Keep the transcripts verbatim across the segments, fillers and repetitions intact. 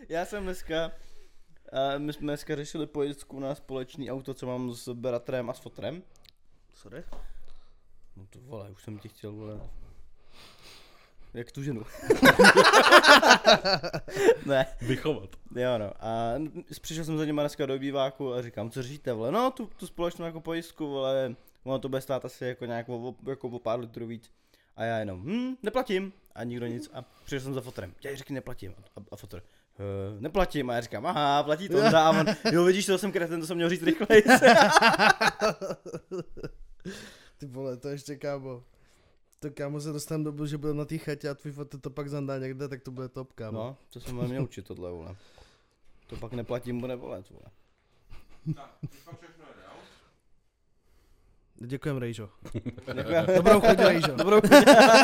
Já jsem dneska, uh, my jsme dneska řešili pojízdku na společný auto, co mám s bratrem a s fotrem. Sorry? No to vole, už jsem ti chtěl, vole. Jak tu ženu. Ne. Vychovat. Jo no, a přišel jsem za něma dneska do býváku a říkám, co řešíte, vole, no tu, tu společnou jako pojistku, vole, ono to bude stát asi jako nějak o, jako o pár litrů víc. A já jenom, hm, neplatím. A nikdo nic. A přišel jsem za fotrem, já řekni neplatím. A, a fotr, uh, neplatím. A já říkám, aha, platí to a on, jo vidíš, to jsem kreten, to jsem měl říct rychleji. Ty vole, to ještě kámo. To kámo se dostaneme dobu, že budeme na té chatě a tvůj fotr to pak zandá někde, tak to bude top, kámo. No, to jsem měl učit tohle, vole. To pak neplatím, bude bolet, vole. Tak, teď pak všechno jde, jo? Děkujem, Rejžo. Děkujem. Dobrou chuť, Rejžo. Dobrou chuť.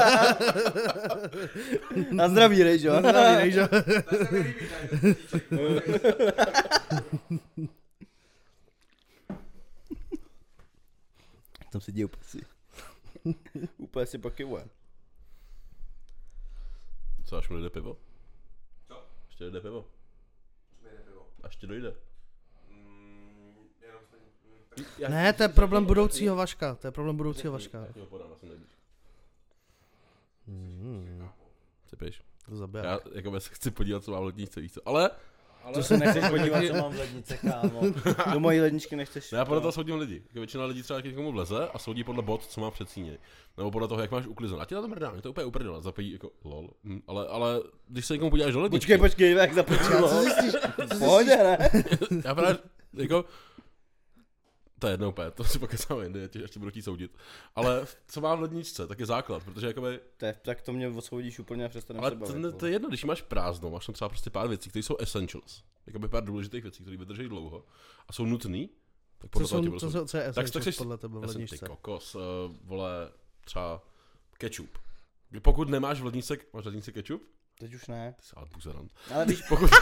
Na zdraví, Rejžo. Na zdraví, Rejžo. To se mi líbí, tady, Tam si děl si. Úplně si pak kivuje. Co, až mi dojde pivo? Co? Ještě dojde pivo. Co mi jde pivo? Až ti dojde. Mm, jenom stejně. Já- Ne, to je problém budoucího Vaška. To je problém budoucího Vaška. Já ti ho podám, já jsem nejblíž. Hmm, Sypeš. to zabije. Já jako se chci podívat, co mám v ledničce, víš co. Ale... ale... To se nechceš podívat, co mám v lednice, kámo. Do mojí ledničky nechceš. No já podle toho soudím lidi. Jako většina lidí třeba k někomu vleze a soudí podle bod, co má před síně. Nebo podle toho, jak máš uklizen. A ti na to mrdá, mě to úplně uprdele. Zapojí jako lol. Hm, ale, ale když se někomu podíváš do ledničky. Počkej, počkej, jak započilo. Co zjistíš? Pohodě, ne? Já právě, jako... To je jedno úplně, to si pokecáme jindy, ještě, ještě budu chtít soudit. Ale co mám v ledničce, tak je základ, protože jakoby... To je, tak to mě odsoudíš úplně a přestaneme Ale se bavit. to, vole. to je jedno, když máš prázdno, máš tam třeba prostě pár věcí, které jsou essentials. Jakoby pár důležitých věcí, které vydrží dlouho a jsou nutný, tak Co, podle toho tě jsou, budu co, soudit. jsou, co je Tak- tak essentials seš- podle tebe v Já jsem ty ledničce? kokos, uh, vole, třeba ketchup. Pokud nemáš v ledničce, máš v ledničce ketchup? Teď už ne. Ty jsi ale buzerant. Ale víš, Pokud...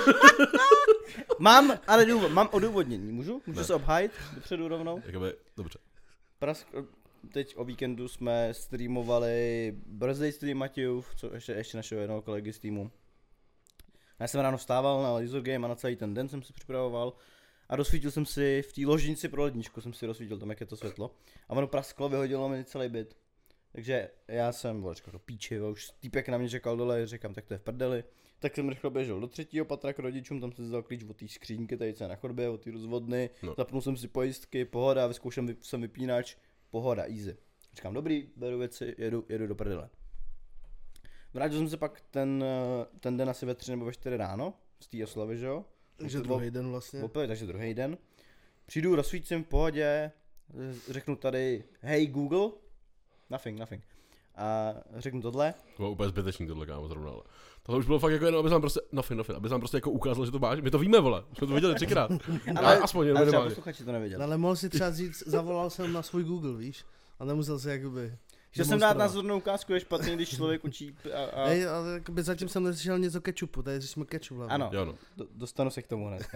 mám, ale důvod, mám odůvodnění, můžu? Můžu Ne. se obhájit dopředu rovnou? Jakoby, dobře. Prask, teď o víkendu jsme streamovali birthday stream Matějův, co ještě, ještě našeho jednoho kolegy z týmu. Já jsem ráno vstával na laser game a na celý ten den jsem si připravoval a rozsvítil jsem si v té ložnici pro ledničku, jsem si rozsvítil tam, jak je to světlo. A ono prasklo, vyhodilo mi celý byt. Takže já jsem, vole, říkal, píči, už týpek na mě čekal dole, říkám, tak to je v prdeli. Tak jsem rychle běžel do třetího patra k rodičům, tam jsem si vzal klíč od té skřínky, tady co je na chodbě, od té rozvodny, No. zapnul jsem si pojistky, pohoda, vyzkoušel jsem vypínač, pohoda, easy. Říkám, dobrý, beru věci, jedu, jedu do prdele. Vrátil jsem se pak ten, ten den asi ve tři nebo ve čtyři ráno, z té oslavy, že jo? Takže Od- druhý den vlastně. Opět, takže druhý den. Přijdu, rozsvítím v pohodě, řeknu tady, hey Google, nothing, nothing. A řeknu tohle. To bylo úplně zbytečný tohle, kámo, zrovna, ale. Tohle už bylo fakt jako jenom, aby nám prostě, nothing, nothing, aby nám prostě jako ukázal, že to máš. My to víme, vole, už jsme to viděli třikrát. Ale aspoň jenom ale třeba minimálně. posluchači to nevěděli. Ale mohl si třeba říct, zavolal jsem na svůj Google, víš? A nemusel si jakoby... Chtěl jsem dát demonstrovat. názornou ukázku, je špatný, když člověk učí a, a... Hej, ale jakoby zatím jsem neslyšel něco kečupu, tady řešíme kečup hlavně. Ano, Jo, no. do, dostanu se k tomu hned.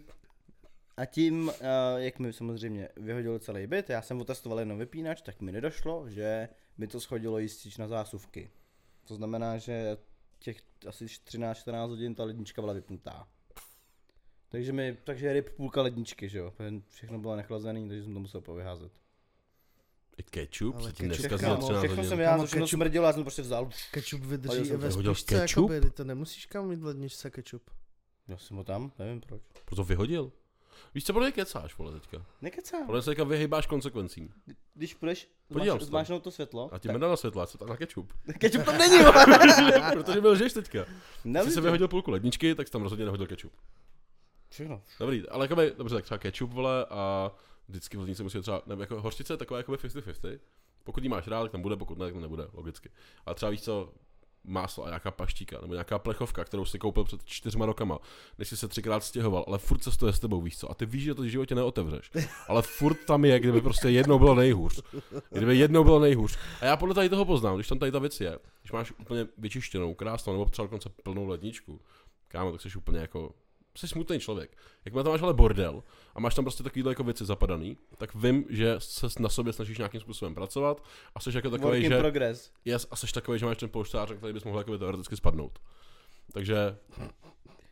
A tím, uh, jak mi samozřejmě vyhodil celý byt, já jsem otestoval jenom vypínač, tak mi nedošlo, že mi to schodilo jistič na zásuvky. To znamená, že těch asi třináct čtrnáct hodin ta lednička byla vypnutá. Takže mi, takže ryb půlka ledničky, že jo, všechno bylo nechlazený, takže jsem to musel povyházet. I ketchup Ale se ti ketchup, neskazil kámo, třináct Všechno hodin. jsem já, Kámo, všechno ketchup- smrdilo, já jsem to prostě vzal. Kečup Hodil vydrží jsem i ve to. Hodil spíčce, kečup? jakoby, ty to nemusíš kam mít v ledničce kečup. Já jsem ho tam, nevím proč. Proto vyhodil. Víš, co podle mě kecáš, vole, teďka. Nekecám. Podle mě se teďka vyhybáš konsekvencím. Když půjdeš, Podívám zmáš, se. zmáčknout to světlo. A ti mrdá na světla, co tak na ketchup. Kečup tam není, vole. Protože byl žeš teďka. Když Nevím, jsi vyhodil půlku ledničky, tak jsi tam rozhodně nehodil ketchup. všechno. Dobrý, ale jakoby, dobře, tak třeba ketchup, vole, a vždycky v lednici musí třeba, nebo jako hořčice je taková jakoby padesát na padesát. Pokud jí máš rád, tak tam bude, pokud ne, tak tam nebude, logicky. A třeba víš co, máslo a nějaká paštíka, nebo nějaká plechovka, kterou jsi koupil před čtyřma rokama, než jsi se třikrát stěhoval, ale furt se stoje s tebou, víš co, a ty víš, že to v životě neotevřeš. Ale furt tam je, kdyby prostě jednou bylo nejhůř. Kdyby jednou bylo nejhůř. A já podle tady toho poznám, když tam tady ta věc je, když máš úplně vyčištěnou, krásnou, nebo třeba dokonce plnou ledničku, kámo, tak jsi úplně jako, jsi smutný člověk. Jakmile tam máš ale bordel a máš tam prostě takovýhle jako věci zapadaný, tak vím, že se na sobě snažíš nějakým způsobem pracovat a jsi jako takový, Work in že progress. yes, a jsi takový, že máš ten polštář, na který bys mohl jakoby teoreticky spadnout. Takže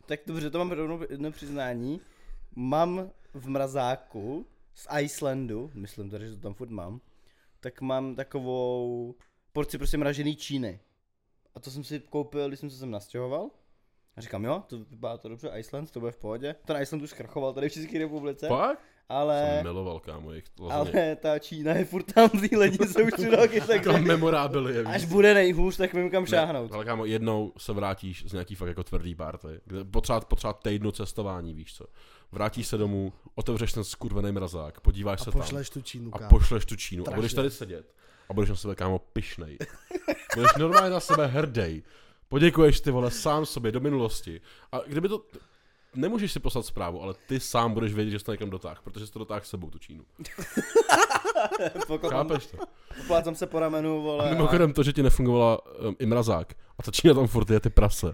Tak dobře, to mám rovnou jedno přiznání. Mám v mrazáku z Icelandu, myslím tady, že to tam furt mám, tak mám takovou porci prostě mražený Číny. A to jsem si koupil, když jsem se sem nastěhoval. A říkám, jo, to vypadá to dobře, Iceland, to bude v pohodě. Ten Iceland už zkrachoval tady v České republice. Fakt? Ale, Jsem miloval, kámo, jejich lasagne. ale ta Čína je furt tam v té lednice už tři roky, takže Tam memorábily je, až víš. bude nejhůř, tak vím kam šáhnout. Ne, ale kámo, jednou se vrátíš z nějaký fakt jako tvrdý party, kde potřeba, potřeba týdnu cestování, víš co. Vrátíš se domů, otevřeš ten skurvený mrazák, podíváš A se tam pošleš tu Čínu, a kámo. pošleš tu Čínu a Strašně. budeš tady sedět a budeš na sebe, kámo, pyšnej. Budeš normálně na sebe hrdej. Poděkuješ ty vole sám sobě do minulosti. A kdyby to... Nemůžeš si poslat zprávu, ale ty sám budeš vědět, že jsi to někam dotáhl, protože jsi to dotáhl s sebou, tu Čínu. Chápeš to? Poplácám se po ramenu, vole. A mimochodem to, že ti nefungovala um, i mrazák a ta Čína tam furt je, ty prase.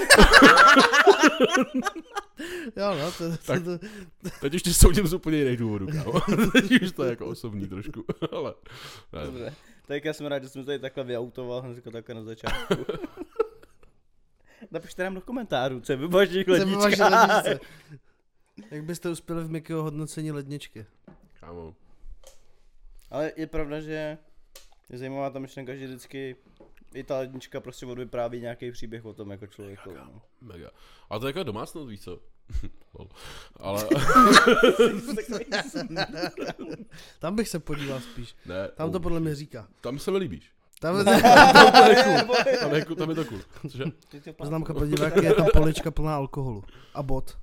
Jo, no, to, to, Tak- to, Teď už tě soudím z úplně jiných důvodů, kámo. Teď už to je jako osobní trošku, ale... Ne. Dobře. Tak já jsem rád, že jsem tady takhle vyautoval, hned takhle na začátku. Napište nám do komentářů, co je vybažení to je vaše lednička. ledničce. Jak byste uspěli v Mikyho hodnocení ledničky? Kámo, Ale je pravda, že je zajímavá ta myšlenka, že vždycky i ta lednička prostě odvypráví nějaký příběh o tom jako člověku. No. mega. Ale to je jako domácnost, víš co? Lol. Ale Tam bych se podíval spíš. ne, Tam to podle mě říká. tam se mi líbíš. Tam Tam je cool. Tam je to cool. Cože? Poznámka podívá, jak je tam polička plná alkoholu. A bod.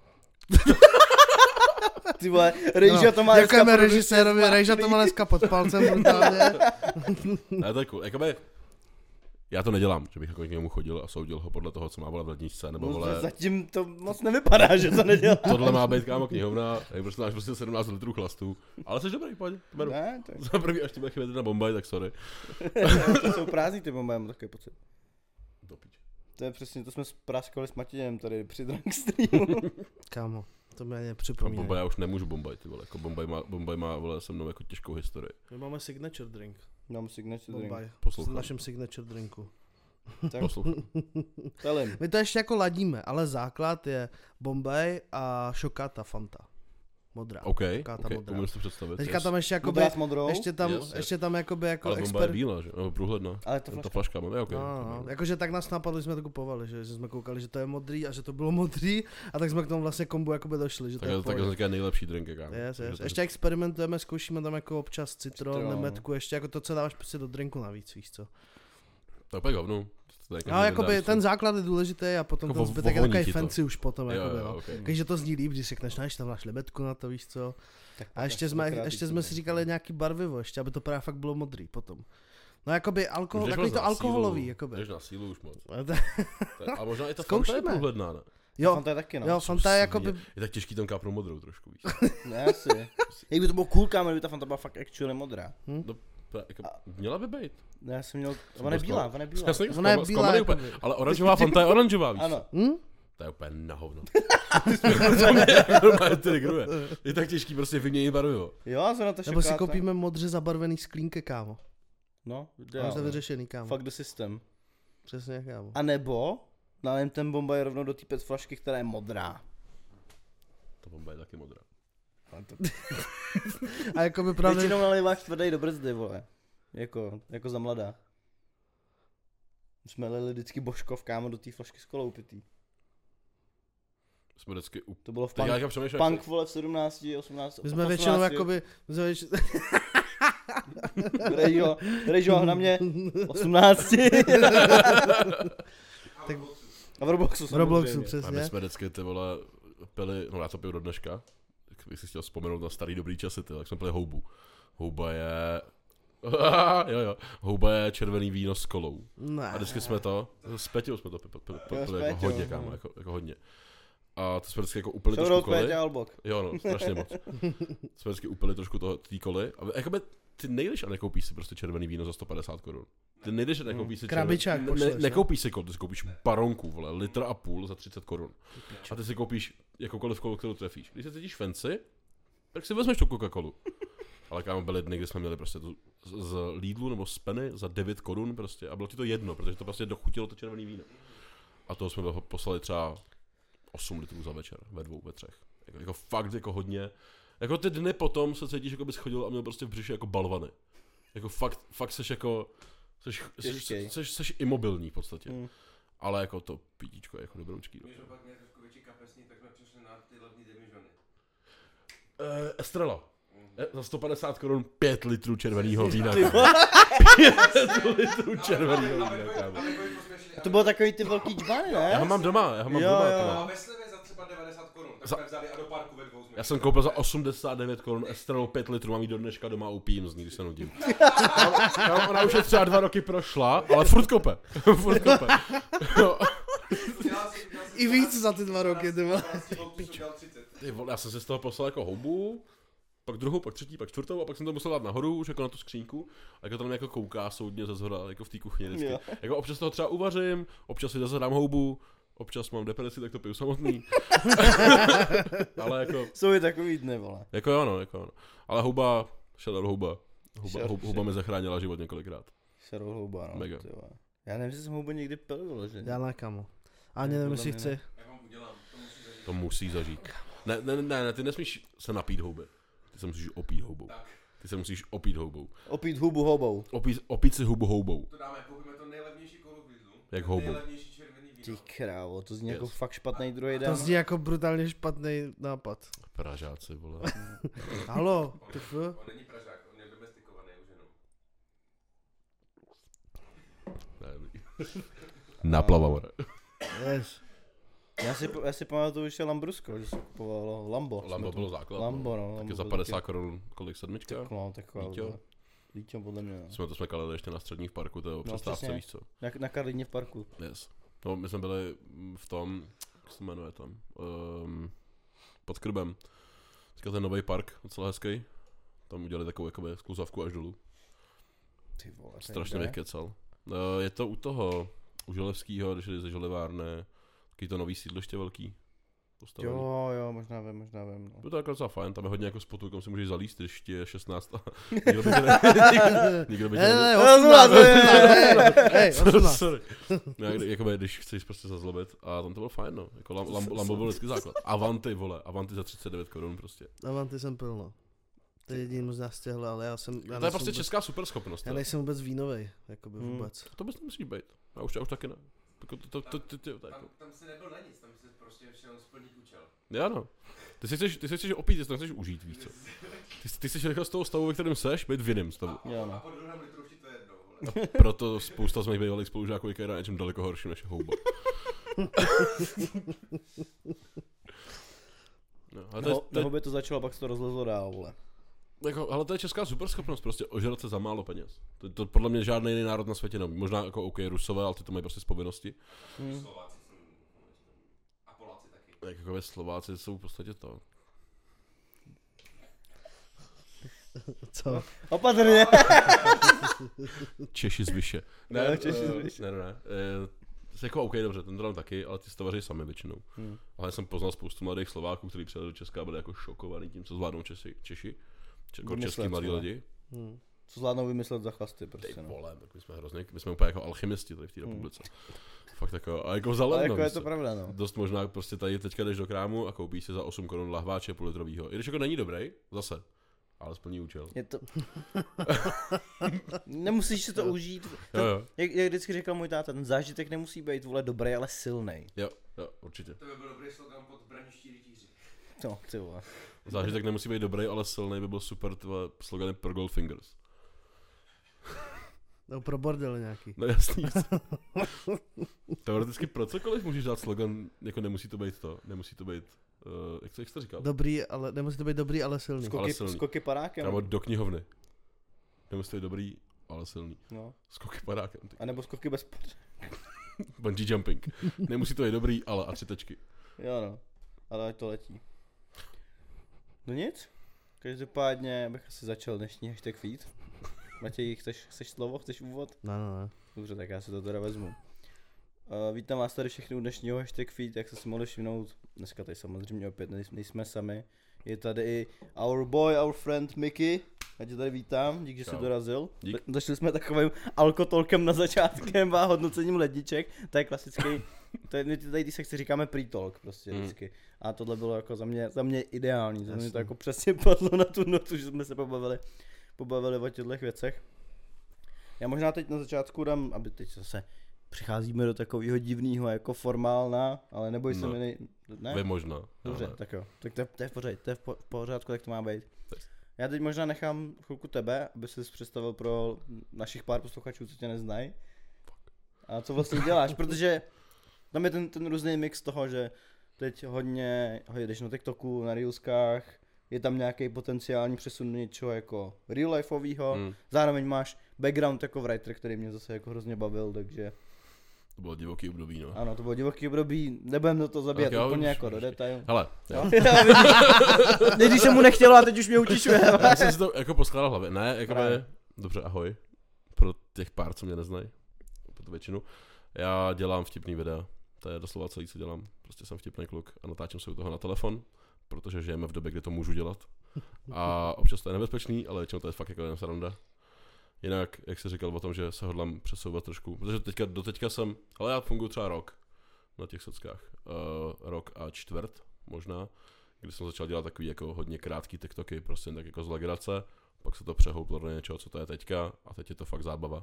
Ty vole, Rejža to má dneska Děkujeme produkt- režisérovi, Rejža to má dneska pod palcem brutálně. Ne, to je cool. Jakoby, já to nedělám, že bych jako k němu chodil a soudil ho podle toho, co má vole v ledničce, nebo No, vole... zatím to moc nevypadá, že to nedělá. Tohle má být, kámo, knihovna, jak prostě máš prostě sedmnáct litrů chlastu. Ale jsi dobrý, pojď, to beru. Ne, tak Za prvý, až ti bude chybět na Bombaj, tak sorry. to jsou prázdný ty bomby, já mám takový pocit. Do piče. To je přesně, to jsme praskali s Matějem tady při drunk streamu. Kámo, to mě A nepřipomíná. Bombaj, já už nemůžu Bombaj, ty vole, jako Bombaj má, Bombaj má, vole, se mnou jako těžkou historii. My máme signature drink. Mám signature drink. Bombaj. V Poslouchám. našem signature drinku. Tak Poslouchám. telím. My to ještě jako ladíme, ale základ je Bombay a šokáta Fanta. Modrá. OK, Šokáta OK, modrá. to můžu si představit. Teďka yes. tam ještě jakoby, Modrá s modrou. ještě tam, Yes, yes. ještě tam jakoby jako Ale Bombaj je expert. bílá, že? Nebo průhledná. Ale to Ta flaška. flaška mám, je OK. No, no, jakože tak nás napadlo, že jsme to kupovali, že, že jsme koukali, že to je modrý a že to bylo modrý a tak jsme k tomu vlastně kombu jakoby došli, že to Tak je je v to pohodě. také nejlepší drink, kámo. Yes, Takže yes. to- Ještě experimentujeme, zkoušíme tam jako občas citron, Citron. nemetku, ještě jako to, co dáváš prostě do drinku navíc, víš co. To je úplně hovno. To je Ale jakoby každý ten den základ je důležitý a potom Jako ten vo- zbytek je vovoní takový ti to. fancy už potom, dá. Jo, jakoby, jo, no. okay. Takže to zní líp, když řekneš, no, tam máš lebedku na to, víš co. Tak A ještě jsme, dvakrát ještě víc jsme to si říkali nějaký barvivo, ještě, aby to právě fakt bylo modrý potom. No jakoby alkohol, Už jdeš takový moc to na alkoholový, sílu, jakoby. Jdeš na sílu už moc. A to- To je- A možná i ta Fanta je Zkoušíme. průhledná, ne? Jo, Fanta je taky, no. jo, Fanta je jakoby, Je tak těžký tam kápnout modrou trošku, víš. Ne, asi. Jak by to bylo cool, kámo, kdyby ta Fanta byla fakt actually modrá. No, pra- jako, měla by být. Ne, já jsem měl, Jsem ona je byl bílá, zklam- ona je bílá. Já jsem jako Ona je zklama- bílá, zklamaný jakoby. úplně. Ale oranžová Fanta je oranžová, víš. Ano. hm? To je úplně na hovno. To mě normálně trigruje. Je tak těžký prostě vyměnit barvivo. Jo, a zrovna ta Nebo si šokáta. koupíme modře zabarvený sklínky, kámo. No, Máš to ideál. vyřešený, kámo. Fuck the system. Přesně, kámo. A nebo nalém ten Bombaj rovnou do té pet flašky, která je modrá. To bomba je taky modrá. A jakoby právě, Většinou naliváš tvrdej do brzdy, vole. Jako, jako za mladá. Jsme lili vždycky božkov, kámo, do té flašky s kolou pitý. Jsme vždycky u... To bylo v Tak já punk, jako přemýšlím, punk vole, v sedmnácti, osmnácti. my jsme většinou jakoby, my jsme většinou, Rejžo, Rejžo na mě, osmnácti. Tak- A v Robloxu v Robloxu, samozřejmě. A my přesně. jsme vždycky ty vole pili, no já to piju do dneška, tak bych si chtěl vzpomenout na starý dobrý časy, ty, tak jsme pili houbu. Houba je... jo, jo. Houba je červený víno s kolou. Ne. A vždycky jsme to, s Peťou jsme to pili, pili, Jo, s pili jako Péťou, hodně, no. kámo, jako, jako hodně. A to jsme vždycky jako upili Shoutout trošku koli. Péťa Albok. Jo, no, strašně moc. Jsme vždycky upili trošku toho, tý koli. A jakoby ty nejdeš a nekoupíš si prostě červený víno za sto padesát korun. Ty nejdeš a nekoupíš si Krabičák červený, pošleš, ne, jo? nekoupíš si kol, ty si koupíš baronku, vole, litr a půl za třicet korun. A ty si koupíš jakoukoliv kolu, kterou trefíš. Když se cítíš fancy, tak si vezmeš tu Coca-Colu. Ale kámo, byly dny, kdy jsme měli prostě tu z, z Lidlu nebo z Penny za devět korun prostě a bylo ti to jedno, protože to prostě dochutilo to červený víno. A toho jsme ho poslali třeba osm litrů za večer, ve dvou, ve třech. Jako, jako fakt jako hodně. Jako ty dny potom se cítíš, jako bys chodil a měl prostě v břiše jako balvany. Jako fakt, fakt seš jako, seš, seš, seš, seš, seš imobilní v podstatě. Hmm. Ale jako to pítíčko je jako dobroučký. Když opak měl trošku větší kapesní, tak jsme přišli na ty levný demižony. Uh, Estrela. Mm. Za sto padesát korun pět litrů červeného vína. pět litrů červeného vína, kámo. A to bylo takový ty velký džbany, ne? Já ho mám doma, já ho mám jo, doma. Jo. A ve slevě za třeba devadesát korun, tak za... jsme vzali a do parku ve dvou jsme. Já jsem koupil za osmdesát devět korun Estrelu pět litrů, mám jí do dneška doma a upijím z ní, když se nudím. Tam ona už je třeba dva roky prošla, ale furt kope. furt kope. I víc za ty dva roky, ty vole. Ty vole, já jsem si z toho poslal jako houbu, pak druhou, pak třetí, pak čtvrtou a pak jsem to musel dát nahoru, už jako na tu skřínku. A jako to tam jako kouká soudně ze zhora, jako v té kuchyni vždycky. Jo. Jako občas toho třeba uvařím, občas si zase dám houbu, občas mám depresi, tak to piju samotný. Ale jako... Jsou i takový dny, vole. Jako jo, no, jako jo. Ale houba, shadow houba. Houba, Šer, houba, houba mi zachránila život několikrát. Shadow houba, no. Mega. Tyhle. Já nevím, jestli jsem houbu někdy pil, vole, Já ne, kamo. Ani nevím, jestli chci. Já vám udělám, to musí zažít. To musí zažít. Ne, ne, ne, ne, ty nesmíš se napít houby. Ty se musíš opít houbou. Tak. Ty se musíš opít houbou. Opít hubu houbou. Opít, opít si hubu houbou. To dáme, koupíme to nejlevnější kolu v Lidlu. Jak houbu. Nejlevnější červený víno. Ty krávo, to zní Yes. jako fakt špatný druhý To den. zní jako brutálně špatný nápad. Pražáci, vole. Halo, ty f? On není pražák, on je domestikovaný už jenom. Naplavavore. Yes. Já si, já si pamatuju, že Lambrusko, že se kupovalo Lambo. Lambo bylo základ. Lambo, no. Taky Lambo za bylo padesát taky- korun, kolik sedmička? No, taková. Lítio? Lítio podle mě, no. Jsme to jsme kalili ještě na střední v parku, to je o přestávce, přesně. víš co? Na, na Karlíně v parku. Yes. No, my jsme byli v tom, jak se jmenuje tam, um, pod Krbem. Teďka ten nový park, docela hezký. Tam udělali takovou jakoby skluzavku až dolů. Ty vole, to je Strašně kde? bych kecal. Uh, je to u toho, u Želevskýho, když jde ze Želevárny, taky to nový sídliště velký. Postavený. Jo, jo, možná vím, možná vím. No. Je to jako docela fajn, tam je hodně jako spotů, kam si můžeš zalíst, když ti je šestnáct a nikdo by tě ne... nikdo by tě Ne, ne, ne, Ne, osmnáct, ne, ne, ne, hej, osmnáct. Sorry. No, jak- jakoby, když chceš prostě zazlobit a tam to bylo fajn, no. Jako Lam, Lambo, Lambo byl vždycky základ. Avanty, vole, Avanty za třicet devět korun prostě. Avanty jsem pil, no. To je jediný možná z těchhle, ale já jsem... Já To je nejsem prostě vůbec, česká superschopnost. Já jo. nejsem vůbec vínovej, jakoby Hmm. vůbec. To bys nemusíš být. Já už, já už taky ne. Jako to, to, to, to, to, to, Tam, jako. tam si nebyl na nic, tam si prostě šel splnit účel. Já no. Ty si chceš, ty si chceš opít, ty si to chceš užít, víš co. Ty, ty jsi rychle z toho stavu, ve kterém seš, být v jiném stavu. Jo, A no. po druhém litru už ti to je jedno, vole. A proto spousta z mých bývalých spolužáků je na něčem daleko horším než je houba. No, ale to, je, No, to, je, nebo by to začalo, pak se to rozlezlo dál, vole. jako, ale to je česká superschopnost, prostě ožrat se za málo peněz. To, to podle mě žádný jiný národ na světě neumí. Možná jako OK, Rusové, ale ty to mají prostě z povinnosti. Hmm. Slováci jsou... A Poláci taky. Jak jako Slováci jsou v podstatě to. Co? Opatrně. Češi z Vyše. Ne, Češi z eh, Vyše. Ne, ne, ne. Eh, jako OK, dobře, ten to dám taky, ale ty si to vaří sami většinou. Hmm. Ale já jsem poznal spoustu mladých Slováků, kteří přijeli do Česka a byli jako šokovaní tím, co zvládnou Češi. Češi. Če- jako Vymyslet, český mladí vole. lidi. Hm. Co zvládnou vymyslet za chlasty, Ty prostě, no. vole, tak my jsme hrozně, my jsme úplně jako alchymisti tady v té Hmm. republice. Fakt jako, a jako Ale zalevno. jako je víš to co. pravda, no. Dost možná prostě tady teďka jdeš do krámu a koupíš si za osm korun lahváče půllitrovýho. I když jako není dobrý, zase. Ale splní účel. Je to... Nemusíš si to užít. Jo, jo, Jak, jak vždycky říkal můj táta, ten zážitek nemusí být, vole, dobrý, ale silný. jo, jo, určitě. To by byl dobrý slogan pod braniští rytíři. No, ty vole. Zážitek nemusí být dobrý, ale silný by byl super, tvoje slogany pro Goldfingers. No pro bordel nějaký. No jasný. Teoreticky pro cokoliv můžeš dát slogan, jako nemusí to být to, nemusí to být, uh, jak, to, jak jsi to říkal? Dobrý, ale nemusí to být dobrý, ale silný. Sko- Skoky, silný. skoky padákem. Kámo, do knihovny. Nemusí to být dobrý, ale silný. No. Skoky padákem. Ty. A nebo skoky bez pod... Bungee jumping. Nemusí to být dobrý, ale a tři tečky. Jo no, ale ať to letí. No nic. Každopádně bych asi začal dnešní hashtag feed. Matěj, chceš, chceš slovo, chceš úvod? Ne, ne, ne. Dobře, tak já si to teda vezmu. Uh, vítám vás tady všechny u dnešního hashtag feed, jak jste si mohli všimnout. Dneska tady samozřejmě opět nejsme, nejsme sami. Je tady i our boy, our friend Mickey. Já tě tady vítám, díky, že jsi Čau. dorazil. Dík. Začali jsme takovým alkotolkem na začátkem a hodnocením ledniček. To je klasický To je, my tady ty sekci říkáme pre-talk prostě Mm. vždycky. A tohle bylo jako za mě, za mě ideální, za mě Jasně. to jako přesně padlo na tu notu, že jsme se pobavili, pobavili o těchto věcech. Já možná teď na začátku dám, aby teď zase přicházíme do takového divného jako formálna, ale neboj se No. mi, nej... ne? Vy možná. Dobře, ale- tak jo, tak to, je- to je v pořádku, to je v po- v pořádku, tak to má být. Yes. Já teď možná nechám chvilku tebe, aby ses představil pro našich pár posluchačů, co tě neznají. A co vlastně děláš, protože tam je ten, ten různý mix toho, že teď hodně, hodně jdeš na TikToku, na Reelskách, je tam nějaký potenciální přesun do něčeho jako real lifeovýho, Mm. zároveň máš background jako writer, který mě zase jako hrozně bavil, takže To bylo divoký období, no. ano, to bylo divoký období, nebudem do toho zabíjet Tak jo, úplně už- jako už- do detailu. Hele, jo. Jo, já vidím. Když se mu nechtělo a teď už mě utišuje. Já jsem si to jako poskládal v hlavě. Ne, jako Právě. dobře, ahoj. Pro těch pár, co mě neznají. Pro tu většinu. Já dělám vtipný videa. To je doslova celý, co dělám. Prostě jsem vtipný kluk a natáčím se u toho na telefon, protože žijeme v době, kdy to můžu dělat. A občas to je nebezpečný, ale většinou to je fakt jako jen sranda. Jinak, jak jsi říkal o tom, že se hodlám přesouvat trošku, protože teďka, do teďka jsem, ale já funguji třeba rok na těch sockách. Uh, rok a čtvrt možná, kdy jsem začal dělat takový jako hodně krátký TikToky, prostě tak jako z legrace, pak se to přehouplo do něčeho, co to je teďka a teď je to fakt zábava.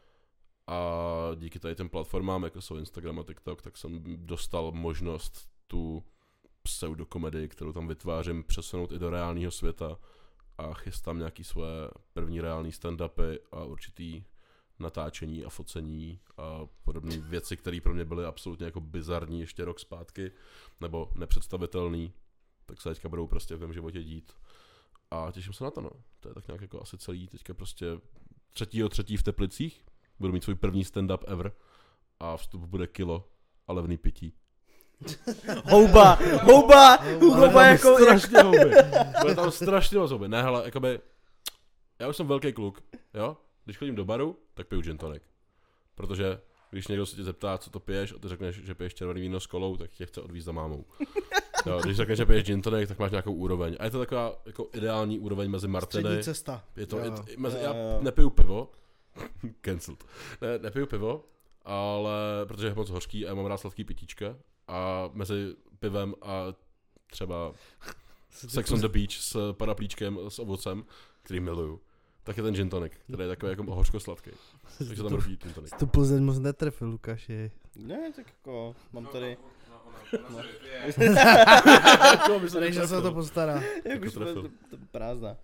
A díky tady těm platformám, jako jsou Instagram a TikTok, tak jsem dostal možnost tu pseudokomedii, kterou tam vytvářím, přesunout i do reálného světa a chystám nějaký své první reální stand-upy a určitý natáčení a focení a podobné věci, které pro mě byly absolutně jako bizarní ještě rok zpátky, nebo nepředstavitelný, tak se teďka budou prostě v mém životě dít. A těším se na to, no. To je tak nějak jako asi celý, teďka prostě třetího třetí v Teplicích, budu mít svůj první stand-up ever a vstup bude kilo a levný pití. Houba, houba, houba jako, jako strašně houby. Bude tam strašně moc houby. Ne, hele, jakoby, já už jsem velký kluk, jo? Když chodím do baru, tak piju gin tonic. Protože když někdo se tě zeptá, co to piješ, a ty řekneš, že piješ červený víno s kolou, tak tě chce odvízt za mámou. Jo, když řekneš, že piješ gin tonic, tak máš nějakou úroveň. A je to taková jako ideální úroveň mezi martiny. Střední cesta. Je to, Jo. je to mezi, Jo, já jo. nepiju pivo, cancelled, ne, nepiju pivo, ale protože je moc hořký a já mám rád sladký pitíčka a mezi pivem a třeba Sex on the Beach s paraplíčkem s ovocem, který miluju, tak je ten gin tonic, který je takový jako hořko-sladký. Takže tam robí gin tonic. Tu Plzeň moc netrefil, Lukáši. Ne, tak jako, mám tady, No, ona, ona se vypije. Jako by se Takže se netrefil. o to postará. jak už trefil. to, to prázdná.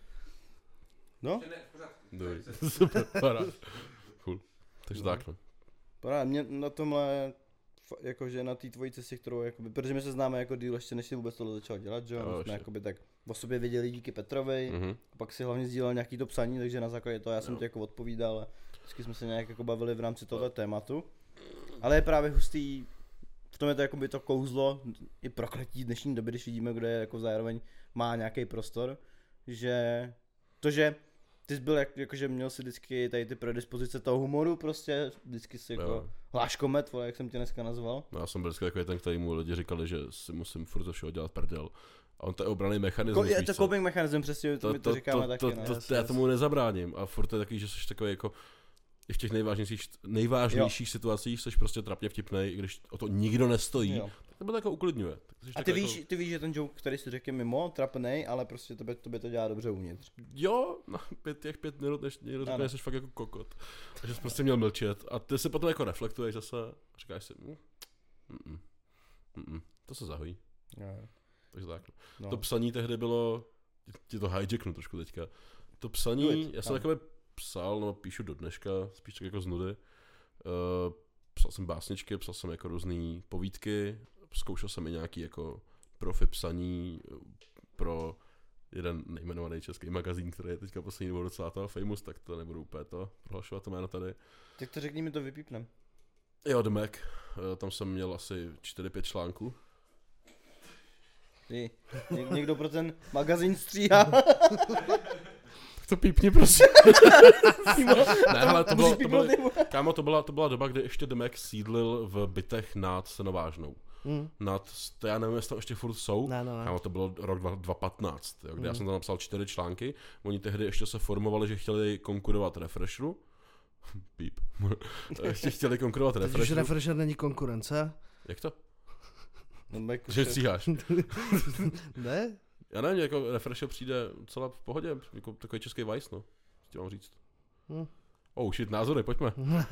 No, Ne, v pořádku. Dobrý. Super, paráda. Cool. Takže No. tak, no. Právě mě na tomhle, fa- jakože na té tvojí cestě, kterou, jakoby, protože my se známe jako díl ještě než jsi vůbec tohle začal dělat, že jo, Jo, my jsme ještě. jakoby tak o sobě věděli díky Petrovi, Mhm. a pak si hlavně sdílel nějaký to psaní, takže na základě toho já jsem Jo. ti jako odpovídal a vždycky jsme se nějak jako bavili v rámci tohle tématu. Ale je právě hustý, v tom je to jakoby to kouzlo, i prokletí dnešní doby, když vidíme, kdo je jako zároveň má nějaký prostor, že to, že ty jsi byl jak, jakože měl si vždycky tady ty predispozice toho humoru prostě, vždycky si jako Jo. hláškomet, vole, jak jsem tě dneska nazval. No, já jsem byl vždycky takový ten, který mu lidi říkali, že si musím furt ze všeho dělat prdel. A on to je obranný Ko, mechanismus, je víš to co? coping mechanism, přesně, to, my to říkáme to, taky, to, no. to, to, já tomu nezabráním a furt je takový, že jsi takový jako i v těch nejvážnějších, nejvážnějších situacích jsi prostě trapně vtipnej, i když o to nikdo nestojí, Jo. tak to jako uklidňuje. Tak jsi A ty takový víš, ty víš, že ten joke, který si řekl, je mimo, trapnej, ale prostě tobě, tobě to dělá dobře uvnitř. Jako, jo, na pět, těch pět minut, než někdo řekne, Ano. že jsi fakt jako kokot. A že jsi prostě měl mlčet a ty si potom jako reflektuješ zase a říkáš si, mm, mm, mm, mm, to se zahojí. Jo. Takže tak. No. To psaní tehdy bylo, ti to hijacknu trošku teďka, to psaní, Do it, já jsem ano. takové psal, no píšu do dneška, spíš tak jako z nudy. Uh, psal jsem básničky, psal jsem jako různé povídky, zkoušel jsem i nějaký jako profi psaní pro jeden nejmenovaný český magazín, který je teďka poslední dobou docela toho famous, tak to nebudu úplně to prohlašovat to jméno tady. Tak to řekni mi, to vypípnem. Jo, The Mac, uh, tam jsem měl asi čtyři pět článků. Ty, ně, někdo pro ten magazín stříhá. Tak to pípni, prosím. Ne, ale to bylo, to bylo, kámo, to byla, to byla doba, kdy ještě The Mac sídlil v bytech nad Senovážnou. Hm. Nad, to já nevím, jestli tam ještě furt jsou. Ne, ne, ne. Kámo, to bylo rok dva tisíce patnáct, jo, kdy Mm. já jsem tam napsal čtyři články. Oni tehdy ještě se formovali, že chtěli konkurovat Refresheru. Píp. Ještě chtěli konkurovat Teď už Refresheru. Refresher není konkurence. Jak to? No, Mac už Že je- stříháš. Ne? Já nevím, jako Refresher přijde celá v pohodě, jako takový český Vice, no. Chtěl mám říct. Hm. Oh shit, názory, pojďme.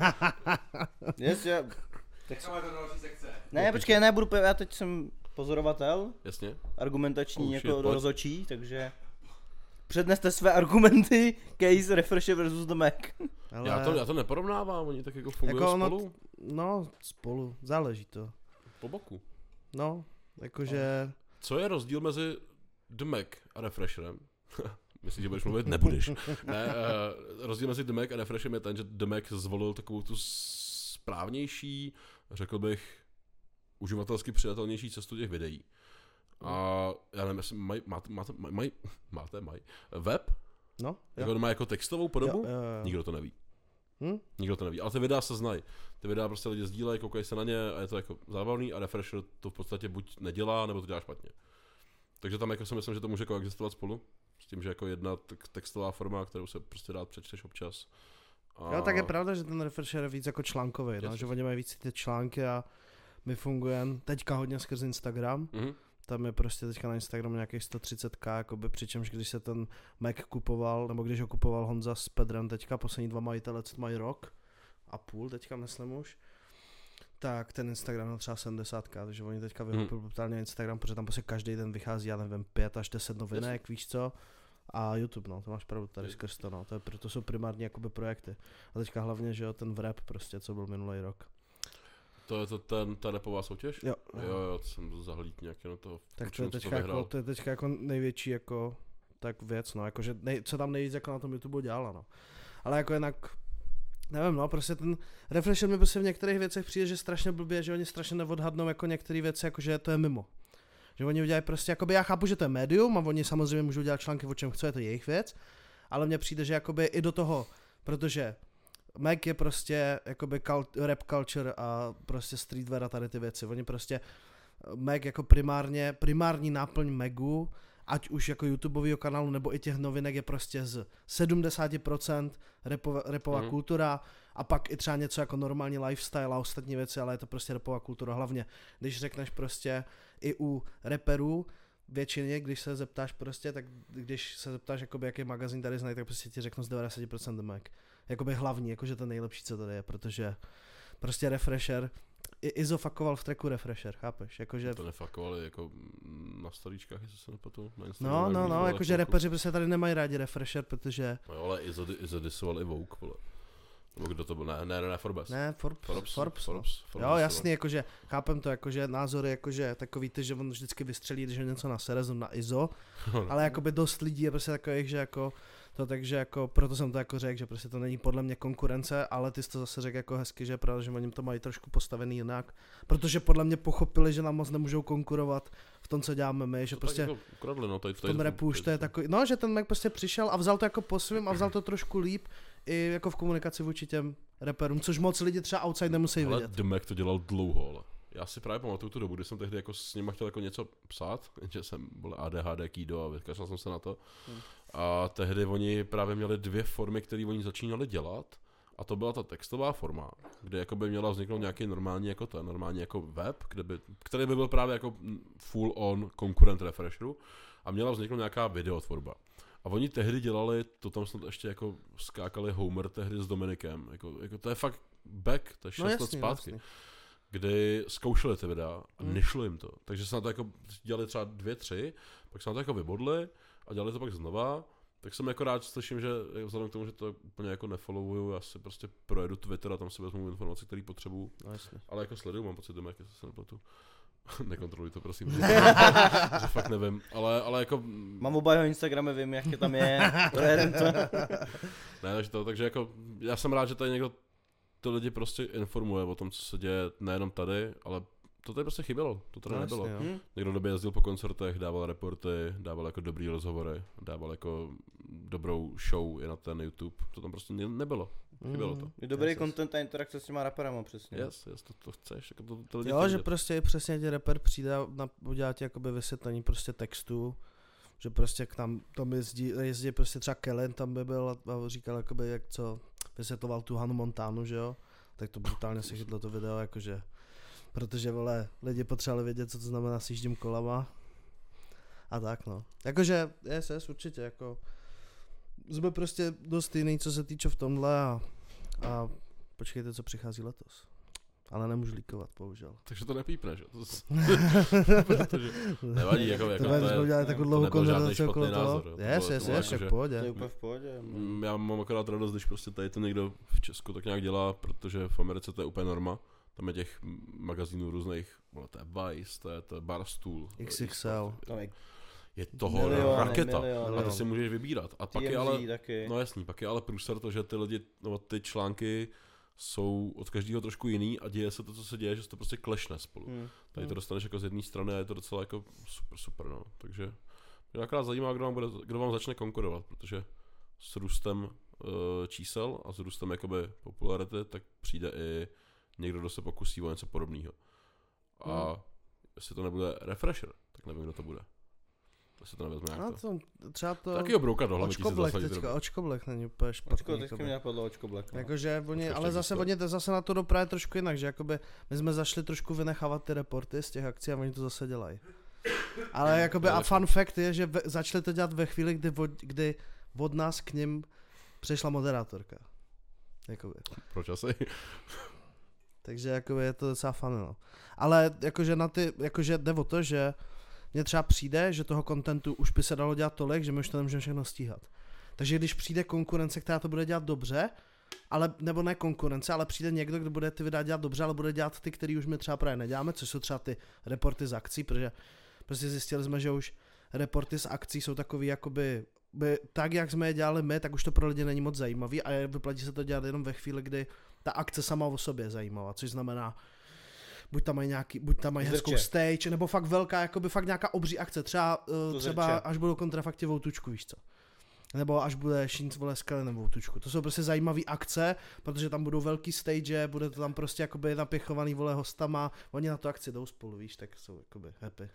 Yes, já... Necháme to další sekce. Ne, počkej, ne, budu, pe- já teď jsem pozorovatel, Jasně. argumentační Oh, jako shit, pojď. rozhodčí, takže předneste své argumenty, case Refresher versus The Mac. Ale... Já to, já to neporovnávám, oni tak jako fungují Jako ono- spolu. No, spolu, záleží to. Po boku. No, jakože... Co je rozdíl mezi The Mac a Refresherem? Myslíš, že budeš mluvit? Nebudeš. Ne, uh, rozdíl mezi The Mac a Refresherem je ten, že The Mac zvolil takovou tu správnější, řekl bych, uživatelsky přijatelnější cestu těch videí. A já nevím, jestli maj, máte, máte, maj, maj, máte, maj, web? No, Jako má jako textovou podobu? Jo, jo, jo. Nikdo to neví. Hm? Nikdo to neví, ale ty videa se znají. Ty videa prostě lidi sdílejí, koukají se na ně a je to jako zábavný a Refresher to v podstatě buď nedělá, nebo to dělá špatně. Takže tam jako si myslím, že to může koexistovat spolu. S tím, že jako jedna t- textová forma, kterou se prostě rád přečteš občas. A... Jo, tak je pravda, že ten Refresher je víc jako článkový, no, Jasně. že oni mají víc ty články a my fungujeme teďka hodně skrz Instagram. Mhm. Tam je prostě teďka na Instagramu nějakých sto třicet tisíc, jakoby, přičemž když se ten Mac kupoval, nebo když ho kupoval Honza s Pedrem teďka, poslední dva majitele, co mají rok a půl teďka myslím už, tak ten Instagram měl třeba sedmdesát tisíc, takže oni teďka vyhoupili Hmm. brutálně Instagram, protože tam prostě každý den vychází, já nevím, pět až deset novinek, Jasně. víš co, a YouTube, no, to máš pravdu tady Je- skrz to, no, to, je, to jsou primární jakoby projekty. A teďka hlavně, že jo, ten wrap prostě, co byl minulý rok. To je to ten, ta repová soutěž? Jo, Jo, jo, to jsem zahlíd nějak na to. tak to určitě je, jsem teďka vyhrál. jako, to je teďka jako největší jako tak věc, no, jakože nej, co tam nejvíc jako na tom YouTube dělala, no. Ale jako jinak, nevím, no, prostě ten Refresher mi prostě v některých věcech přijde, že strašně blbě, že oni strašně neodhadnou jako některé věci, jakože to je mimo. Že oni udělají prostě, jakoby já chápu, že to je médium a oni samozřejmě můžou dělat články o čem chce, je to jejich věc, ale mně přijde, že jakoby i do toho, protože Mac je prostě jakoby cult, rap culture a prostě streetwear a tady ty věci. Oni prostě Mac jako primárně, primární náplň Macu, ať už jako YouTubeového kanálu nebo i těch novinek je prostě z sedmdesát procent rapova, rapová Mhm. mm. kultura a pak i třeba něco jako normální lifestyle a ostatní věci, ale je to prostě rapová kultura. Hlavně, když řekneš prostě i u rapperů, většině, když se zeptáš prostě, tak když se zeptáš, jakoby, jaký magazín tady znají, tak prostě ti řeknu z devadesát procent The Mac. Jakoby hlavní, jakože to nejlepší, co tady je, protože prostě Refresher, i Izo fakoval v tracku Refresher, chápeš? Jakože, To nefakovali jako mm, na storíčkách, jestli se nepletu, na no, Instagramu. no, jak no, vole, jakože chvilku. repeři prostě tady nemají rádi Refresher, protože, No, ale Izo, Izo disoval i Vogue, vole. Nebo kdo to byl? Ne, ne, ne, Forbes. ne, Forbes, Forbes, Forbes, Forbes, no. Forbes, Jo, jasný, jakože chápem to, jakože názory, jakože takový ty, že on vždycky vystřelí, když ho něco nasere, na Izo, ale jakoby dost lidí je prostě takových, že jako to, takže jako, proto jsem to jako řekl, že prostě to není podle mě konkurence, ale ty jsi to zase řekl jako hezky, že je pravda, že oni to mají trošku postavený jinak, protože podle mě pochopili, že nám moc nemůžou konkurovat v tom, co děláme my, že To prostě tak jako ukradli, no, tady, v tom rapu už to je takový, no, že ten Mac prostě přišel a vzal to jako po svým a vzal to trošku líp i jako v komunikaci vůči těm rapperům, což moc lidi třeba outside nemusí Ale vidět. The Mac to dělal dlouho, ale. Já si právě pamatuju tu dobu, kdy jsem tehdy jako s nima chtěl jako něco psát, že jsem byl A D H D Kido a vykašlal jsem se na to. Hmm. A tehdy oni právě měli dvě formy, které oni začínali dělat. A to byla ta textová forma, kde jako by měla vzniknout nějaký normální jako ten, normální jako web, kde by, který by byl právě jako full on konkurent Refresheru a měla vzniknout nějaká videotvorba. A oni tehdy dělali, to tam snad ještě jako skákali Homer tehdy s Dominikem, jako, jako to je fakt back, to je šest No let jasný, zpátky. jasný. Kdy zkoušeli ty videa a Hmm. nešlo jim to. Takže se na to jako dělali třeba dvě, tři, pak se na to jako vybodli a dělali to pak znova. Tak jsem jako rád slyším, že vzhledem k tomu, že to úplně jako nefollowuju, já si prostě projedu Twitter a tam si vezmu informace, které potřebuju. No jasně. Ale jako sleduju, mám pocit, doma, jak se nepletu. Nekontroluj to, prosím. že fakt nevím. Ale, ale jako... Mám oba jeho Instagramy, vím, jak je tam je, to je jeden to. Ne, takže, to, takže jako, já jsem rád, že tady někdo ty lidi prostě informuje o tom, co se děje nejenom tady, ale to tady prostě chybělo, to tady No nebylo. jasně, jo. Hm? Někdo době jezdil po koncertech, dával reporty, dával jako dobrý rozhovory, dával jako dobrou show i na ten YouTube, to tam prostě ne- nebylo, chybělo to. Je dobrý Yes, yes. content a interakce s těma raperama, přesně. Yes, yes, to, to chceš, jako to, to lidi Jo, chtějí že vidět. prostě přesně ti rapper přijde a na, udělá ti jakoby vysvětlení prostě textu, že prostě k nám tam jezdí, jezdí prostě třeba Kellen tam by byl a, a říkal jakoby jak co, vysvětloval tu Hanu Montanu, že jo, tak to brutálně se chytlo to video, jakože, protože vole, lidi potřebovali vědět, co to znamená s jíždím kolama a tak no. Jakože E S S určitě, jako jsme prostě dost jiný, co se týče v tomhle a, a počkejte, co přichází letos. Ale nemůžu líkovat, bohužel. Takže to nepípne, že? To z... Protože nevadí, jako, jako to, to, jsme je, udělali takovou dlouhou to nebyl žádný konverzaci okolo špatný toho. názor. Jo. Yes, To bylo- yes, to bylo yes, jako, v že- pohodě. To je úplně v pohodě. Mm, Já mám akorát radost, když prostě tady to někdo v Česku tak nějak dělá, protože v Americe to je úplně norma. Tam je těch magazínů různých, vole, to je Vice, to je, to je Barstool. X X L. Tam je Je toho miliony, raketa. miliony. A ty si můžeš vybírat. A pak je T M Z ale, taky. no jasný, pak je ale průser to, že ty lidi, no ty články jsou od každého trošku jiný a děje se to, co se děje, že se to prostě klešne spolu. Hmm. Tady to dostaneš jako z jedné strany a je to docela jako super, super, no. Takže mě akorát zajímá, kdo vám, bude, kdo vám začne konkurovat, protože s růstem uh, čísel a s růstem jakoby popularity, tak přijde i někdo, kdo se pokusí o něco podobného. A Hmm. jestli to nebude Refresher, tak nevím, kdo to bude. Jestli to nevezme A jak to. to, třeba to... Taky obrouka do hlavy ti se Očkoblek zasadit. teďka, Teďka, očkoblek není úplně Očko, špatný. teďka jakoby. mě napadlo očko Black. No. Jakože oni, Počkej, ale ještě zase existuje. oni to zase na to jdou právě trošku jinak, že jakoby my jsme zašli trošku vynechávat ty reporty z těch akcí a oni to zase dělají. Ale jakoby a fun fact je, že ve, začali to dělat ve chvíli, kdy od, kdy od nás k nim přešla moderátorka. Jakoby. Proč asi? Takže jakoby je to docela fun, no. Ale jakože na ty, jakože jde o to, že mně třeba přijde, že toho kontentu už by se dalo dělat tolik, že my už to nemůžeme všechno stíhat. Takže když přijde konkurence, která to bude dělat dobře, ale, nebo ne konkurence, ale přijde někdo, kdo bude ty videa dělat dobře, ale bude dělat ty, který už my třeba právě neděláme, což jsou třeba ty reporty z akcí, protože prostě zjistili jsme, že už reporty z akcí jsou takový jakoby, by, tak jak jsme je dělali my, tak už to pro lidi není moc zajímavý a je, vyplatí se to dělat jenom ve chvíli, kdy ta akce sama o sobě je zajímavá, což znamená, buď tam mají nějaký, buď tam mají hezkou Zrče. stage, nebo fakt velká, jakoby fakt nějaká obří akce, třeba, uh, třeba zrče. až budou kontrafakty v tučku, víš co. Nebo až bude Šínc vole Skelenem v tučku. To jsou prostě zajímavé akce, protože tam budou velký stage, bude to tam prostě jakoby napěchovaný vole hostama, oni na tu akci jdou spolu, víš, tak jsou jakoby happy.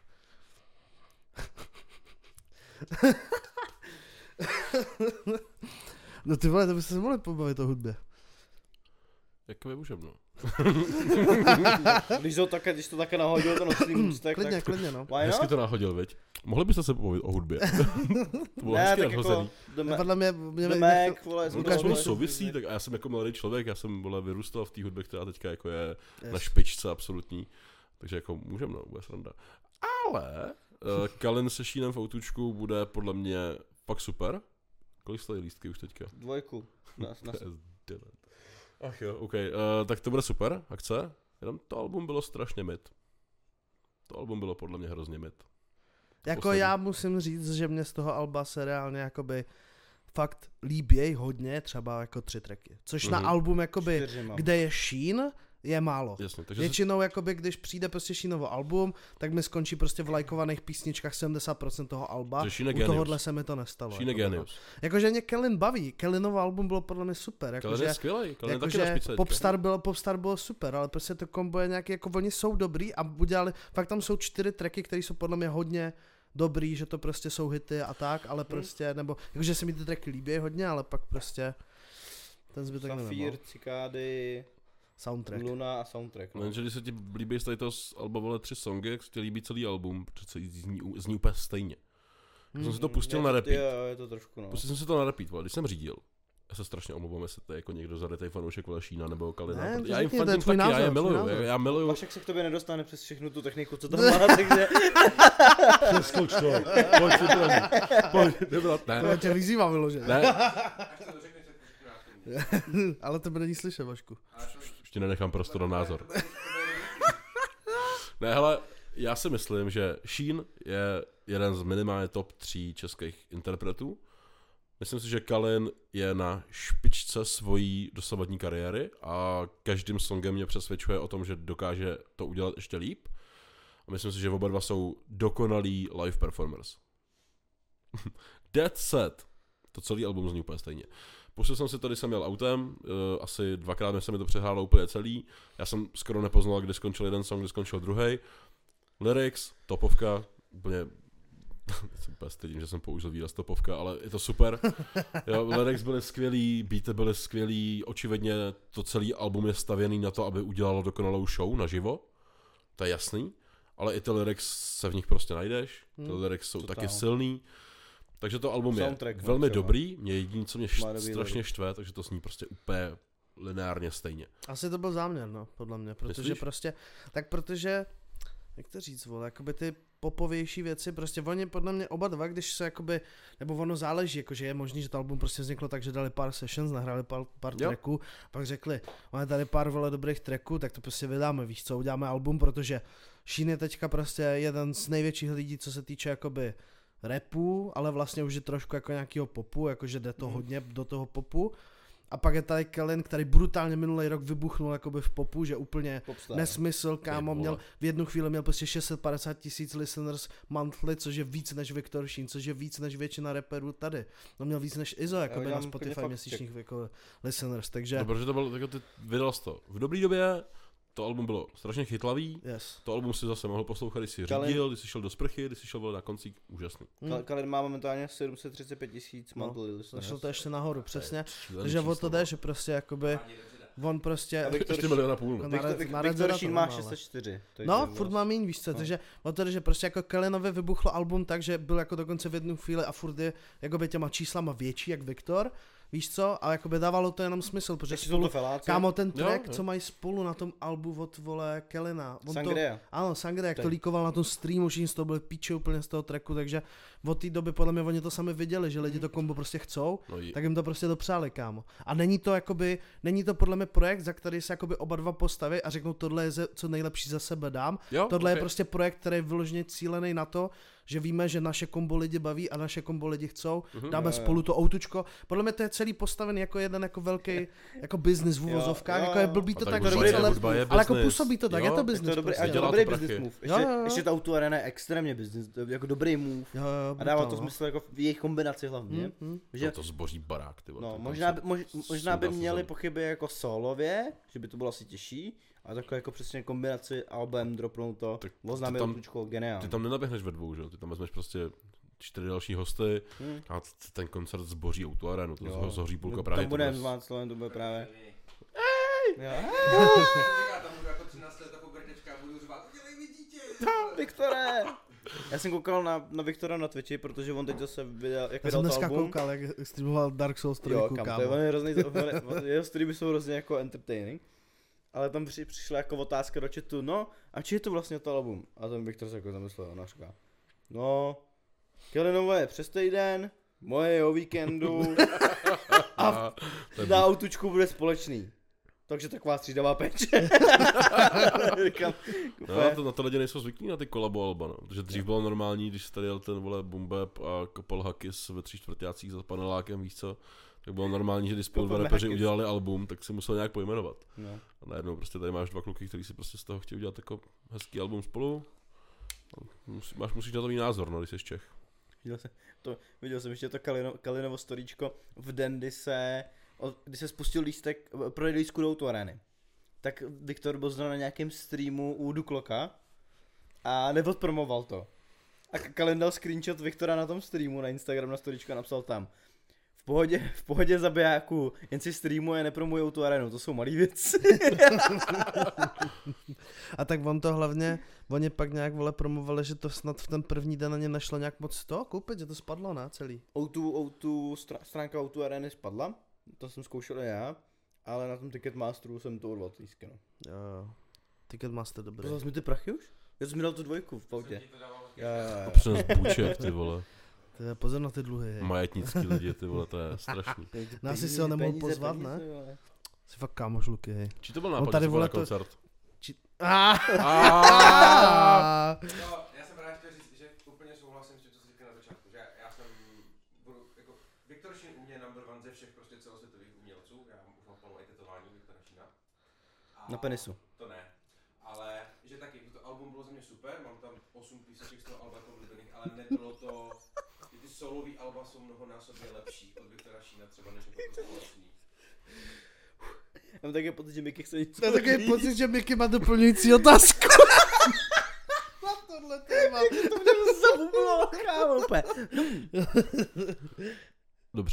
No ty vole, to byste se mohli pobavit o hudbě. Jak my můžeme, no. Když to také, když to také nahodil ten oslý můstek, Klidně, tak klidně, no. why Hezky not? to nahodil, viď? Mohli byste se pobavit o hudbě. To bylo Ne, hezky tak nadhozený. jako The, No, Ma- podle mě, mě, The mě Mac, vole, No to Ukáž spolu mi. souvisí, tak a já jsem jako mladý člověk, já jsem vole, vyrůstal v té hudbě, která teďka jako je yes. na špičce absolutní. Takže jako můžeme, no, bude sranda. Ale uh, Kalin se Šínem v Outučku bude podle mě fakt super. Kolik stojí lístky už teďka? dvojku. Na, na, Ach jo, ok. Uh, tak to bude super, akce. Jenom to album bylo strašně mid. To album bylo podle mě hrozně mid. Jako Poslední. já musím říct, že mě z toho alba se reálně jakoby fakt líběj hodně, třeba jako tři tracky. Což Mhm. na album jakoby, čtyři mám. kde je Sheen, je málo. Jasně, takže se, Většinou jakoby, když přijde prostě Sheenovo album, tak mi skončí prostě v lajkovaných písničkách sedmdesát procent toho alba. že Sheen je U genius. tohohle se mi to nestalo. Sheen je jakoby, no. genius. Jakože mě Kellen baví, Kellinovo album bylo podle mě super. Kalin Jakože, je skvělej, Kalin je taky na jakože špičce teďka. Popstar bylo, Popstar bylo super, ale prostě to kombo je nějaký, jako oni jsou dobrý a udělali, fakt tam jsou čtyři tracky, které jsou podle mě hodně dobrý, že to prostě jsou hity a tak, ale prostě, nebo, jakože se mi ty tracky líbí hodně, ale pak prostě ten zbytek nevím, Safír, no. Cikády, Soundtrack. Luna a soundtrack. No. No, jenže když se ti líbí z tady toho z alba vole tři songy, jak se ti líbí celý album, protože se zní, zní úplně stejně. Já jsem si to pustil je na to, repeat. Jo, je to trošku, no. Pustil jsem si to na repeat, vole, když jsem řídil. Já se strašně omlouvám, jestli to je jako někdo zarytej fanoušek vole Šína nebo Kalina. Ne, protože to já jim řekni, to je fandím tvůj taky, já je názor, tvůj miluju, názor. já, já miluju. Vašek se k tobě nedostane přes všechnu tu techniku, co tam má, takže... Přeskoč to, pojď si to, pojď, nebrat, To já ne, tě vyzývám vyloženě. ne, Až to řekne, tak Ale tebe není slyšet, Vašku. už ti nenechám prostor na názor. Ne, hele, já si myslím, že Sheen je jeden z minimálně top tří českých interpretů. Myslím si, že Kalin je na špičce svojí dosavadní kariéry a každým songem mě přesvědčuje o tom, že dokáže to udělat ještě líp. A myslím si, že oba dva jsou dokonalí live performers. Dead Set. To celý album zní úplně stejně. Pustil jsem si to, když jsem jel autem, uh, asi dvakrát mi se mi to přehrálo úplně celý. Já jsem skoro nepoznal, kde skončil jeden song, kde skončil druhý. Lyrics, topovka, úplně Jsem úplně stydím, že jsem použil výraz topovka, ale je to super. Jo, lyrics byly skvělý, beaty byly skvělý, očividně to celý album je stavěný na to, aby udělalo dokonalou show naživo. To je jasný, ale i ty lyrics se v nich prostě najdeš, ty Hmm. lyrics jsou Total. taky silný. Takže to album Soundtrack, je no, velmi třeba. dobrý, mě jediné, co mě št- Má dobrý strašně lyrics. štve, takže to zní prostě úplně lineárně stejně. Asi to byl záměr, no, podle mě, protože Myslíš? prostě, tak protože, jak to říct, vole, jakoby ty popovější věci, prostě oni podle mě oba dva, když se jakoby, nebo ono záleží, jakože je možný, že to album prostě vzniklo tak, že dali pár sessions, nahráli pár, pár Jo. tracků, pak řekli, máme tady pár vole dobrých tracků, tak to prostě vydáme, víš co, uděláme album, protože Sheen je teďka prostě jeden z největších lidí, co se týče jakoby rapu, ale vlastně už je trošku jako nějakýho popu, jakože jde to Mhm. hodně do toho popu. A pak je tady Kellen, který brutálně minulý rok vybuchnul jakoby v popu, že úplně Popstar. nesmysl, kámo, vole. měl v jednu chvíli měl prostě šest set padesát tisíc listeners monthly, což je víc než Viktor Sheen, což je víc než většina rapperů tady. No měl víc než Izzo, jakoby na udělám klidně Spotify fakt měsíčních jako listeners, takže No, protože to bylo, jako ty vydal jsi to v dobrý době, to album bylo strašně chytlavý, yes. to album si zase mohl poslouchat, když si Kalen- řídil, když si šel do sprchy, když si šel vole na koncík, úžasný. Hm. Kalen má momentálně sedm set třicet pět tisíc No, monthly listeners. Zašlo to ještě nahoru, přesně. Šílený Takže o číslo, to jde, že prostě jakoby Ani dobře dá. on prostě... A Viktor Ještě Š- milion a půl. No. Na Viktor, Red- Vik- na Red Viktor Zero Sheen to má nemá, ale. šest set čtyři. takže No, to furt bylo- má míň, víš co, No. takže o to, že prostě jako Kellenovi vybuchlo album tak, že byl jako dokonce v jednu chvíli a furt je jakoby těma číslama větší jak Viktor, víš co, a jakoby dávalo to jenom smysl, protože Ještě jsou spolu, to feláci. kámo, ten Jo, track, jo. co mají spolu na tom albu od vole Kellena, on to, Sangria. ano, Sangria, jak to Tak. líkoval na tom streamu, všichni z toho byli píče úplně z toho tracku, takže od té doby podle mě oni to sami viděli, že lidi to kombo prostě chcou, No, i- tak jim to prostě dopřáli, kámo. A není to jakoby, není to podle mě projekt, za který se jakoby oba dva postaví a řeknou, tohle je ze, co nejlepší za sebe dám. jo, Tohle okay. je prostě projekt, který je vyloženě cílený na to, že víme, že naše kombo lidi baví a naše kombo lidi chcou, Mhm. dáme Jo, jo. spolu to outučko. Podle mě to je celý postavený jako jeden jako velký jako business v Jo, uvozovkách, jo, jako je jo. blbý A to tak tak hudba říct, je- ale, hudba je ale jako business. působí to tak, Jo, je to tak To business je dobrý, prostě. a je to Dělá to dobrý prachy. business move. Jo, Ještě, jo, jo. ještě ta auto arena je extrémně business, to je jako dobrý move. Jo, jo, A dává to brutál, no. smysl jako v jejich kombinaci hlavně. Hm, hm. Že, No, to zboří barák, ty vole, no, ten možná, by, koncert. mož, možná by Sundá se měli zem. pochyby jako solově, že by to bylo asi těžší, ale takhle jako přesně kombinaci album dropnout to, Tak oznámil ty tam- tučko, geniální. Ty tam nenaběhneš ve dvou, že jo? Ty tam vezmeš prostě čtyři další hosty Hm. a t- ten koncert zboří auto arenu, to Jo. zho- zhoří půlka No, Prahy. tam to budeme bude- zvát Sloven, to bude právě. Jo. Já tam budu jako třináct let jako brtečka a budu řvát, udělej mi dítě. Viktore! Já jsem koukal na, na Viktora na Twitchi, protože on teď zase vydal, jak Já vydal jsem to dneska album. koukal, jak streamoval Dark Souls tři, Jo, kam, to je, kámo. on je hrozný, on- jeho streamy jsou hrozně jako entertaining. Ale tam při, přišla jako otázka do chatu, no a či je to vlastně to album? A ten Viktor se jako zamyslel, ona říká, no, Kellenovo je přes týden, moje je o víkendu a to je na autučku bude společný. Takže taková střídavá péče. Říkám, No, úplně- to, na to lidi nejsou zvyklí na ty kolabo alba, no. Protože dřív bylo normální, když tady jel ten vole Bumbeb a kopal Hakis ve tři čtvrtácích za panelákem, víš co, tak bylo normální, že když spolu dva Kopal rapeři Hakis. udělali album, tak si musel nějak pojmenovat. No. A najednou prostě tady máš dva kluky, kteří si prostě z toho chtějí udělat jako hezký album spolu. No, musí, máš, musíš na to mít názor, no, když jsi Čech. Viděl jsem, to, viděl jsem ještě to Kalino, Kalinovo storíčko v den, kdy se, o- kdy se spustil lístek, prodej lístku do Autoareny. Tak Viktor byl zrovna na nějakém streamu u Dukloka a neodpromoval to. A Kalin dal screenshot Viktora na tom streamu na Instagram na storíčko a napsal tam v pohodě, v pohodě zabijáku, jen si streamuje, nepromuje Autoarenu, to jsou malý věci. A tak on to hlavně, oni pak nějak vole promovali, že to snad v ten první den na ně nešlo nějak moc to koupit, že to spadlo, ne, celý. ó dva, ó dva, stra- stránka Autoareny spadla, to jsem zkoušel i já, ale na tom Ticketmasteru jsem to urval lístky, no. Jo, jo. Ticketmaster dobrý. Poslal jsi mi ty prachy už? Já jsem mi dal tu dvojku v autě. Jsem ti to dával taky. Jo, jo, A jo. přines buček, ty vole. To je pozor na ty dluhy, hej. Majetnický lidi, ty vole, to je strašný. No, asi Peníze, si ho nemohl peníze, pozvat, peníze, ne? vole. Jsi fakt kámoš Luky, hej. Či to byl On nápad, tady, že vole, na to- koncert? Či... Ah! Ah! No, já jsem právě chtěl říct, že úplně souhlasím s tím, co jsi říkal na začátku, že já jsem, budu, jako, Viktor Sheen u mě je number one ze všech prostě celosvětových umělců, já už mám plnou i tetování Viktora Sheena. A Na penisu. To ne, ale že taky, to album bylo za mě super, mám tam osm píseček z toho alba jako oblíbených, ale nebylo to, ty solový alba jsou mnohonásobně lepší od Viktora Sheena třeba než jako to společný. Já mám taky pocit, že Miky chce něco To je takový říct. pocit, že Miky má doplňující otázku. Na tohle téma. To mě zabublilo, kámo. úplně. Dobře.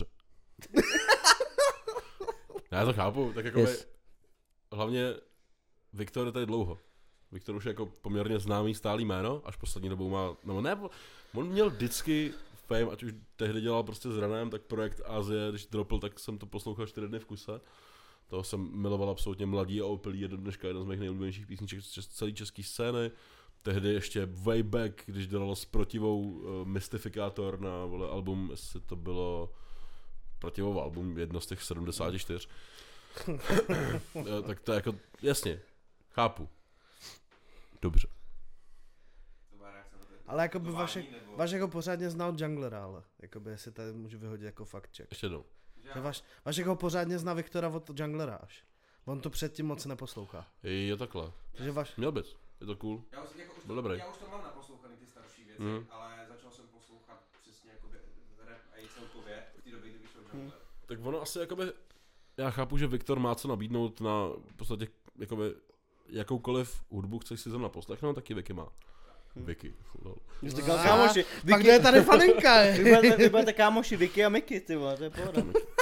Já to chápu, tak jako Yes. by, hlavně Viktor je tady dlouho. Viktor už je jako poměrně známý stálý jméno, až poslední dobou má, no ne, on měl vždycky fame, ať už tehdy dělal prostě s Renem, tak projekt Asie, když dropl, tak jsem to poslouchal čtyři dny v kuse. Toho jsem miloval absolutně Mladí a opilí, je do dneška jedna z mých nejoblíbenějších písniček z celé české scény. Tehdy ještě way back, když dělal s Protivou uh, Mystifikátor na vole, album, jestli to bylo Protivou album, jedno z těch sedmdesáti čtyř. Tak to je jako, jasně, chápu. Dobře. To byla reakce na to. Ale jako by To Vašek, vážný, nebo- Vašek ho pořádně znal junglera, ale jakoby jestli tady můžu vyhodit jako fakt check. Ještě jednou. Že Že Vaš, Vašek ho pořádně zná Viktora od junglera až. On to předtím moc neposlouchá. Je takhle. Takže Vaš, Měl bys, je to cool. Já už, jako už, Byl to, dobrý. já už to mám naposlouchaný ty starší věci, Mhm. ale začal jsem poslouchat přesně jakoby rap a i celkově v té době, kdy vyšel Jungler. Tak ono asi jakoby, já chápu, že Viktor má co nabídnout na v podstatě jakoby jakoukoliv hudbu chceš si zrovna poslechnout, taky Vicky má. Vicky, lol. Už říkal A, kámoši. pak Vicky, kde je tady faninka, vy je. budete, vy budete kámoši Vicky a Miky, ty vole, to je pohoda.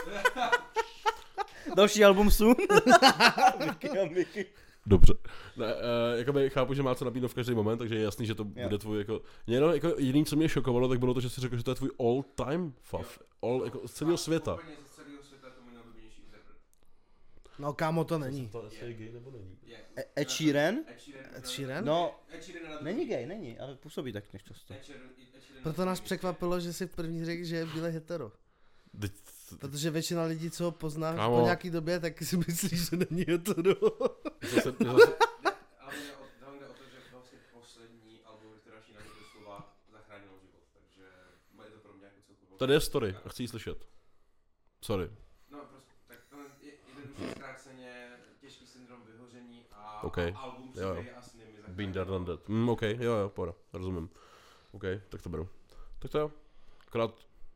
Další album soon. Vicky a Miky. Dobře. Ne, uh, jakoby chápu, že má co nabídnout v každý moment, takže je jasný, že to Jo. bude tvůj jako... Jenom jako jediný, co mě šokovalo, tak bylo to, že jsi řekl, že to je tvůj all time fav. All, jako z celého světa. Úplně z celého světa je to můj nejoblíbenější interpret. No kámo, to není. To je gay nebo není? Je. E- Ed Sheeran? Ed Sheeran. Ed Sheeran? No, Ed Sheeran je na není gay, není, ale působí tak nečasto. Ed Sheeran, Ed Sheeran Proto nás překvapilo, že si v první řekl, že je bílej hetero. Teď, Protože většina lidí, co ho pozná Kámo. po nějaký době, tak si myslí, že není hetero. zase, zase, Ale jde o, tam jde o to, že vlastně poslední album Viktora Šína mi doslova zachránil život, takže je to pro mě jako celkově. tady je story a chci ji slyšet. Sorry. No prostě, tak to je jednoduše zkráceně těžký syndrom vyhoření a, OK. a album Jo, jo. Příběhy a sny mi zachránil. Been there, done that. Mm, OK, jo, jo, pohoda, rozumím. OK, tak to beru. Tak to jo. Akorát...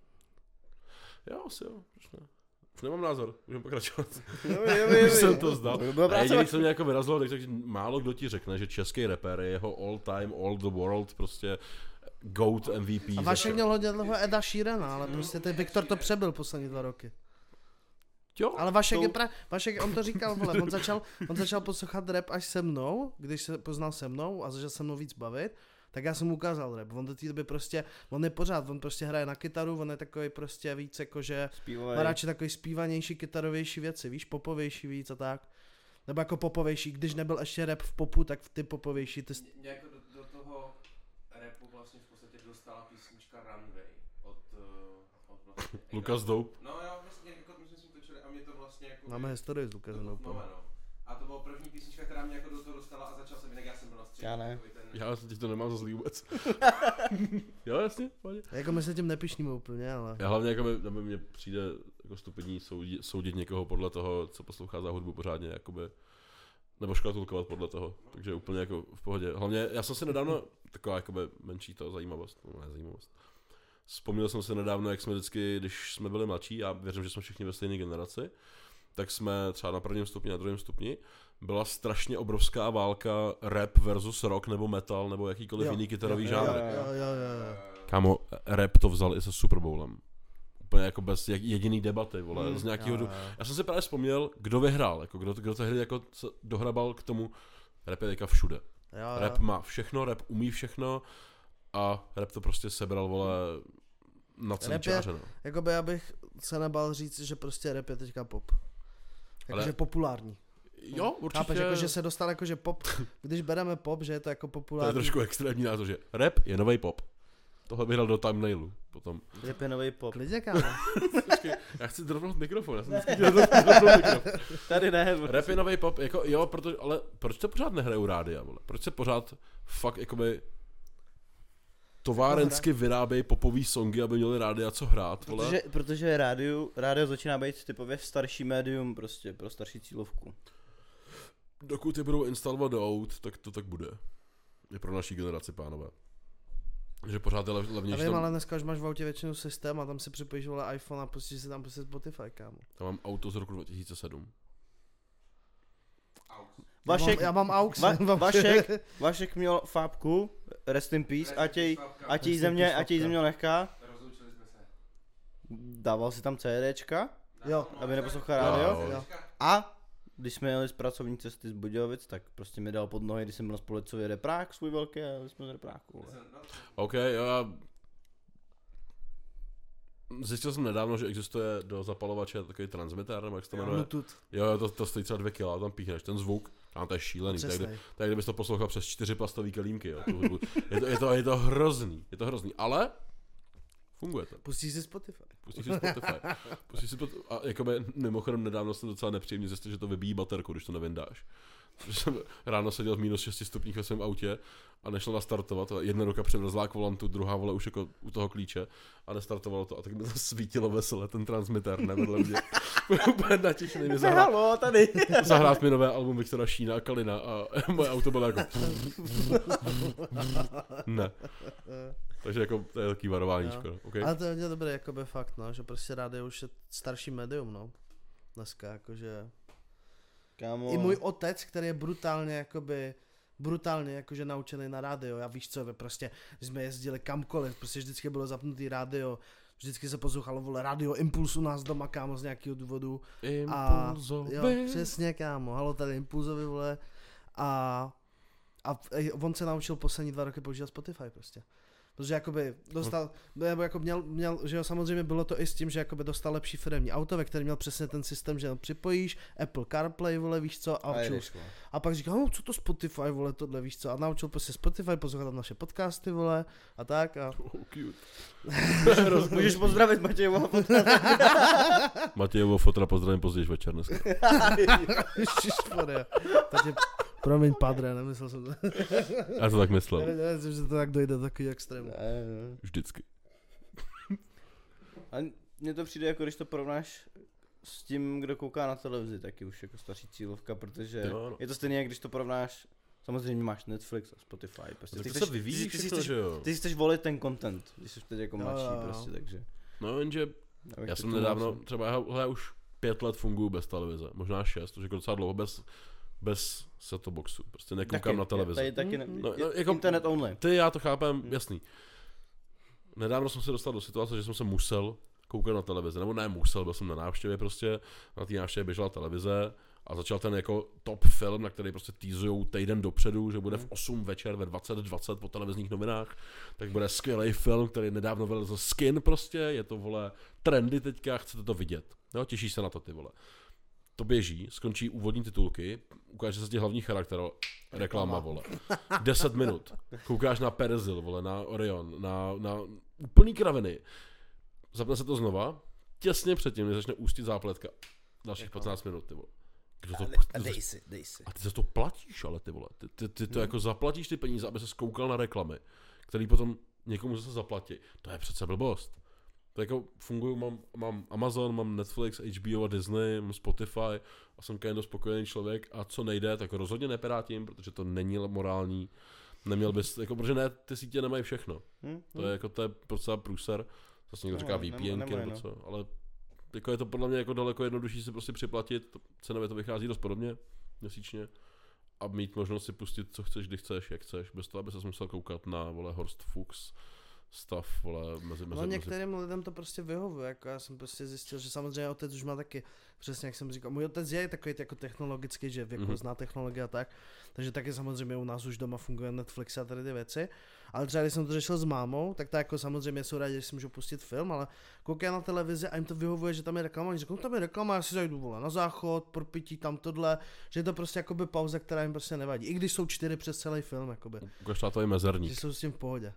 Jo, asi jo, proč ne? Už nemám názor, můžeme pokračovat. Už jsem to zdal. A jediný, co mě jako vyrazilo, tak, tak málo kdo ti řekne, že český rapper je jeho all time, all the world, prostě GOAT M V P. A Vašek měl hodně dlouho Eda Sheerana, ale prostě ten Viktor to přebyl poslední dva roky. Jo, Ale Vašek to- je pra... Vašek, on to říkal, vole, on začal, on začal poslouchat rap až se mnou, když se poznal se mnou a začal se mnou víc bavit, tak já jsem mu ukázal rap. On do té doby prostě, on je pořád, on prostě hraje na kytaru, on je takový prostě víc jakože, má radši takový zpívanější, kytarovější věci, víš, popovější víc a tak. Nebo jako popovější, když nebyl ještě rap v popu, tak ty popovější, ty... Mě, mě jako do, do toho rapu vlastně v podstatě dostala písnička Runway od, uh, od vlastně Lukas Dope. No jo, vlastně jako my jsme si točili a mě to vlastně jako... Máme historii s Lukasem no, úplně. no. A to byla první písnička, která mě jako do toho dostala a začal jsem jinak, já jsem byl na střední. Já ne. takový Ten... Já teď to nemám za zlý vůbec. Jo, jasně, pojď. Jako my se tím nepíšníme úplně, ale... Já hlavně jako by, aby mě přijde jako stupidní soudit, soudit někoho podle toho, co poslouchá za hudbu pořádně, jakoby, nebo škatulkovat podle toho, takže úplně jako v pohodě. Hlavně, já jsem si nedávno, taková jakoby menší to zajímavost, no ne zajímavost, vzpomněl jsem si nedávno, jak jsme vždycky, když jsme byli mladší, já věřím, že jsme všichni ve stejné generaci, tak jsme třeba na prvním stupni, na druhém stupni, byla strašně obrovská válka rap versus rock nebo metal nebo jakýkoliv Jo. jiný kytarový Jo, žánr. jo, Jo, jo, jo, jo. Kámo, rap to vzal i se Super Bowlem. Úplně jako bez jak- jediný debaty, vole, Hmm, z nějakého... jo, Du... jo. Já jsem si právě vzpomněl, kdo vyhrál, jako kdo, kdo tehdy jako se dohrabal k tomu. Rap je teďka všude. Jo, jo. Rap má všechno, rap umí všechno a rap to prostě sebral, vole, na celý Rap je- čáře, no. Jakoby já bych se nebal říct, že prostě rap je teďka pop. Ale- Jakože populární. Jo, určitě. Chápeš, jakože se dostal jakože pop, když bereme pop, že je to jako To je populární. trošku extrémní názor, že rap je nový pop. Tohle bych dal do thumbnailu potom. Rap je nový pop. Klidně, kámo. Počkej, já chci dropnout mikrofon, já jsem vždycky chtěl dropnout mikrofon. Tady ne. Rap je nový pop, jako jo, protože, ale proč se pořád nehrajou rádia, vole? Proč se pořád fakt jakoby továrensky vyrábějí popový songy, aby měli rádia co hrát, vole? Protože, protože rádio, rádio začíná být typově starší médium prostě pro starší cílovku. Dokud je budou instalovat do aut, tak to tak bude. Je pro naší generaci, pánové. Že pořád je lev, Já levnější. vím, Tam, ale dneska už máš v autě většinu systém a tam si připojíš vole iPhone a pustíš si tam prostě Spotify, kámo. tam mám auto z roku dva tisíce sedm. Out. Vašek, Já mám, já mám aux. Va, mám Vašek, Vašek měl fábku, rest in peace, ať jej, ať jej země, ať jej země nechá. Rozloučili jsme se. Dával si tam CDčka, Jo. aby neposlouchal rádio. Jo. Jo. A když jsme jeli z pracovní cesty z Budějovic, tak prostě mi dal pod nohy, když jsem byl na Spolecově reprák svůj velký a jeli jsme z repráku. vole. OK, jo, já... Zjistil jsem nedávno, že existuje do zapalovače takový transmitter, nebo jak se to jmenuje. Bluetooth. Jo, to, to stojí třeba dvě kila, tam píchneš ten zvuk, a to je šílený, tak, Přesnej. tak kdybys to poslouchal přes čtyři plastové kelímky, jo, tu hudbu. Je to, je, to, je to hrozný, je to hrozný, ale funguje to. Pustíš si Spotify. Pustíš si Spotify. Pustíš si Spotify. A jakoby mimochodem nedávno jsem docela nepříjemně zjistil, že to vybíjí baterku, když to nevyndáš. Protože jsem ráno seděl v minus šesti stupních ve svém autě a nešlo nastartovat. A jedna ruka převrzlá k volantu, druhá vole už jako u toho klíče a nestartovalo to. A tak mi to svítilo vesele, ten transmitter, ne vedle mě. Úplně natěšený mi zahrát, Halo, tady. zahrát mi nové album Viktora Šína a Kalina a moje auto bylo jako... ne. Takže jako to je taký varováníčko. Jo. Okay? Ale to je hodně dobré, jakoby fakt, no, že prostě rádio už je starší médium, no. Dneska, jakože... Kámo. I můj otec, který je brutálně, jakoby, brutálně jakože naučený na rádio, já víš co, prostě, když jsme jezdili kamkoliv, prostě vždycky bylo zapnutý rádio, vždycky se poslouchalo, vole, Radio Impuls u nás doma, kámo, z nějakého důvodu. A jo, přesně, kámo, halo, tady Impulzovi, vole, a, a on se naučil poslední dva roky používat Spotify prostě. Protože jakoby dostal, nebo jako měl, měl, že jo, samozřejmě bylo to i s tím, že jakoby dostal lepší firemní auto, ve kterém měl přesně ten systém, že připojíš Apple CarPlay, vole, víš co, a, A a, jedeš, vole. a pak říkal, no co to Spotify, vole, tohle, víš co, a naučil prostě Spotify, poslouchat tam naše podcasty, vole, a tak a... Oh, cute. Můžeš pozdravit Matějova. Matějovo fotra pozdravím později večer dneska. Ježišmarja, takže, promiň padre, nemyslel jsem to. Já to tak myslel. Já nevím, že to tak dojde do takový extrému. Vždycky. A mně to přijde jako když to porovnáš s tím, kdo kouká na televizi, taky už jako starší cílovka, protože Jo, no. je to stejné, jak když to porovnáš, samozřejmě máš Netflix a Spotify, prostě Tak ty to chceš, se vyvíjí ty, ty, si všechno, chceš, že jo? ty si chceš volit ten content, když jsi teď jako Jo, mladší jo, jo. prostě, takže. No jenže abych já to jsem tomu nedávno, napsal. třeba já, hele, už pět let funguji bez televize, možná šest, už jako docela dlouho bez, bez set-top boxu, prostě nekoukám Taky, na televizi. Tady taky ne, No, je- no, jako- internet only. Ty, já to chápem, jasný. Nedávno jsem se dostal do situace, že jsem se musel koukat na televizi, nebo ne musel, byl jsem na návštěvě prostě, na té návštěvě běžela televize a začal ten jako top film, na který prostě teasujou týden dopředu, že bude v osm večer ve dvacet dvacet po televizních novinách, tak bude skvělý film, který nedávno vylezl Skin prostě, je to, vole, trendy teďka, chcete to vidět, jo, těšíš se na to, ty vole. To běží, skončí úvodní titulky, ukáže se ti hlavní charakter, reklama, vole. deset minut. Koukáš na Perezil, vole, na Orion, na, na úplný kraviny. Zapne se to znova, těsně předtím, než začne ústit zápletka. Dalších patnáct minut, ty vole. Kdo to, A dej si, dej si. a ty za to platíš, ale ty vole. Ty, ty, ty to jako zaplatíš ty peníze, aby se skoukal na reklamy, který potom někomu zase zaplatí. To je přece blbost. To jako funguju, mám, mám Amazon, mám Netflix, H B O a Disney, mám Spotify a jsem kind of spokojený člověk a co nejde, tak rozhodně nepirátím, protože to není morální. Neměl bys, jako, protože ne, ty sítě nemají všechno. Hm? To je jako, to je docela průser. Zase někdo No, říká nem- V P N ky nemají, nebo no. co, ale jako je to podle mě jako daleko jednodušší si prostě připlatit, to, cenově to vychází dost podobně měsíčně a mít možnost si pustit, co chceš, kdy chceš, jak chceš, bez toho, aby ses musel koukat na, vole, Horst Fuchs stav, vole, mezi, mezi, No mezi. některým lidem to prostě vyhovuje, jako já jsem prostě zjistil, že samozřejmě otec už má taky, přesně jak jsem říkal, můj otec je takový jako technologický, že věku Mhm. zná technologie a tak, takže taky samozřejmě u nás už doma funguje Netflix a tady ty věci, ale třeba když jsem to řešil s mámou, tak ta jako samozřejmě jsou rádi, že si můžu pustit film, ale koukají na televizi a jim to vyhovuje, že tam je reklama, oni řeknou, tam je reklama, já si zajdu, vole, na záchod, propití tam tohle, že je to prostě jakoby pauza, která jim prostě nevadí, i když jsou čtyři přes celý film, jakoby, Ukaž tátový mezerník. že jsou s tím v pohodě.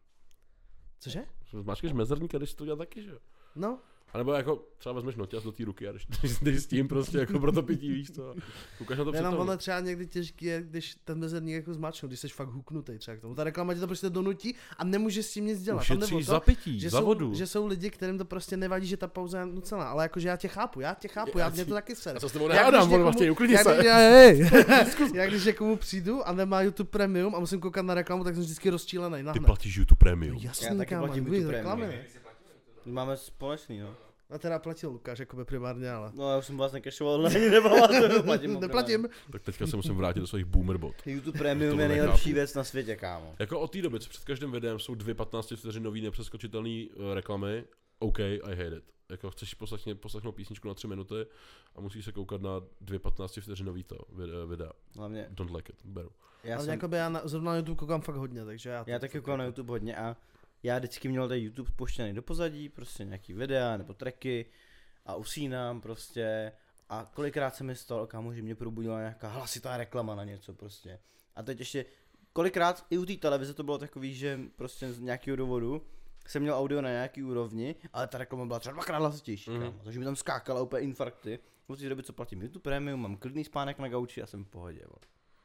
Cože? Zmáčkneš mezerník a když to dělá taky, že jo? No, A nebo jako třeba vezmeš noťaz do té ruky a jdeš, jdeš s tím prostě jako pro to pití, víš co? Ukaž na to jenom přitom. ono třeba někdy těžký je, když ten mezerník jako zmáčknu, když jsi fakt huknutý třeba k tomu. Ta reklama ti to prostě donutí a nemůžeš s tím nic dělat. Tam jde o Ušetříš to, za pití, že za jsou, vodu. že jsou lidi, kterým to prostě nevadí, že ta pauza je nucená, ale jakože já tě chápu, já tě chápu, Já já, mě si- to taky sere. Já se s tebou Já nehádám, když vole, někomu- vlastně, uklidni já, se. když- já, hej, já když někomu přijdu a nemá YouTube Premium a musím koukat na reklamu, tak jsem vždycky rozčílený. Ty Nahned. platíš YouTube Premium. No jasný, Já taky kámo, platím mluví YouTube reklamy. Premium. Máme společný, no. A teda platil Lukáš, jakoby primárně, ale... No já už jsem vlastně cashoval, ani nepamatuju, platím. Neplatím. Tak teďka se musím vrátit do svých boomer bot. YouTube Premium To je nechápu. nejlepší věc na světě, kámo. Jako od té doby, co před každým videem jsou dvě patnáctivteřinový nepřeskočitelné uh, reklamy, OK, I hate it. Jako chceš poslechnout, poslechnout písničku na tři minuty a musíš se koukat na dvě patnáctivteřinový to videa. videa. Hlavně, Don't like it, beru. já, Ale jsem, jakoby já na, zrovna na YouTube koukám fakt hodně, takže já... já taky koukám na YouTube hodně a já vždycky měl tady YouTube puštěný do pozadí, prostě nějaký videa nebo tracky a usínám prostě a kolikrát se mi stalo, kámo, že mě probudila nějaká hlasitá reklama na něco prostě. A teď ještě, kolikrát i u té televize to bylo takový, že prostě z nějakého důvodu jsem měl audio na nějaký úrovni, ale ta reklama byla třeba dvakrát hlasitější, Mhm. kámo, takže mi tam skákala úplně infarkty. Od té doby, co platím YouTube Premium, mám klidný spánek na gauči a jsem v pohodě, vole.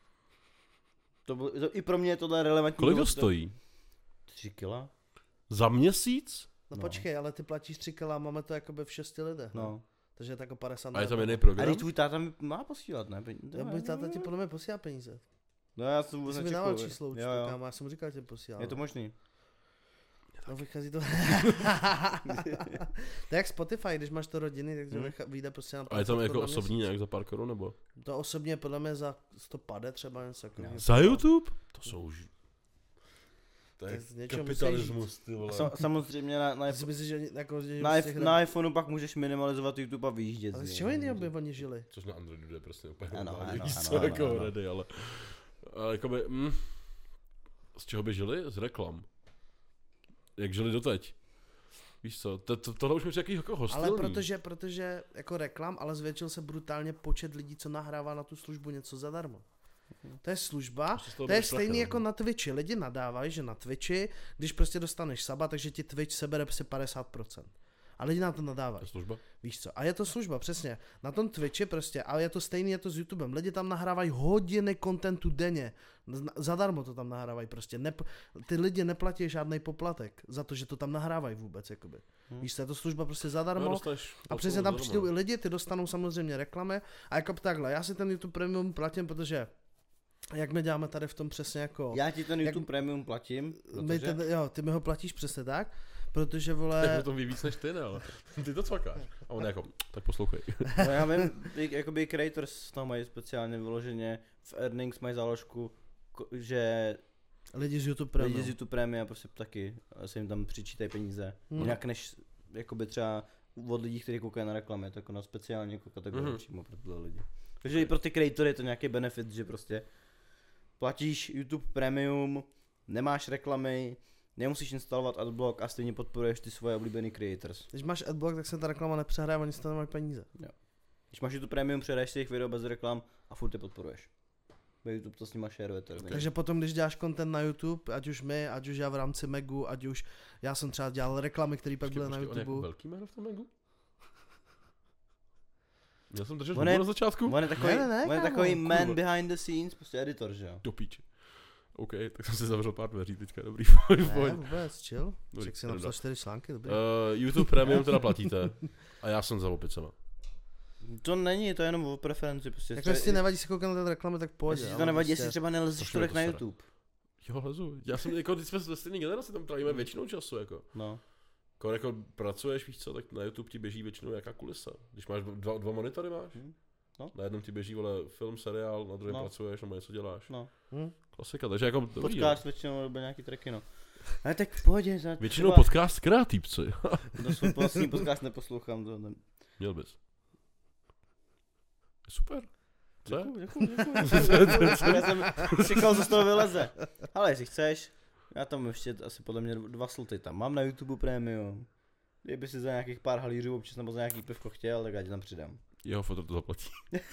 To bylo, to, i pro mě je tohle relevantní. Kolik to důvod, stojí? Tři kila? Za měsíc? No, No. počkej, ale ty platíš tři kila, máme to jakoby v šesti lidech, no. No. Takže je to jako padesát. A je tam euro. jiný A program? když tvůj táta mi má posílat, ne? Jo, můj táta ti podle mě posílá peníze. No já jsem Ty vůbec jsi mi nečekal, dával že- číslo účtu, jo, jo. kámo, já jsem mu říkal, že tě posílá. Je to možný. No vychází to... to je jak Spotify, když máš to rodiny, takže Hmm. vychá- vyjde prostě na A je tam padesát jako korun na osobní měsíc. nějak za pár korun nebo? To osobně podle mě za sto padesát třeba něco takového. Za YouTube? To jsou už... To je Tak z něčeho kapitalismus, ty vole. Sa- samozřejmě na, na, Já si myslím, že jako, že na, z těch iP- na iPhoneu pak můžeš minimalizovat YouTube a vyjíždět. Ale z z něj. čeho jiného by oni žili? Což na Androidu je prostě úplně Ano, normální, ano, víš ano, co, ano, jako ano. ready, ale... ale jakoby, mm, z čeho by žili? Z reklam. Jak žili doteď? Víš co, to, to, tohle už mi přijde jako hostilní. Ale protože, protože jako reklam, ale zvětšil se brutálně počet lidí, co nahrává na tu službu něco zadarmo. To je služba, Prostě z toho to je bereš prachy, stejný no. jako na Twitchi. Lidi nadávají, že na Twitchi, když prostě dostaneš saba, takže ti Twitch sebere prostě padesát procent. A lidi na to To nadávají, je služba? víš co. A je to služba, přesně. Na tom Twitchi prostě, ale je to stejný, je to s YouTubem. Lidi tam nahrávají hodiny kontentu denně. Zna- Zadarmo to tam nahrávají prostě. Nep- ty lidi neplatí žádný poplatek za to, že to tam nahrávají vůbec, jakoby. Hmm. Víš co, je to služba prostě zadarmo. No, dostaneš A od přesně toho tam zadarmo. přijdou i lidi, ty dostanou samozřejmě reklamy a jako takhle, já si ten YouTube Premium platím, protože jak my děláme tady v tom přesně jako... Já ti ten Jak- YouTube Premium platím, my protože... ten, jo, ty mi ho platíš přesně tak, protože Tak vole... o tom ví víc než ty, ne, ale ty to cvakáš. A on jako, tak poslouchej. No já vím, ty, jakoby creators tam mají speciálně vyloženě, v earnings mají záložku, ko- že Lidi z YouTube lidi Premium. z YouTube Premium prostě taky se jim tam přičítají peníze. Hmm. Jinak než jakoby třeba od lidí, kteří koukají na reklamy, tak na speciální jako kategorii Mhm. přímo pro tyhle lidi. Takže i pro ty creatory je to nějaký benefit, že prostě platíš YouTube Premium, nemáš reklamy, nemusíš instalovat adblock a stejně podporuješ ty svoje oblíbený creators. Když máš adblock, tak se ta reklama nepřehraje, oni si tam nemají peníze. Když máš YouTube Premium, předáš si jejich video bez reklam a furt je podporuješ. Bo YouTube to s nima šeruje. Takže potom, když děláš content na YouTube, ať už my, ať už já v rámci Megu, ať už já jsem třeba dělal reklamy, které pak byly na On je jako YouTube. velký jméno v tom Megu? Měl jsem držet On hubu je- na začátku? On je takový, Ne, ne, ne, on je kámo, takový kurva. man behind the scenes, prostě editor, že jo. Do píče. OK, tak jsem si zavřel pár dveří teďka, dobrý. Ne, pojď. vůbec, chill. Dobrý, Však si jdem napsal dál. čtyři články, dobrý. Uh, YouTube Premium teda platíte a já jsem za opicema. To není, to je jenom o preferenci, prostě. Jako jestli ti nevadí si koukat na ty reklamy, tak pojď. Jestli ti ale to nevadí, prostě- jestli třeba nelezeš Trošku tolik mě na to sere. YouTube. Jo, lezu. Já jsem, jako, když jsme ve stejné generaci, tam trávíme většinou času, jako. No. Když jako pracuješ, víš co, tak na YouTube ti běží většinou jaká kulisa. Když máš dva, dva monitory máš, Hm, no. na jednom ti běží, vole, film, seriál, na druhém No. pracuješ, nebo něco děláš. No. Hm? Klasika, takže jako dobrý, Podcast no. většinou nebo nějaký tracky, no. Ale tak v pohodě, za Většinou třeba- podcast krát týpci. To svůj vlastní podcast neposlouchám, to ne... Měl bys. Je super. Co je? Děkuju, děkuju, děkuju. Já jsem čekal, co z toho vyleze. Ale jestli chceš, já tam ještě asi podle mě dva sloty tam mám na YouTube Premium. Kdyby si za nějakých pár halířů občas nebo za nějaký pivko chtěl, tak já ti tam přidám. Jeho foto to zaplatí.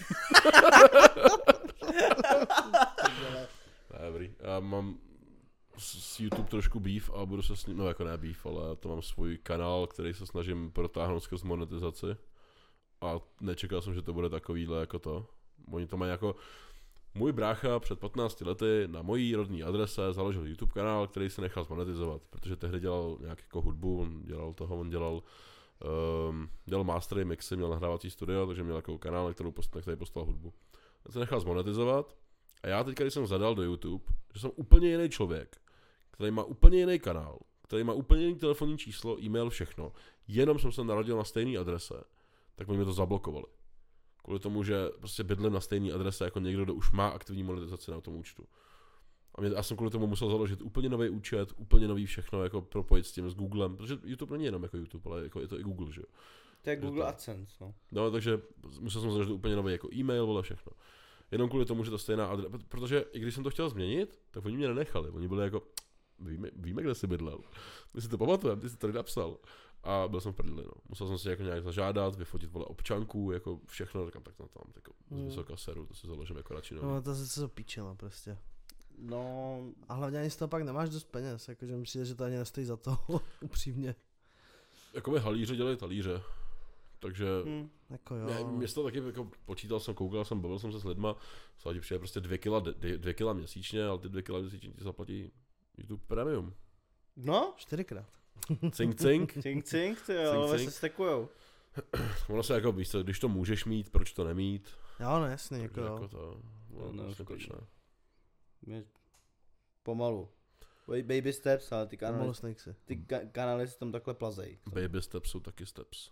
Ne, dobrý. Já mám s s YouTube trošku beef a budu se s ním, no jako ne beef, ale to mám svůj kanál, který se snažím protáhnout skrz monetizaci. A nečekal jsem, že to bude takovýhle jako to. Oni to mají jako... Můj brácha před patnácti lety na mojí rodné adrese založil YouTube kanál, který se nechal zmonetizovat, protože tehdy dělal nějak jako hudbu, on dělal toho, on dělal um, dělal mastery, mixy, měl nahrávací studio, takže měl jako kanál, na, kterou post, na který poslal hudbu. Ten se nechal zmonetizovat a já teď, když jsem zadal do YouTube, že jsem úplně jiný člověk, který má úplně jiný kanál, který má úplně jiný telefonní číslo, e-mail, všechno, jenom jsem se narodil na stejné adrese, tak oni mi to zablokovali. Kvůli tomu, že prostě bydlím na stejné adrese jako někdo, kdo už má aktivní monetizaci na tom účtu. A mě, já jsem kvůli tomu musel založit úplně nový účet, úplně nový všechno, jako propojit s tím, s Googlem, protože YouTube není jenom jako YouTube, ale jako je to i Google, že jo. To je Google to- AdSense, no. No, takže musel jsem založit úplně nový jako e-mail, vole, všechno. Jenom kvůli tomu, že to stejná adresa, protože i když jsem to chtěl změnit, tak oni mě nenechali, oni byli jako, víme, víme kde jsi bydlel, my si to pamatujeme, ty jsi to napsal. A byl jsem v prdeli, no. Musel jsem si jako nějak zažádat, vyfotit, vole, občanku, jako všechno, říkám, tak tam, tam jako z Hmm. vysoká seru, to si založím jako radši nový. No to se to píčilo prostě. No, A hlavně ani z toho pak nemáš dost peněz, jakože mi přijde, že to ani nestojí za to, upřímně. Jakoby halíře dělají talíře, takže hm. Jako jo. ne, mě to taky jako počítal jsem, koukal jsem, bavil jsem se s lidma, stál ti přijde prostě dvě kila, dvě, dvě kila měsíčně, ale ty dvě kila měsíčně ti zaplatí YouTube Premium. No, Čtyřikrát. Cink, cink. cink, cink, ty jo, Cink, ale se cink. stekujou. Ono se jako, víš co, když to můžeš mít, proč to nemít? Jo, no jasný, jako Takže jo. jako to, no, No, no, vlastně škodí. proč ne? Mě- Pomalu. Ba- Baby steps, ale ty kanály, Pomalu snakesy. ty ka- kanály se tam takhle plazej. Baby steps jsou taky steps.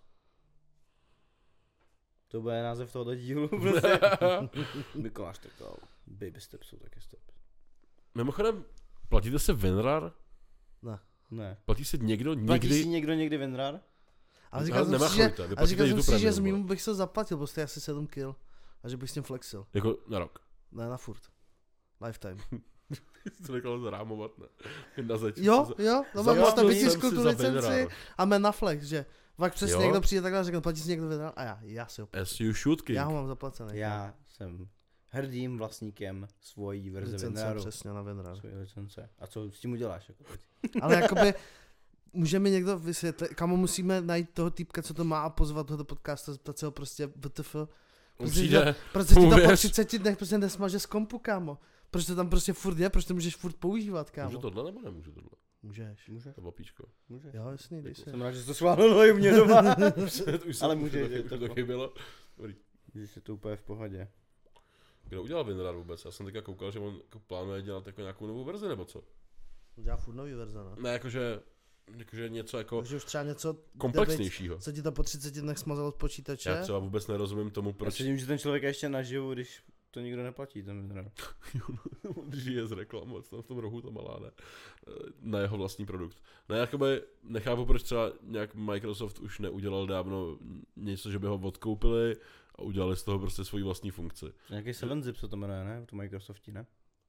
To bude název tohoto dílu, prostě. Mikuláš takal. Baby steps jsou taky steps. Mimochodem, platíte se Winrar? Ne. Platí si někdo Platí si někdy? někdo někdy Winrar? Ale říkal Ale jsem si, že, nemachujte, vy ale platíte říkal jsem YouTube si, že Premium, z vole. mýmu bych se zaplatil, prostě asi sedm kil. A že bych s tím flexil. Jako na rok. Ne, na furt. Lifetime. To nechal zarámovat, ne? Na zeď. Jo, jo, no mám Zaplatil nastavit jsem získal si tu za licenci Winrar. a mám na flex, že pak přesně Jo. někdo přijde takhle a řekne, platí si někdo vydal a já, já si ho As you should, king. já ho mám zaplacený. Já jsem hrdým vlastníkem svojí verze Licence Winraru. přesně na Winrar. Svojí licence. A co s tím uděláš? Jako teď? Ale jakoby, může mi někdo vysvětlit, kamo musíme najít toho týpka, co to má a pozvat ho do podcastu, zeptat se ho prostě W T F. On Protože, přijde, protože ti to po uvěř. třiceti dnech prostě nesmaže z kompu, kámo. Proč to tam prostě furt je, proč to můžeš furt používat, kámo. můžu tohle nebo nemůžu tohle? Můžeš. Může? To papíčko. Může. Jo, jasný, dej si. Jsem rád, že jsi to schválil i u mě doma. Už Ale jsem- může, už že to, to- už to chybělo. Dobrý. Že je to úplně v pohodě. Kdo udělal Winrar vůbec? Já jsem teďka koukal, že on jako plánuje dělat jako nějakou novou verzi, nebo co? Dělá furt nový verze, no. Ne, jakože, jakože něco jako Takže už třeba něco, komplexnějšího. co ti to po třiceti dnech smazalo z počítače. Já třeba vůbec nerozumím tomu, Proč? proč Já vidím, že ten člověk je ještě naživu, když to nikdo neplatí, ten Winrar. žije z reklam, tam v tom rohu to malá, ne? Na jeho vlastní produkt. Ne, jakoby nechápu, proč třeba nějak Microsoft už neudělal dávno něco, že by ho odkoupili a udělali z toho prostě svoji vlastní funkci. Nějaký seven zip se to jmenuje, ne? To Microsoftí, ne?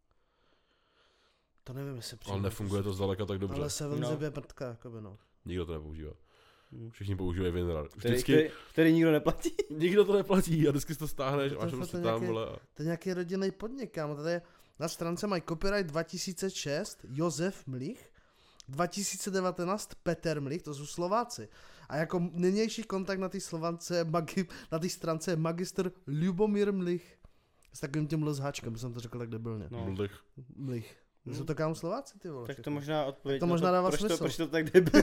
To nevím, jestli přímo. Ale nefunguje to zdaleka tak dobře. Ale seven No. zip je prdka, jakoby no. Nikdo to nepoužívá. Hm. Všichni používají Winrar. Který, Vždycky který, který nikdo neplatí. nikdo to neplatí a vždycky si to stáhneš a To máš je prostě fakt tam, nějaký- vole. A... To je nějaký rodinný podnik, kámo. Tady je, na stránce mají copyright dva tisíce šest, Josef Mlich, dva tisíce devatenáct Peter Mlich, to jsou Slováci. A jako nynější kontakt na té Slovance, magi, na té stránce je magister Ljubomír Mlich. S takovým tím lzháčkem, protože jsem to řekl tak debilně. No. Mldych. Mlich. Hmm. Jsou to kámo Slováci, ty vole. Tak to všechno. možná odpověď to na možná to, dává proč smysl. To, proč to tak debil.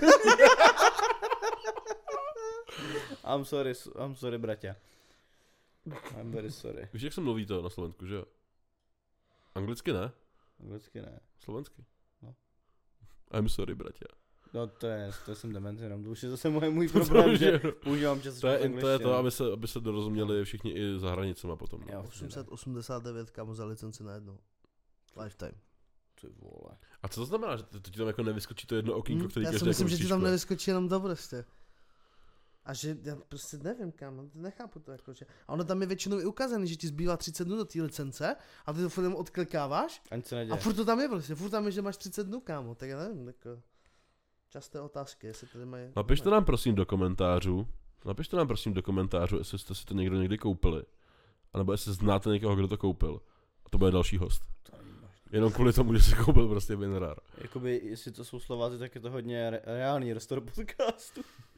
I'm sorry, I'm sorry, bratia. I'm very sorry. Víš, jak se mluví to na Slovensku, že jo? Anglicky ne? Anglicky ne. Slovensky. No. I'm sorry, bratia. No to je, to jsem dement jenom, to už je zase můj, můj problém, že používám čas To je, to je to, aby se, aby se dorozuměli všichni i za hranicema potom. Jo. osm set osmdesát devět kámo za licenci na jednou. Lifetime. Ty vole. A co to znamená, že to, to ti tam jako nevyskočí to jedno okýnko, Hm, který já každý si myslím, jako že ti tam vystiskne? nevyskočí jenom to prostě. A že já prostě nevím, kámo, nechápu to jako, že... A ono tam je většinou i ukázaný, že ti zbývá třicet dnů do té licence a ty to furt jenom odklikáváš Ani se a neděje. furt to tam je prostě, furt tam je, že máš třicet dnů, kámo, tak já nevím, jako... Časté otázky, jestli tady mají... Napište nám prosím do komentářů, napište nám prosím do komentářů, jestli jste si to někdo někdy koupili, anebo jestli znáte někoho, kdo to koupil. A to bude další host. To není možný. Jenom kvůli tomu, že si koupil prostě Winrar. Jakoby, jestli to jsou Slováci, tak je to hodně re- reálný rostor podcastu.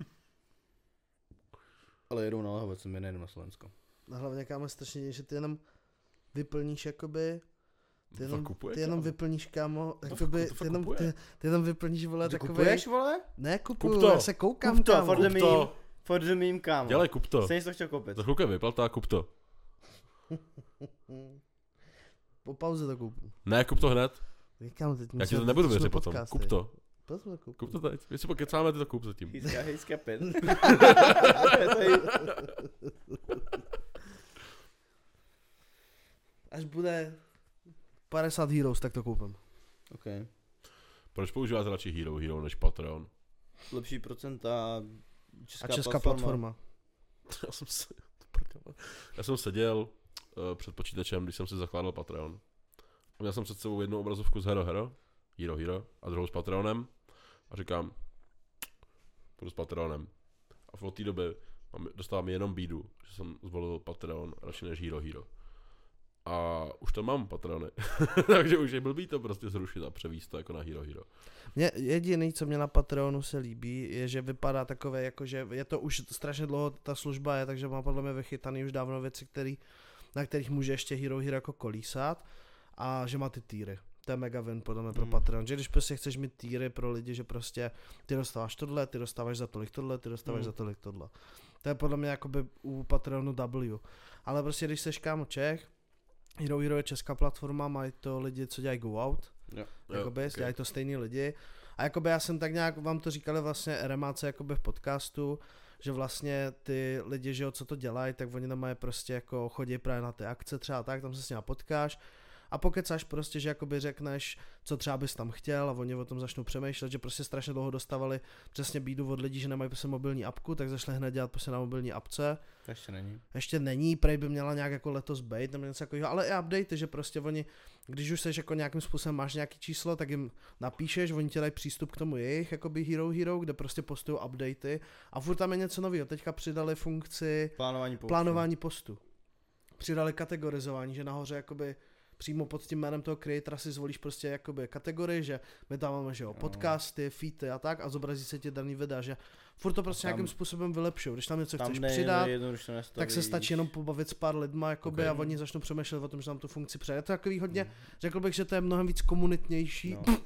Ale jedou na Lehovec, my nejedou na Slovensko. No hlavně, kámo, strašně děje, že ty jenom vyplníš, jakoby... Ty jenom, To kupuje, ty jenom kámo. vyplníš, kámo, To jakoby, fakt- to ty fakt jenom, kupuje. ty, ty jenom vyplníš, vole, Ty takovej... kupuješ, vole? Ne, kupuju, Kup to. já se koukám, Kup to, kámo. for the Kup meme. to. For the meme, kámo. Dělej, kup to. Stejně jsi to chtěl koupit. Za chvilku je vyplatá, kup to. Po pauze to koupím. Ne, kup to hned. Kámo, teď Já ti musíme- to nebudu teď jsme věřit potom. podcast, Kup teď. to. To jsme koupili. Kup to teď. Když si pokecáme, ty to kup zatím. He's, he's capit. Až bude padesát Heroes, tak to koupím. Okay. Proč používáte radši Hero Hero než Patreon? Lepší procenta, česká, A česká platforma. platforma. Já jsem se, já jsem seděl uh, před počítačem, když jsem si zakládal Patreon. A měl jsem před sebou jednu obrazovku z Hero Hero, Hero Hero, a druhou s Patreonem. A říkám, půjdu s Patreonem. A v té době mám, dostávám jenom bídu, že jsem zvolil Patreon radši než Hero Hero. A už to mám Patreony. Takže už je blbý to prostě zrušit a převíst to jako na Hero Hero. Mně jediný, co mě na Patreonu se líbí, je, že vypadá takové, jako že je to už strašně dlouho ta služba je, takže má podle mě vychytaný už dávno věci, který, na kterých může ještě Hero Hero jako kolísat a že má ty týry. To je mega win podle mě pro Mm. Patreon, že když prostě chceš mít týry pro lidi, že prostě ty dostáváš tohle, ty dostáváš za tolik tohle, ty dostáváš Mm. za tolik tohle. To je podle mě jakoby u Patreonu W. Ale prostě když seš kámo Čech, Hero Hero je česká platforma, mají to lidi, co dělají Go Out, Jo. jakoby, Jo, okay. dělají to stejný lidi. A jakoby já jsem tak nějak, vám to říkali vlastně R M A C jakoby v podcastu, že vlastně ty lidi, že jo, co to dělají, tak oni tam mají prostě jako chodí právě na ty akce třeba tak, tam se s nimi potkáš a pokecáš prostě, že jakoby řekneš, co třeba bys tam chtěl a oni o tom začnou přemýšlet, že prostě strašně dlouho dostávali přesně bídu od lidí, že nemají prostě mobilní apku, tak začali hned dělat prostě na mobilní apce. To ještě není. Ještě není, prej by měla nějak jako letos být nebo něco takového, ale i update, že prostě oni, když už seš jako nějakým způsobem máš nějaký číslo, tak jim napíšeš, oni ti dají přístup k tomu jejich jakoby Hero Hero, kde prostě postují updaty a furt tam je něco nového. Teďka přidali funkci Plánování postu. plánování postu. Přidali kategorizování, že nahoře jakoby přímo pod tím jménem toho creatora si zvolíš prostě jakoby kategorii, že my tam máme, že jo, podcasty, feedy a tak a zobrazí se ti daný videa, že furt to prostě Tam- nějakým způsobem vylepšou. Když tam něco Tam chceš nejde, přidat, jednoduše nestavíš. tak se stačí jenom pobavit s pár lidma jakoby, Okay. a oni začnou přemýšlet o tom, že tam tu funkci přeje. Je to takový hodně, řekl bych, že to je mnohem víc komunitnější. No.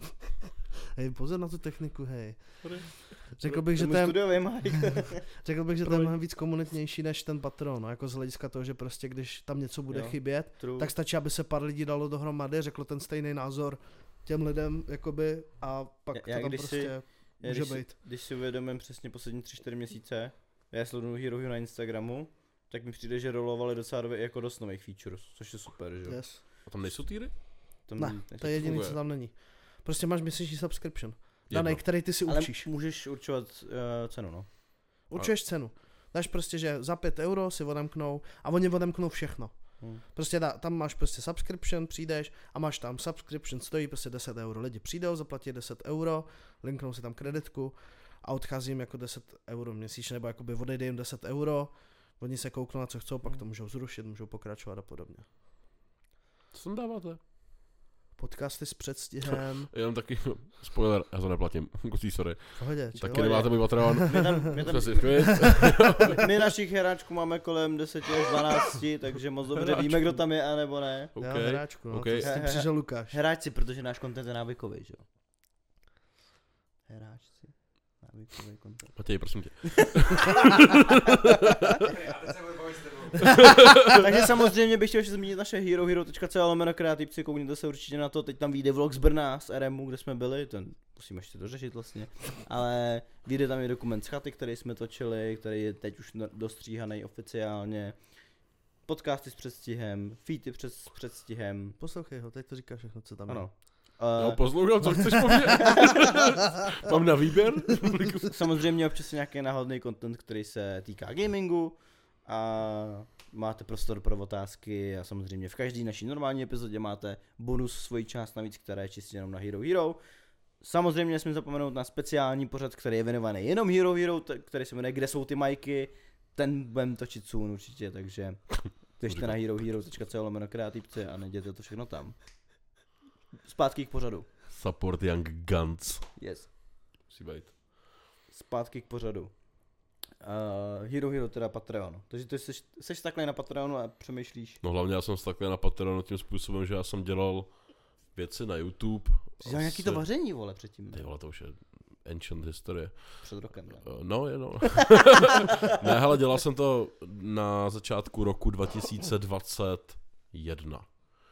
Hej, pozor na tu techniku, hej. Sorry. Řekl bych, že můj to je, studiový mic. řekl bych, že to je mnohem víc komunitnější než ten Patreon, no, jako z hlediska toho, že prostě když tam něco bude Jo. chybět, True. tak stačí, aby se pár lidí dalo dohromady, řeklo ten stejný názor těm lidem, jakoby, a pak Já- to já tam když si- prostě Já může když, si, být. když si uvědomím přesně poslední tři čtyři měsíce, já sleduju Hero Hero na Instagramu, tak mi přijde, že rolovali docela do, jako dost nových features, což je super, že jo. Yes. A tam nejsou týry? Tam Ne, nejsou- to je jediný, funguje. co tam není. Prostě máš měsíční subscription, Jedno. danej, který ty si Ale určíš. můžeš určovat uh, cenu, no. Určuješ cenu. Dáš prostě, že za pět euro si odemknou a oni odemknou všechno. Hmm. Prostě da, tam máš prostě subscription, přijdeš a máš tam subscription, stojí prostě deset euro. Lidi přijdou, zaplatí deset euro, linknou si tam kreditku a odchází jim jako deset euro měsíčně, nebo jakoby odejde jim deset euro, oni se kouknou na co chcou, pak to můžou zrušit, můžou pokračovat a podobně. Co tam dáváte? Podcasty s předstihem, Jenom taky, spoiler, já to neplatím, kusí, sorry. v pohodě, chill. Taky nemáte můj Patreon. My, tam, my, tam, Jsme si v klid. my našich hráčků máme kolem deset až dvanáct, takže moc dobře Hráčků. víme, kdo tam je, anebo ne. Jo, Okay. hráčku, no, okay. to s tím přišel Lukáš. Hráčci, protože náš content je návykový, že jo. Hráčci. Návykový content. Matěj, prosím tě. A teď se budu bavit s tebou. Takže samozřejmě bych chtěl ještě zmínit naše herohero tečka co lomeno kreativci, koukněte se určitě na to, teď tam vyjde vlog z Brna, z R M U, kde jsme byli, ten musíme ještě dořešit vlastně, ale vyjde tam i dokument z chaty, který jsme točili, který je teď už no- dostříhaný oficiálně, podcasty s předstihem, feedy před, s předstihem, Poslouchej ho, teď to říká všechno, co tam ano. No, Uh, poslouchám, co chceš po mně? Mám na výběr? samozřejmě občas nějaký náhodný content, který se týká gamingu a máte prostor pro otázky a samozřejmě v každé naší normální epizodě máte bonus svoji část navíc, která je čistě jenom na Hero Hero. Samozřejmě nesmím zapomenout na speciální pořad, který je věnovaný jenom Hero Hero, t- který se jmenuje Kde jsou ty majky, ten budem točit soon určitě, takže běžte na herohero tečka co lomeno kreativci a najděte to všechno tam. Zpátky k pořadu. Support Young Guns. Yes. Musí být. Zpátky k pořadu. Uh, Hero Hero teda Patreon. Takže ty jsi, jsi takhle na Patreonu a přemýšlíš. No hlavně já jsem takhle na Patreonu tím způsobem, že já jsem dělal věci na YouTube. Jsi dělal nějaký to vaření, vole, předtím. Ty vole, to už je ancient historie. Před rokem, ne? Uh, No, je no. Ne, hele, dělal jsem to na začátku roku dva tisíce dvacet jedna.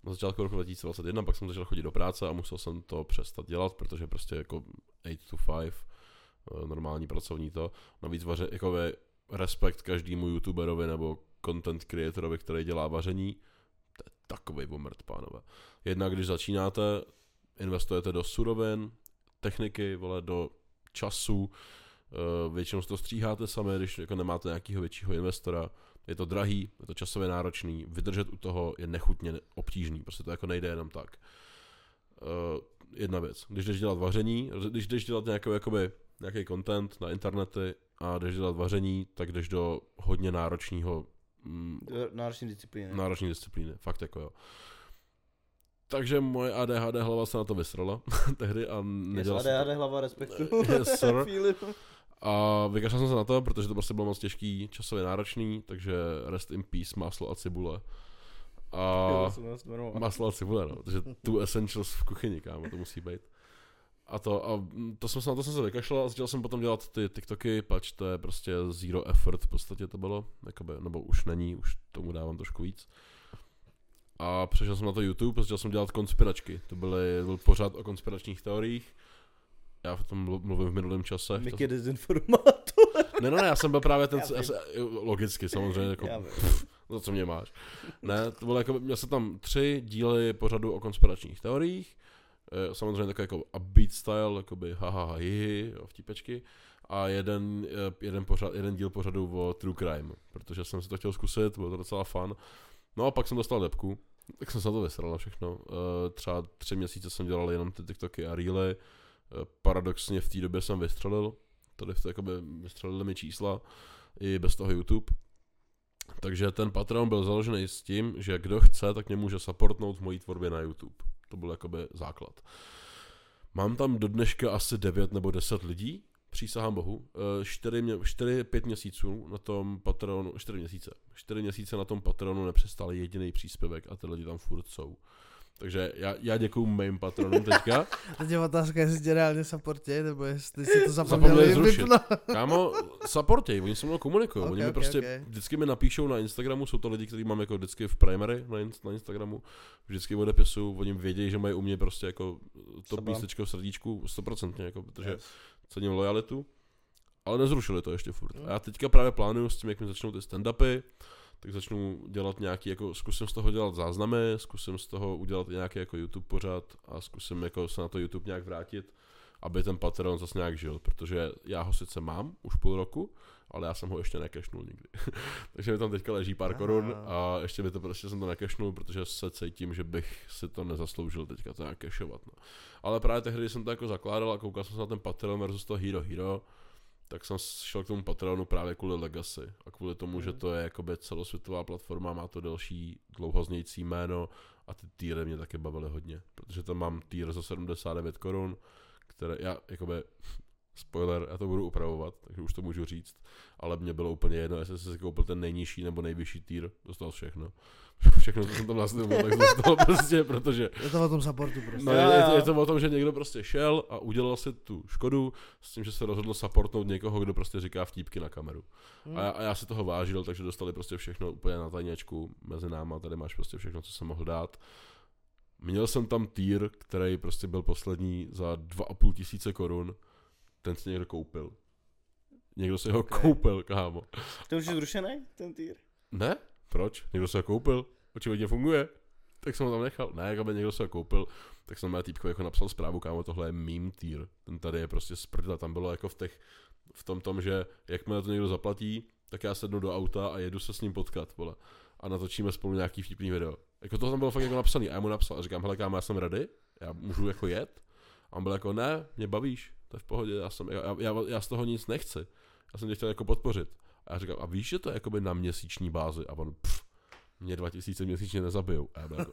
na začátku roku dva tisíce dvacet jedna, pak jsem začal chodit do práce a musel jsem to přestat dělat, protože prostě jako eight to five, normální pracovní to, navíc vaře, jako respekt každému youtuberovi nebo content creatorovi, který dělá vaření, to je takovej omrt, pánové. Jednak když začínáte, investujete do surovin, techniky, vole, do času, většinou si to stříháte sami, když jako nemáte nějakého většího investora, je to drahý, je to časově náročný, vydržet u toho je nechutně obtížný, prostě to jako nejde jenom tak. Uh, jedna věc, když jdeš dělat vaření, když jdeš dělat nějaký, jakoby, nějaký content na internety a jdeš dělat vaření, tak jdeš do hodně náročného mm, náročné disciplíny. Náročné disciplíny, fakt jako jo. Takže moje A D H D hlava se na to vysrala tehdy a nedělal jsem A D H D to. Hlava, respektu. Yes, sir. A vykašlal jsem se na to, protože to prostě bylo moc těžký, časově náročný, takže rest in peace, máslo a cibule. A jo, máslo a cibule, no, takže two essentials v kuchyni, kámo, to musí být. A to, a to jsem se na to jsem se vykašlal a začal jsem potom dělat ty TikToky, pač to je prostě zero effort v podstatě to bylo, jakoby, nebo už není, už tomu dávám trošku víc. A přešel jsem na to YouTube a začal jsem dělat konspiračky, to byly, byl pořád o konspiračních teoriích. Já v tom mluvím v minulém čase. Mickey dezinformátor. Ne, no ne, já jsem byl právě ten, já se, logicky samozřejmě, jako, za co mě máš. Ne, to bylo jako, měl jsem tam tři díly pořadu o konspiračních teoriích, samozřejmě takový jako upbeat style, jakoby haha, hihi, vtípečky, a jeden, jeden, pořad, jeden díl pořadu o true crime, protože jsem si to chtěl zkusit, bylo to docela fun. No a pak jsem dostal depku, tak jsem se na to vysral na všechno. Třeba tři měsíce jsem dělal jenom ty TikToky a reely. Paradoxně v té době jsem vystřelil, tady v té jakoby vystřelili mi čísla i bez toho YouTube. Takže ten Patreon byl založený s tím, že kdo chce, tak mě může supportnout v mojí tvorbě na YouTube. To byl jakoby základ. Mám tam do dneška asi devět nebo deset lidí, přísahám bohu, čtyři pět měsíců na tom Patreonu, čtyři měsíce, čtyři měsíce na tom Patreonu nepřestal jediný příspěvek a ty lidi tam furt jsou. Takže já, já děkuju mým patronům teďka. Teď je otázka, jestli tě reálně supportěj, nebo jestli si to zapomněli zrušit. Kámo, supportěj, oni se mnou komunikují, okay, oni mi okay, prostě okay. vždycky mi napíšou na Instagramu, jsou to lidi, kteří mám jako vždycky v primary na, in, na Instagramu, vždycky odepisuju, oni vědí, že mají u mě prostě jako to písničko v srdíčku, stoprocentně, jako, protože yes. cením lojalitu, ale nezrušili to ještě furt. A já teďka právě plánuju s tím, jak mi začnou ty stand-upy, tak začnu dělat nějaký, jako zkusím z toho dělat záznamy, zkusím z toho udělat nějaký jako YouTube pořad a zkusím jako se na to YouTube nějak vrátit, aby ten Patreon zase nějak žil, protože já ho sice mám už půl roku, ale já jsem ho ještě nekašnul nikdy. Takže mi tam teďka leží pár Aha. korun a ještě mi to prostě jsem to nekašnul, protože se cítím, že bych si to nezasloužil teďka to nějak cashovat. No. Ale právě tehdy jsem to jako zakládal a koukal jsem se na ten Patreon versus to Hero Hero, tak jsem šel k tomu Patreonu právě kvůli Legacy a kvůli tomu, mm. že to je jakoby celosvětová platforma, má to delší, dlouhoznějící jméno a ty týry mě taky bavily hodně, protože tam mám týr za sedmdesát devět korun, které já jakoby, spoiler, já to budu upravovat, takže už to můžu říct, ale mě bylo úplně jedno, jestli jsi si koupil ten nejnižší nebo nejvyšší týr, dostal všechno. Všechno, co jsem tam následoval, tak dostal prostě, protože... Je to o tom supportu prostě. No, je, je, je to o tom, že někdo prostě šel a udělal si tu škodu s tím, že se rozhodl supportnout někoho, kdo prostě říká vtípky na kameru. Hmm. A, já, a já si toho vážil, takže dostali prostě všechno úplně na tajněčku mezi náma, tady máš prostě všechno, co jsem mohl dát. Měl jsem tam týr, který prostě byl poslední za dva a půl tisíce korun, ten si někdo koupil. Někdo si ho okay. koupil, kámo. To už je zrušený, ten týr? Ne? Proč? Někdo se ho koupil? Očividně funguje. Tak jsem ho tam nechal. Ne, jak aby někdo se ho koupil, tak jsem mé týpkovi jako napsal zprávu, kámo, tohle je meme tier. Ten tady je prostě sprdla. Tam bylo jako v těch, v tom tom, že jakmile to někdo zaplatí, tak já sednu do auta a jedu se s ním potkat, vole. A natočíme spolu nějaký vtipný video. Jako to tam bylo fakt jako napsaný. A já mu napsal a říkám, hele kámo, já jsem ready, já můžu jako jet. A on byl jako, ne, mě bavíš, to je v pohodě, já, jsem, já, já, já z toho nic nechci. Já jsem tě chtěl jako podpořit. A já říkám, a víš, že to je jakoby na měsíční bázi? A on, pff, mě dva tisíce měsíčně nezabijou. A já byl jako...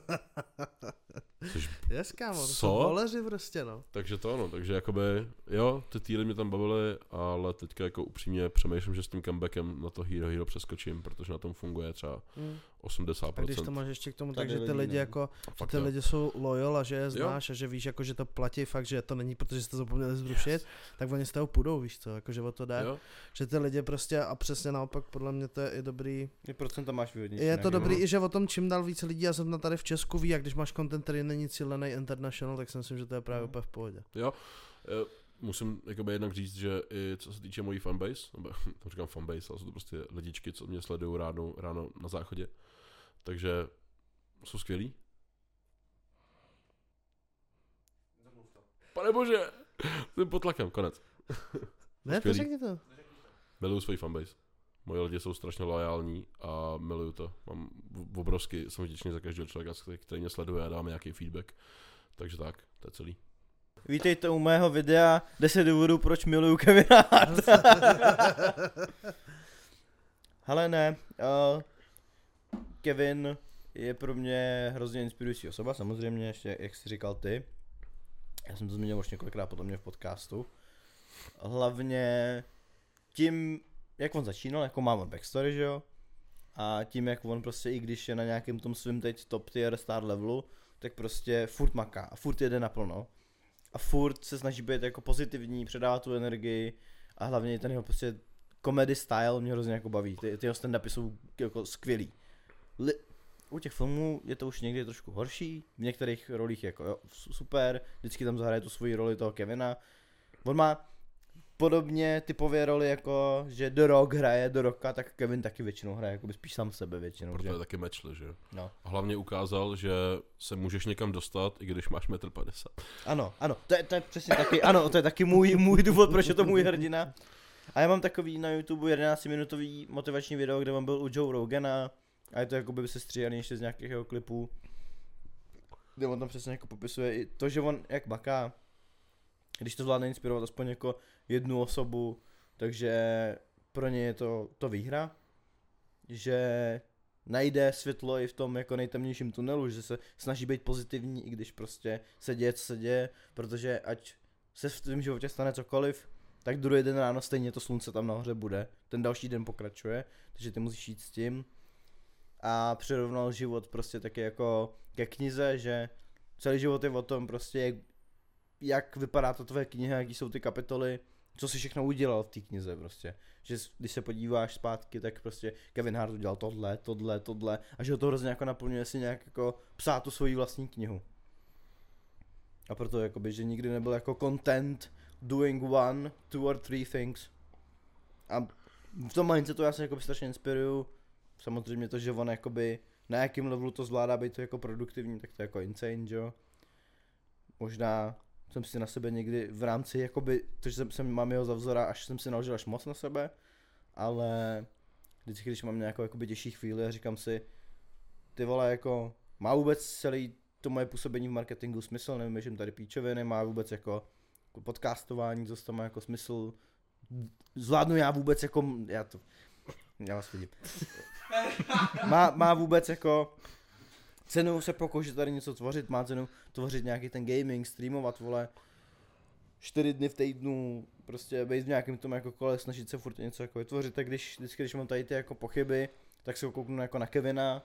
Což... Yes, kámo, to jsou voleři prostě, no. Takže to ono, takže jakoby, jo, ty týry mě tam bavily, ale teďka jako upřímně přemýšlím, že s tím comebackem na to Hero Hero přeskočím, protože na tom funguje třeba hmm. osmdesát procent. A když to máš ještě k tomu, Tady takže ty lidi, lidi ne. jako, že ty jo. lidi jsou loyal a že je znáš jo. a že víš, jako, že to platí fakt, že to není, protože jste to zapomněli zrušit, yes. tak oni z toho půjdou, víš co, jakože o to jde. Jo. Že ty lidi prostě a přesně naopak, podle mě to je i dobrý. Je procenta máš výhodnější. Je je to nějaký- dobrý i, že o tom čím dál více lidí, já jsem na tady v Česku ví, a když máš content, který není cílený international, tak si myslím, že to je právě úplně v pohodě. Jo, eh, musím jakoby jednak říct, že i co se týče mojí fanbase, nebo tam říkám fanbase, ale jsou to prostě lidičky, co mě sledují ráno, ráno na záchodě, takže jsou skvělí. Pane bože, jsem pod tlakem, konec. Ne, to Skvělý. řekni to. Miluju svoji fanbase. Moje lidi jsou strašně loajální a miluju to. Mám v- obrovsky, jsem vděčný za každého člověka, který mě sleduje a dá mi nějaký feedback. Takže tak, to je celý. Vítejte u mého videa deset důvodů, proč miluju Kevina Harta. Hele ne, uh, Kevin je pro mě hrozně inspirující osoba, samozřejmě, ještě jak jsi říkal ty. Já jsem to zmínil už několikrát potom mě v podcastu. Hlavně tím, jak on začínal, jako mám backstory, že jo? A tím, jak on prostě, i když je na nějakém tom svým teď top tier star levelu, tak prostě furt maká a furt jede naplno. A furt se snaží být jako pozitivní, předávat tu energii a hlavně ten jeho prostě comedy style mě hrozně jako baví. Ty, ty jeho stand-upy jsou jako skvělý. Li- u těch filmů je to už někdy trošku horší, v některých rolích jako jo, super, vždycky tam zahraje tu svoji roli toho Kevina. On má podobně typově roli jako, že The Rock hraje The Rocka, tak Kevin taky většinou hraje, jako by spíš sám sebe většinou, Proto že? je taky matchle, že jo. No. A hlavně ukázal, že se můžeš někam dostat, i když máš metr padesát. Ano, ano, to je, to je přesně taky, ano, to je taky můj, můj důvod, proč je to můj hrdina. A já mám takový na YouTube jedenáctiminutový motivační video, kde on byl u Joe Rogana a je to jako by se stříhaný ještě z nějakých jeho klipů, kde on tam přesně jako popisuje i to, že on jak maká, když to zvládne inspirovat aspoň jako jednu osobu, takže pro ně je to, to výhra, že najde světlo i v tom jako nejtemnějším tunelu, že se snaží být pozitivní, i když prostě se děje, co se děje, protože ať se v tvém životě stane cokoliv, tak druhý den ráno stejně to slunce tam nahoře bude, ten další den pokračuje, takže ty musíš jít s tím. A přirovnal život prostě taky jako ke knize, že celý život je o tom prostě, jak, jak vypadá to tvoje kniha, jaký jsou ty kapitoly, co jsi všechno udělal v té knize prostě. Že když se podíváš zpátky, tak prostě Kevin Hart udělal tohle, tohle, tohle a že ho to hrozně jako naplňuje si nějak jako psát tu svoji vlastní knihu. A proto jakoby, že nikdy nebyl jako content doing one, two or three things. A v tom mindsetu já se jakoby strašně inspiruju. Samozřejmě to, že on jakoby na jakém levelu to zvládá být to jako produktivní, tak to je jako insane, že jo. Možná jsem si na sebe někdy v rámci jakoby, to, že jsem, jsem mám jeho za vzora, až jsem si naložil až moc na sebe, ale vždycky, když mám nějakou jakoby těžší chvíli a říkám si, ty vole jako, má vůbec celý to moje působení v marketingu smysl, nevím, že tady píčoviny, má vůbec jako, jako podcastování, co to má jako smysl, zvládnu já vůbec jako, já to, já vás vidím. Má, má vůbec jako cenu se pokoušet tady něco tvořit, má cenu tvořit nějaký ten gaming, streamovat, vole, čtyři dny v týdnu, prostě být v nějakém tom jako kole, snažit se furt něco jako vytvořit, tak když, vždycky, když mám tady ty jako pochyby, tak se kouknu jako na Kevina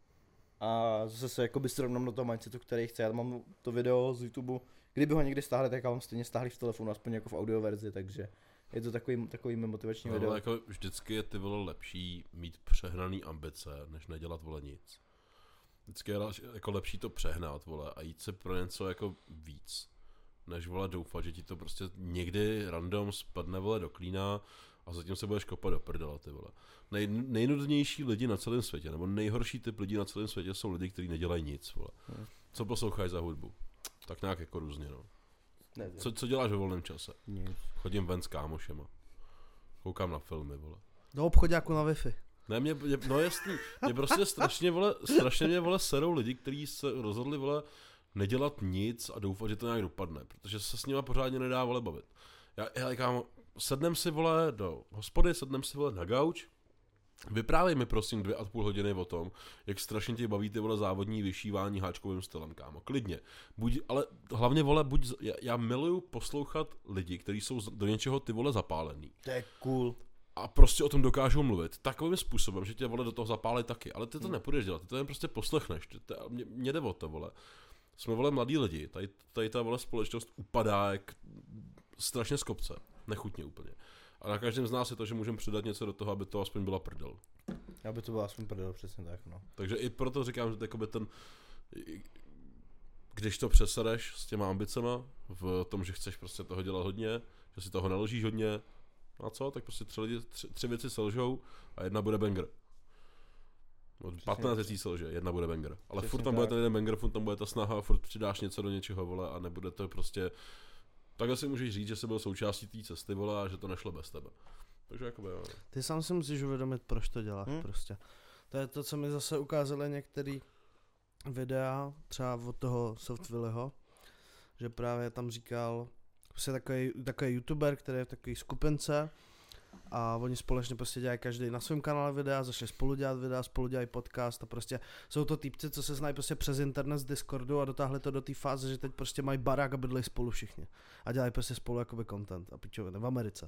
a zase se jakoby srovnám do toho mindsetu, který chce, já mám to video z YouTube, kdyby ho někdy stáhli, tak já mám stejně stáhli v telefonu, aspoň jako v audio verzi, takže je to takový, takový motivační No, video. ale jako vždycky je ty vole lepší mít přehnaný ambice, než nedělat vole nic. Vždycky je jako lepší to přehnat, vole, a jít se pro něco jako víc, než vole doufat, že ti to prostě někdy random spadne vole do klína a zatím se budeš kopat do prdela, ty vole. Nej, nejnudnější lidi na celém světě, nebo nejhorší typ lidí na celém světě jsou lidi, kteří nedělají nic, vole. Hmm. Co posloucháš za hudbu? Tak nějak jako různě, no. Ne, Co, co děláš ve volném čase? nic. Chodím ven s kámošema. Koukám na filmy, vole. Do obchodáku na Wi-Fi. Ne, mě, mě no jasný, mě prostě strašně, vole, strašně mě, vole, serou lidi, kteří se rozhodli, vole, nedělat nic a doufat, že to nějak dopadne, protože se s nima pořádně nedá, vole, bavit. Já, já kámo, sednem si, vole, do hospody, sednem si, vole, na gauč, vyprávěj mi, prosím, dvě a půl hodiny o tom, jak strašně tě baví ty, vole, závodní vyšívání háčkovým stylem, kámo, klidně. Buď, ale hlavně, vole, buď, já, já miluju poslouchat lidi, kteří jsou do něčeho, ty, vole, zapálení. To je cool. A prostě o tom dokážou mluvit takovým způsobem, že tě, vole, do toho zapálí taky, ale ty to nepůjdeš dělat, ty to jen prostě poslechneš, ty to, mě, mě jde o to, vole. Jsme, vole, mladí lidi, tady, tady ta, vole, společnost upadá jak strašně z kopce, nechutně úplně. A na každém z nás je to, že můžeme přidat něco do toho, aby to aspoň byla prdel. Aby to bylo aspoň prdel, přesně tak, no. Takže i proto říkám, že jakoby ten, když to přesereš s těma ambicema, v tom, že chceš prostě toho dělat hodně, že si toho naložíš hodně, a co, tak prostě tři, lidi, tři, tři věci selžou a jedna bude banger. patnáct věcí selže, jedna bude banger. Ale Přesně furt tam tak. bude ten jeden banger, furt tam bude ta snaha, furt přidáš něco do něčeho, vole, a nebude to prostě... Takhle si můžeš říct, že jsi byl součástí té cesty, vole, a že to nešlo bez tebe. Takže jakoby, jo. Ty sám si musíš uvědomit, proč to děláš Hmm. prostě. To je to, co mi zase ukázali některý videa, třeba od toho Softvilleho, že právě tam říkal, prostě takový, takový youtuber, který je v takové skupince a oni společně prostě dělají každý na svém kanále videa, začali spolu dělat videa, spolu dělají podcast a prostě jsou to týpci, co se znají prostě přes internet z Discordu a dotáhli to do té fáze, že teď prostě mají barák a bydlejí spolu všichni a dělají prostě spolu jakoby content a pičoviny v Americe.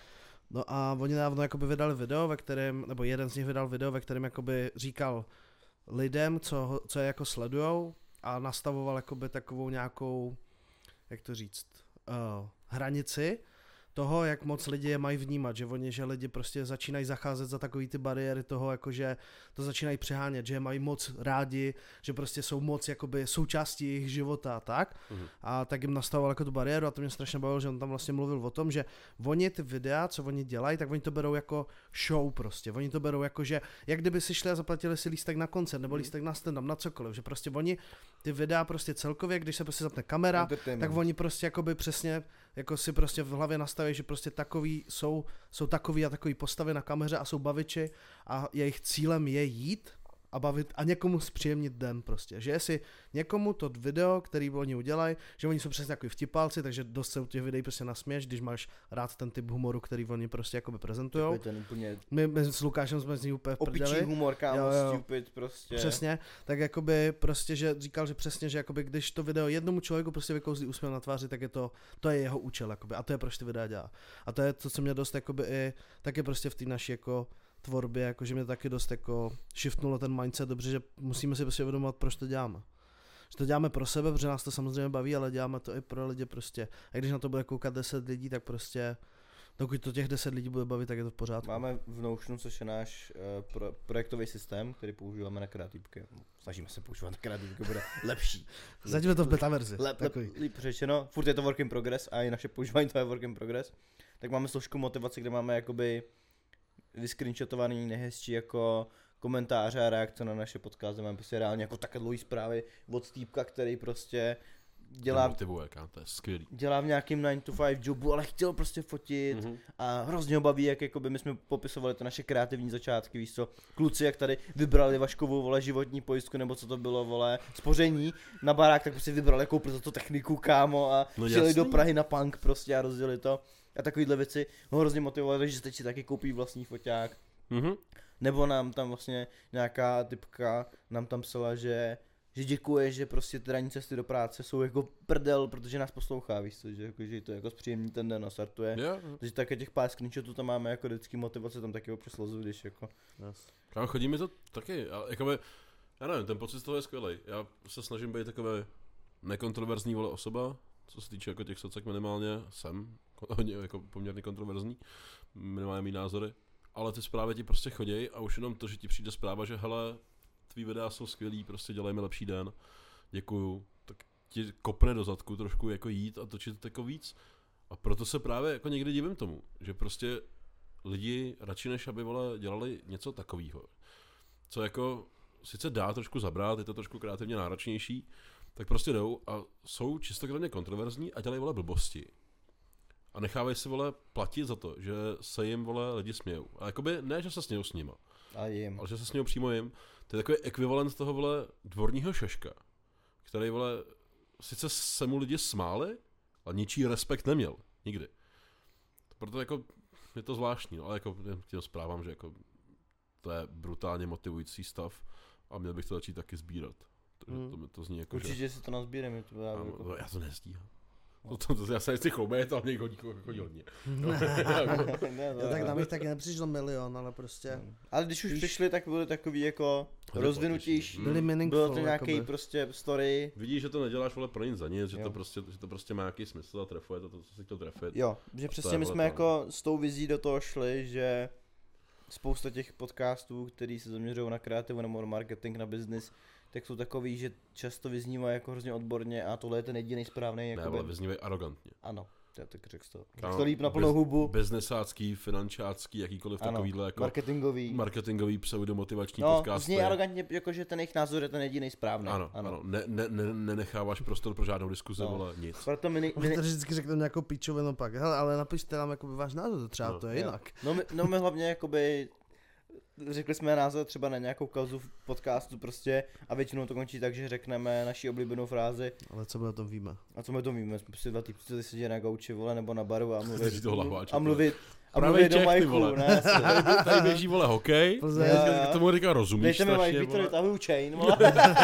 No a oni dávno jakoby vydali video, ve kterém, nebo jeden z nich vydal video, ve kterém jakoby říkal lidem, co, ho- co je jako sledujou a nastavoval jakoby takovou nějakou, jak to říct, uh, hranici toho, jak moc lidi je mají vnímat, že oni, že lidi prostě začínají zacházet za takový ty bariéry toho, jakože to začínají přehánět, že je mají moc rádi, že prostě jsou moc jakoby součástí jejich života a tak. Mhm. A tak jim nastavoval jako tu bariéru a to mě strašně bavilo, že on tam vlastně mluvil o tom, že oni ty videa, co oni dělají, tak oni to berou jako show prostě. Oni to berou jako, že jak kdyby si šli a zaplatili si lístek na koncert nebo lístek na stand-up, na cokoliv, že prostě oni ty videa prostě celkově, když se prostě zapne kamera, tak oni prostě jakoby přesně jako si prostě v hlavě nastaví, že prostě takový jsou, jsou takový a takový postavy na kameře a jsou baviči a jejich cílem je jít a bavit a někomu zpříjemnit den prostě. Že jestli někomu to video, který oni udělají, že oni jsou přesně takový vtipálci, takže dost se u těch videí prostě nasměješ, když máš rád ten typ humoru, který oni prostě jakoby prezentujou. Takový ten úplně My, my s Lukášem jsme z ní úplně v opičí prdeli. humor, kámo, Jo, jo. stupid prostě. Přesně, tak jakoby prostě, že říkal, že přesně, že jakoby když to video jednomu člověku prostě vykouzlí úsměv na tváři, tak je to, to je jeho účel, jakoby, a to je proč ty videa dělá. A to je to, co mě dost jakoby i, taky prostě v té naší jako tvorbě, jakože mě taky dost jako shiftnulo ten mindset, dobře, že musíme si prostě uvědomovat, proč to děláme. Že to děláme pro sebe, protože nás to samozřejmě baví, ale děláme to i pro lidi prostě. A když na to bude koukat deset lidí, tak prostě, dokud to těch deset lidí bude bavit, tak je to v pořádku. Máme v Notionu, což je náš uh, pro, projektový systém, který používáme na kreativky. Snažíme se používat na kreativky, bude lepší. Zatím je to v beta verzi. Lep, lep, takový. líp řečeno, furt je to work in progress a i naše používání to je work in progress. Tak máme složku motivace, kde máme jakoby vyscreenshotovaný nejhezčí jako komentáře a reakce na naše podcasty. Máme prostě reálně jako také dlouhý zprávy od týpka, který prostě dělá, Motivuje, kámo, to je skvělý. dělá v nějakým nine to five jobu, ale chtěl prostě fotit. Mhm. A hrozně ho baví, jak jakoby my jsme popisovali to naše kreativní začátky, víš co, kluci jak tady vybrali Vaškovou, vole, životní pojistku, nebo co to bylo, vole, spoření na barák, tak prostě vybrali, koupili za to techniku, kámo, a No přijeli do jasný. Prahy na punk prostě a rozjeli to. A takovýhle věci ho hrozně motivovali, takže teď si taky koupí vlastní foťák. Mhm. Nebo nám tam vlastně nějaká typka nám tam psala, že že děkuje, že prostě ty ranní cesty do práce jsou jako prdel, protože nás poslouchá, víš co, že, jako, že to jako zpříjemní ten den a startuje. Jo. Takže také těch pár screenshotů tam máme jako vždycky motivace, tam taky občas lezu, když jako... Yes. Kámo, chodí mi to taky, ale jakoby, já nevím, ten pocit z toho je skvělý. Já se snažím být takové nekontroverzní, vole, osoba, co se týče jako těch socek minimálně, jsem hodně jako poměrně kontroverzní, minimálně mý názory, ale ty zprávy ti prostě chodí a už jenom to, že ti přijde zpráva, že hele, tvý videa jsou skvělý, prostě dělej mi lepší den, děkuju, tak ti kopne do zadku trošku jako jít a točit jako víc. A proto se právě jako někdy divím tomu, že prostě lidi radši než aby, vole, dělali něco takového, co jako sice dá trošku zabrat, je to trošku kreativně náročnější, tak prostě jdou a jsou čistokromě kontroverzní a dělají, vole, blbosti. A nechávají si, vole, platit za to, že se jim, vole, lidi smějou. A jakoby ne, že se smějou s nima, A jim. ale že se smějou přímo jim. To je takový ekvivalent toho, vole, dvorního šeška, který, vole, sice se mu lidi smáli, ale ničí respekt neměl. Nikdy. Proto jako je to zvláštní, no, ale jako těm zprávám, že jako to je brutálně motivující stav a měl bych to začít taky sbírat. Takže Hmm. to, mi to zní jako, Určitě že... si to nazbírem, to já Kámo, jako... no, já to nestíhám. To, to, to, já se nechci chloubit, ale mě chodí, chodí hodně. ne, Jo, tak nám jich taky nepřišlo milion, ale prostě Ale když už Víš- přišli, tak byly takový jako Byly rozvinutější. Hmm. byly meaningful. Bylo to nějaký jakoby. prostě story. Vidíš, že to neděláš, vole, pro nic za nic, že Jo. to, prostě, že to prostě má nějaký smysl a trefuje to, to co si chtěl trefit. Jo, že to přesně je my vole jsme to. jako s tou vizí do toho šli, že spousta těch podcastů, který se zaměřují na kreativu nebo na marketing, na business, tak jsou takový, že často vyznívají jako hrozně odborně a tohle je ten jediný správný. Ne, jakoby... ale vyznívají arrogantně. Ano, já tak řekl to. Ano, Řekl to líp na plnou biz- hubu. Biznesácký, finančácký, jakýkoliv Ano, takovýhle jako marketingový. marketingový pseudomotivační No, podcasty. zní arrogantně, jakože ten jejich názor je ten jediný správný. Ano, ano, ano. Ne, ne, ne, nenecháváš prostor pro žádnou diskuzi, No. vole, nic. Proto my, ne- my, Můžete ne- vždycky řeknout nějakou pičovinu pak, hele, ale napište nám jakoby váš názor, třeba No. to je Jo. jinak. no, my, no my hlavně jakoby řekli jsme názor třeba na nějakou kauzu v podcastu prostě a většinou to končí tak, že řekneme naši oblíbenou frázi Ale co my o tom víme? a co my to víme, jsme prostě dva týpci, kteří sedí na gauči, vole, nebo na baru a Drží mluvit, toho lahváče, a mluvit, a Pravej mluvit do Čech, ty majku, vole. ne, Tady, tady běží, vole, hokej, Plzeň. Jo, jo. k tomu říká rozumíš dejte mi strašně, Mike Vítor, vole. vytahuju chain, vole.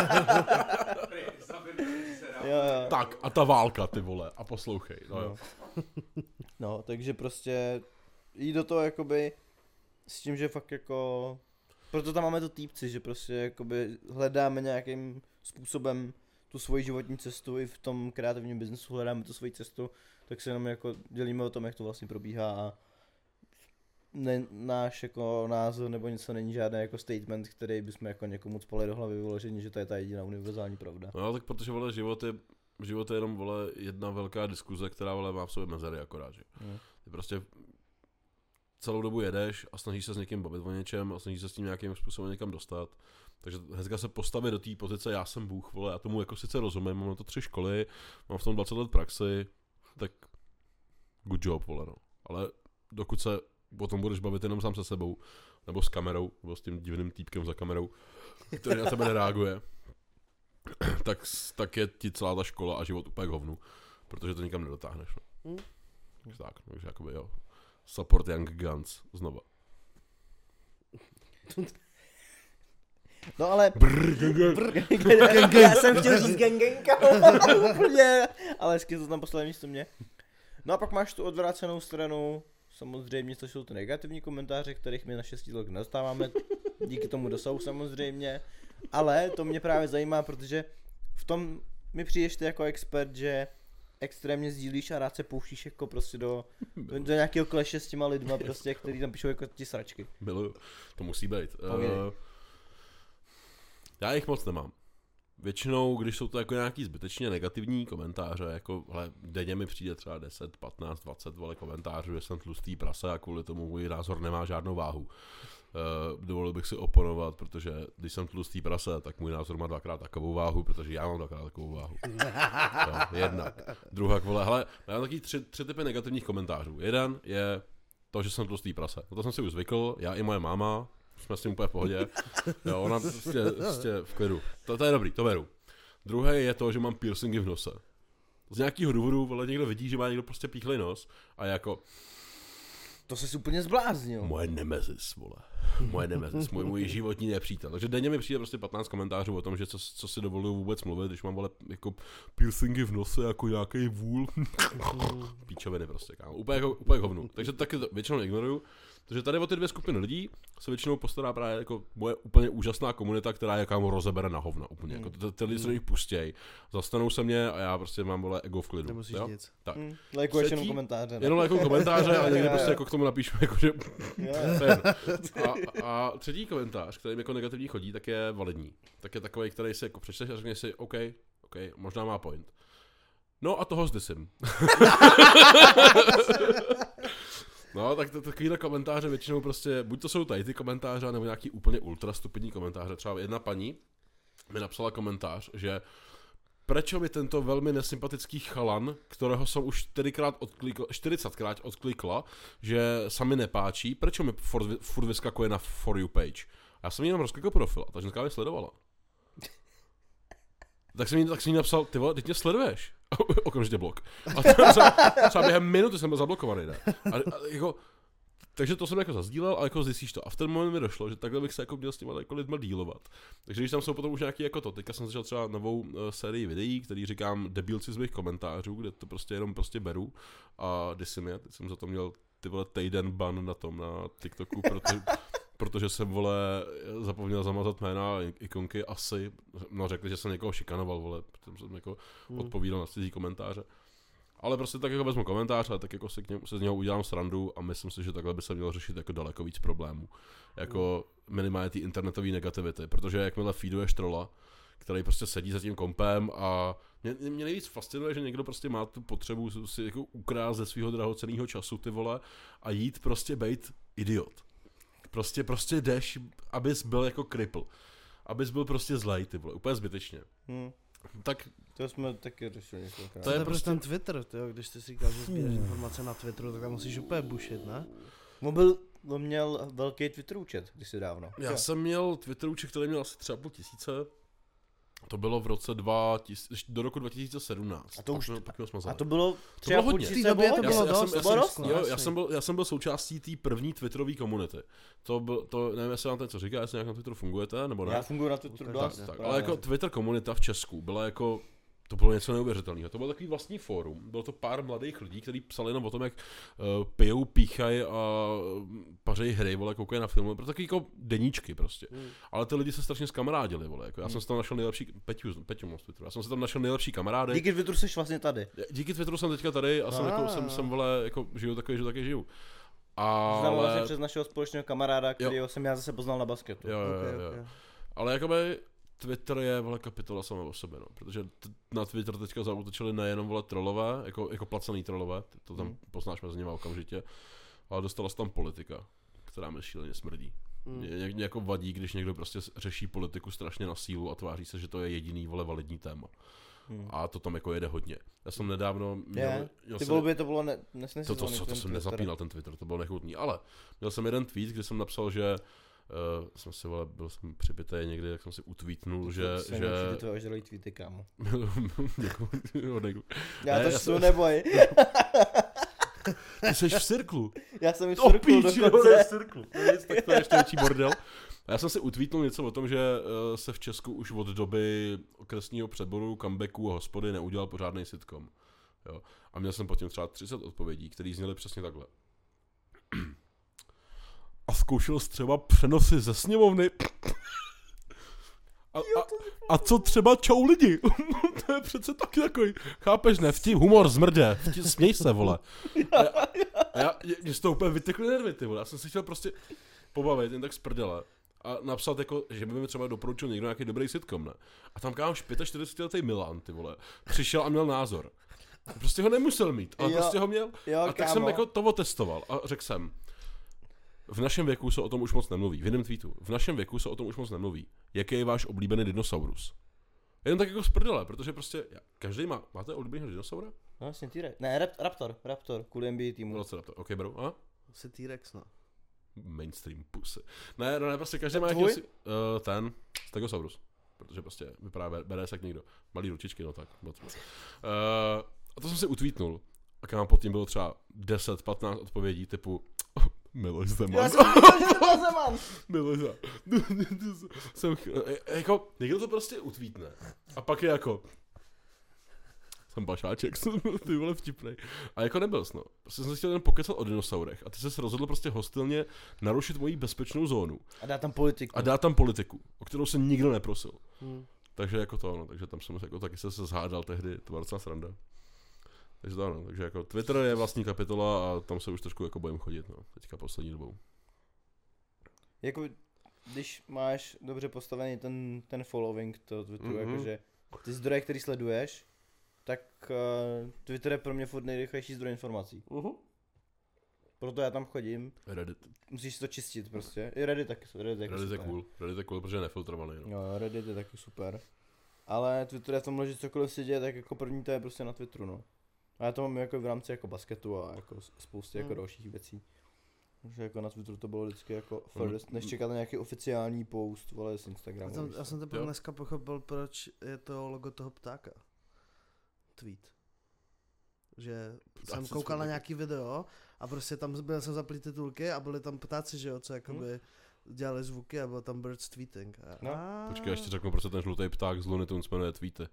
jo, jo. Tak a ta válka, ty vole, a poslouchej, no jo. No, takže prostě jít do toho jakoby s tím, že fakt jako, proto tam máme to týpci, že prostě jakoby hledáme nějakým způsobem tu svoji životní cestu i v tom kreativním biznesu hledáme tu svoji cestu, tak se jenom jako dělíme o tom, jak to vlastně probíhá a ne, náš jako názor nebo něco není žádný jako statement, který bychom jako někomu spali do hlavy vyložení, že to je ta jediná univerzální pravda. No tak protože, vole, život je, život je jenom, vole, jedna velká diskuze, která, vole, má v sobě mezery akorát, že. Hmm. Ty prostě celou dobu jedeš a snažíš se s někým bavit o něčem a snažíš se s tím nějakým způsobem někam dostat. Takže hezka se postavit do té pozice, já jsem Bůh, vole, já tomu jako sice rozumím, mám na to tři školy, mám v tom dvacet let praxi, tak good job, vole, no. Ale dokud se o tom budeš bavit jenom sám se sebou, nebo s kamerou, nebo s tím divným týpkem za kamerou, který na tebe nereaguje, tak, tak je ti celá ta škola a život úplně k hovnu, protože to nikam nedotáhneš, no. Hmm. Takže tak, takže jakoby jo. Support Young Guns, znova. No ale... Brr, gang, gang. Brr, já jsem chtěl říct gangenka, úplně, ale hezky to tam poslali místo mě. No a pak máš tu odvrácenou stranu, samozřejmě, to jsou ty negativní komentáře, kterých my naštěstí tolik nedostáváme, díky tomu dosahu samozřejmě, ale to mě právě zajímá, protože v tom mi přijdeš ty jako expert, že extrémně sdílíš a rád se pouštíš jako prostě do, do, do nějakého kleše s těma lidma prostě, který tam píšou jako ti sračky. Miluju, to musí být. Povídej. Uh, já jich moc nemám. Většinou, když jsou to jako nějaký zbytečně negativní komentáře, jako hele, denně mi přijde třeba deset, patnáct, dvacet vole komentářů, že jsem tlustý prase a kvůli tomu můj názor nemá žádnou váhu. Uh, dovolil bych si oponovat, protože když jsem tlustý prase, tak můj názor má dvakrát takovou váhu, protože já mám dvakrát takovou váhu. Jo, jednak. Druhá, vole, hele, já mám taky tři, tři typy negativních komentářů. Jeden je to, že jsem tlustý prase. Na to jsem si už zvykl, já i moje máma, jsme s tím úplně v pohodě. Jo, ona prostě, prostě v klidu. To, to je dobrý, to beru. Druhé je to, že mám piercingy v nose. Z nějakého důvodu, vole, někdo vidí, že má někdo prostě píchlej nos a jako To jsi úplně zbláznil. moje nemezis, vole. Moje nemezis, můj, můj životní nepřítel. Takže denně mi přijde prostě patnáct komentářů o tom, že co, co si dovoluju vůbec mluvit, když mám, vole, jako piercingy v nose, jako nějaký vůl. Píčoviny prostě, kámo. Úplně jako, úplně hovnu. Takže taky to většinou ignoruju. Takže tady o ty dvě skupiny lidí se většinou postará právě jako moje úplně úžasná komunita, která je kámo rozebere na hovna úplně. Jako ty, ty lidi se do nich pustěj, zastanou se mě a já prostě mám, vole, ego v klidu. Nemusíš jo? nic. Tak. Hmm, lajkuješ jenom Třetí- komentáře. Ne? Jenom jako komentáře a někdy prostě jako k tomu napíšu, jako že Jo, to je jedno. a, a třetí komentář, který mi jako negativní chodí, tak je validní. Tak je takový, který si jako přečteš a řekneš si, OK, OK, možná má point. No a toho zdysím. No, tak to, takovýhle komentáře většinou prostě, buď to jsou tady ty komentáře, nebo nějaký úplně ultra stupidní komentáře. Třeba jedna paní mi napsala komentář, že prečo mi tento velmi nesympatický chalan, kterého jsem už čtyřikrát odklikl, čtyřicetkrát odklikla, že sami nepáčí, prečo mi furt, furt vyskakuje na For You page. A já jsem jí jenom rozklikl profil a ta ženská mě sledovala. Tak jsem jí, tak jsem jí napsal, ty vole, teď mě sleduješ. Okamžitě blok. A třeba, třeba během minuty jsem byl zablokovaný, ne? A, a jako, takže to jsem jako zazdílel, ale jako zjistíš to. A v ten moment mi došlo, že takhle bych se jako měl s těma jako lidma dílovat. Takže když tam jsou potom už nějaký jako to, teďka jsem začal třeba novou uh, sérii videí, který říkám debilci z mých komentářů, kde to prostě jenom prostě beru a disím je. Teď jsem za to měl ty vole týden ban na tom, na TikToku, protože, protože jsem, vole, zapomněl zamazat jména ikonky asi. No řekli, že jsem někoho šikanoval, vole, protože jsem jako odpovídal na cizí komentáře. Ale prostě tak jako vezmu komentář a tak jako se, k němu, se z něho udělám srandu a myslím si, že takhle by se mělo řešit jako daleko víc problémů. Jako minimálně ty internetové negativity, protože jakmile feeduješ trolla, který prostě sedí za tím kompem a mě, mě nejvíc fascinuje, že někdo prostě má tu potřebu si jako ukrást ze svého drahocenného času ty vole a jít prostě bejt idiot. Prostě prostě jdeš, abys byl jako cripple. Abys byl prostě zlej, ty vole, úplně zbytečně. Hmm. Tak To jsme taky řešili několikrát. To je prostě ten Twitter, tyjo, když ty si říkal, že sbíráš informace na Twitteru, tak tam musíš úplně bušit, ne? Mobil on měl velký Twitter účet kdysi dávno. já Jo. jsem měl Twitter účet, který měl asi třeba půl tisíce. To bylo v roce dva tisíce, do roku dva tisíce sedmnáct. A to už- Pak, pak jsme A to bylo To třeba bylo půl hodně. tisíce V té době bylo to hodně. bylo já, dost, jsem, to já, bylo jsem, dost, jo, no, já, jasně. jsem byl, já jsem byl součástí té první Twitterové komunity. To, byl, to nevím, jestli vám to něco říká, jestli nějak na Twitteru fungujete, nebo ne. Já funguji na Twitteru Ukáž, dost. tak, právě. ale jako Twitter komunita v Česku byla jako, to bylo něco neuvěřitelného. To byl takový vlastní fórum. Bylo to pár mladých lidí, kteří psali jenom o tom, jak uh, pijou, píchají a uh, pařejí hry, vole, koukají na filmy. Pro takový jako deníčky prostě. Hmm. Ale ty lidi se strašně zkamarádili, vole. Jako já jsem si tam našel nejlepší, Peťu, Peťu mám z Twitteru, já jsem si tam našel nejlepší kamarády. Díky Twitteru jsi vlastně tady. Díky Twitteru jsem teďka tady a jsem, Ah. jako, jsem, jsem vole, jako žiju takový, že taky žiju. Znám vlastně Ale, přes našeho společného kamaráda, kterého jsem já zase poznal na basketu. jo, jo, Okay, jo, jo. okay. Ale jakoby Twitter je vole kapitola sama o sobě, no, protože t- na Twitter teďka zaútočili nejenom vole trollové, jako, jako placený trollové, ty to tam Hmm. poznáš mezi nimi okamžitě, ale dostala se tam politika, která mi šíleně smrdí. Hmm. Mě, mě jako vadí, když někdo prostě řeší politiku strašně na sílu a tváří se, že to je jediný vole validní téma. Hmm. A to tam jako jede hodně. Já jsem nedávno měl, Je, měl Ty jsem, volby to bylo ne, to, to, nesnesitelný. to, to ten jsem Twitter. nezapínal ten Twitter, to bylo nechutný, ale měl jsem jeden tweet, kde jsem napsal, že uh, jsem si, vole, byl jsem připitý někdy, tak jsem si utweetnul, že, To jsou že... nejlepší ty tvoje ožralý tweety, kámo. Děkuji, děkuji. Já Ne, to já šlu jsem- neboj. Ty jsi v cirklu. Já jsem i v To cirklu píč, jo, dokonce. je v cirklu. No nic, tak to je ještě větší bordel. A já jsem si utweetnul něco o tom, že uh, se v Česku už od doby okresního přeboru, comebacku a hospody neudělal pořádný sitcom. Jo. A měl jsem potom třeba třicet odpovědí, které zněly přesně takhle. A zkoušel jsi třeba přenosy ze sněmovny? A, a, a co třeba čau lidi? To je přece taky takový, chápeš, ne, vtip, humor, zmrde, vtip, směj se, vole. A já, a já, mě z toho úplně vytekly nervy, ty vole, já jsem si chtěl prostě pobavit, jen tak z prdele. A napsat jako, že by mi třeba doporučil někdo nějaký dobrý sitcom, ne? A tam kámoš čtyřicetiletý Milan, ty vole, přišel a měl názor. Prostě ho nemusel mít, ale Jo. prostě ho měl. Jo, A tak kámo. jsem jako to otestoval a řekl jsem, v našem věku se o tom už moc nemluví, v jiném tweetu, v našem věku se o tom už moc nemluví. Jaký je váš oblíbený dinosaurus? Jenom tak jako z prdele, protože prostě, každý má, máte oblíbeného dinosaura? No vlastně T-Rex. Ne, rap, Raptor, Raptor, kvůli N B A týmu. Velociraptor, ok bro, a? Asi T-Rex, no. Mainstream pusy. Ne, no ne, prostě každý A má tvůj? jaký, uh, ten, Stegosaurus, protože prostě vypadá, bere se jak někdo. Malý ručičky, no tak, moc. Uh, a to jsem si utweetnul. A kam pod tím bylo třeba deset patnáct odpovědí typu Miloš Zeman. Já jsem říkal, že to byl Zeman. Miloš Zeman. Jsem, ch- e- jako, někdo to prostě utweetne. A pak je jako, jsem bašáček, jsem byl ty vole vtipnej. A jako nebyl jsi, no. Prostě jsem si chtěl jen pokecat o dinosaurech. A ty jsi se rozhodl prostě hostilně narušit moji bezpečnou zónu. A dá tam politiku. A dát tam politiku, o kterou se nikdo neprosil. Hmm. Takže jako to, no, takže tam jsem jako taky se zhádal tehdy, to byla docela sranda. Takže to ano, takže jako Twitter je vlastní kapitola a tam se už trošku jako bojím chodit, no, teďka poslední dobou. Jako, když máš dobře postavený ten, ten following toho Twitteru, Mhm. mm-hmm. jakože ty zdroje, který sleduješ, tak uh, Twitter je pro mě furt nejrychlejší zdroj informací. Uh-huh. Proto já tam chodím, Reddit. musíš si to čistit prostě. I Reddit taky, Reddit, taky Reddit je super. cool, Reddit je cool, protože je nefiltrovaný, no. Jo, Reddit je taky super. Ale Twitter je v tomhle, že cokoliv se děje, tak jako první to je prostě na Twitteru, no. A já to mám jako v rámci jako basketu a jako spousty jako Hmm. dalších věcí. Takže jako na Twitteru to bylo vždycky jako first, než čekat na nějaký oficiální post, vole, z Instagramu. Já, jsem, víš já co. jsem teprve Jo. dneska pochopil, proč je to logo toho ptáka. Tweet. Že jsem Ptáci koukal jsou na taky. nějaký video a prostě tam byl jsem zaplý titulky a byli tam ptáci, že jo, co jakoby dělali zvuky a byl tam birds tweeting. A, No, a... Počkej, ještě řeknu, proč se ten žlutý pták z Looney Tunes jmenuje Tweety.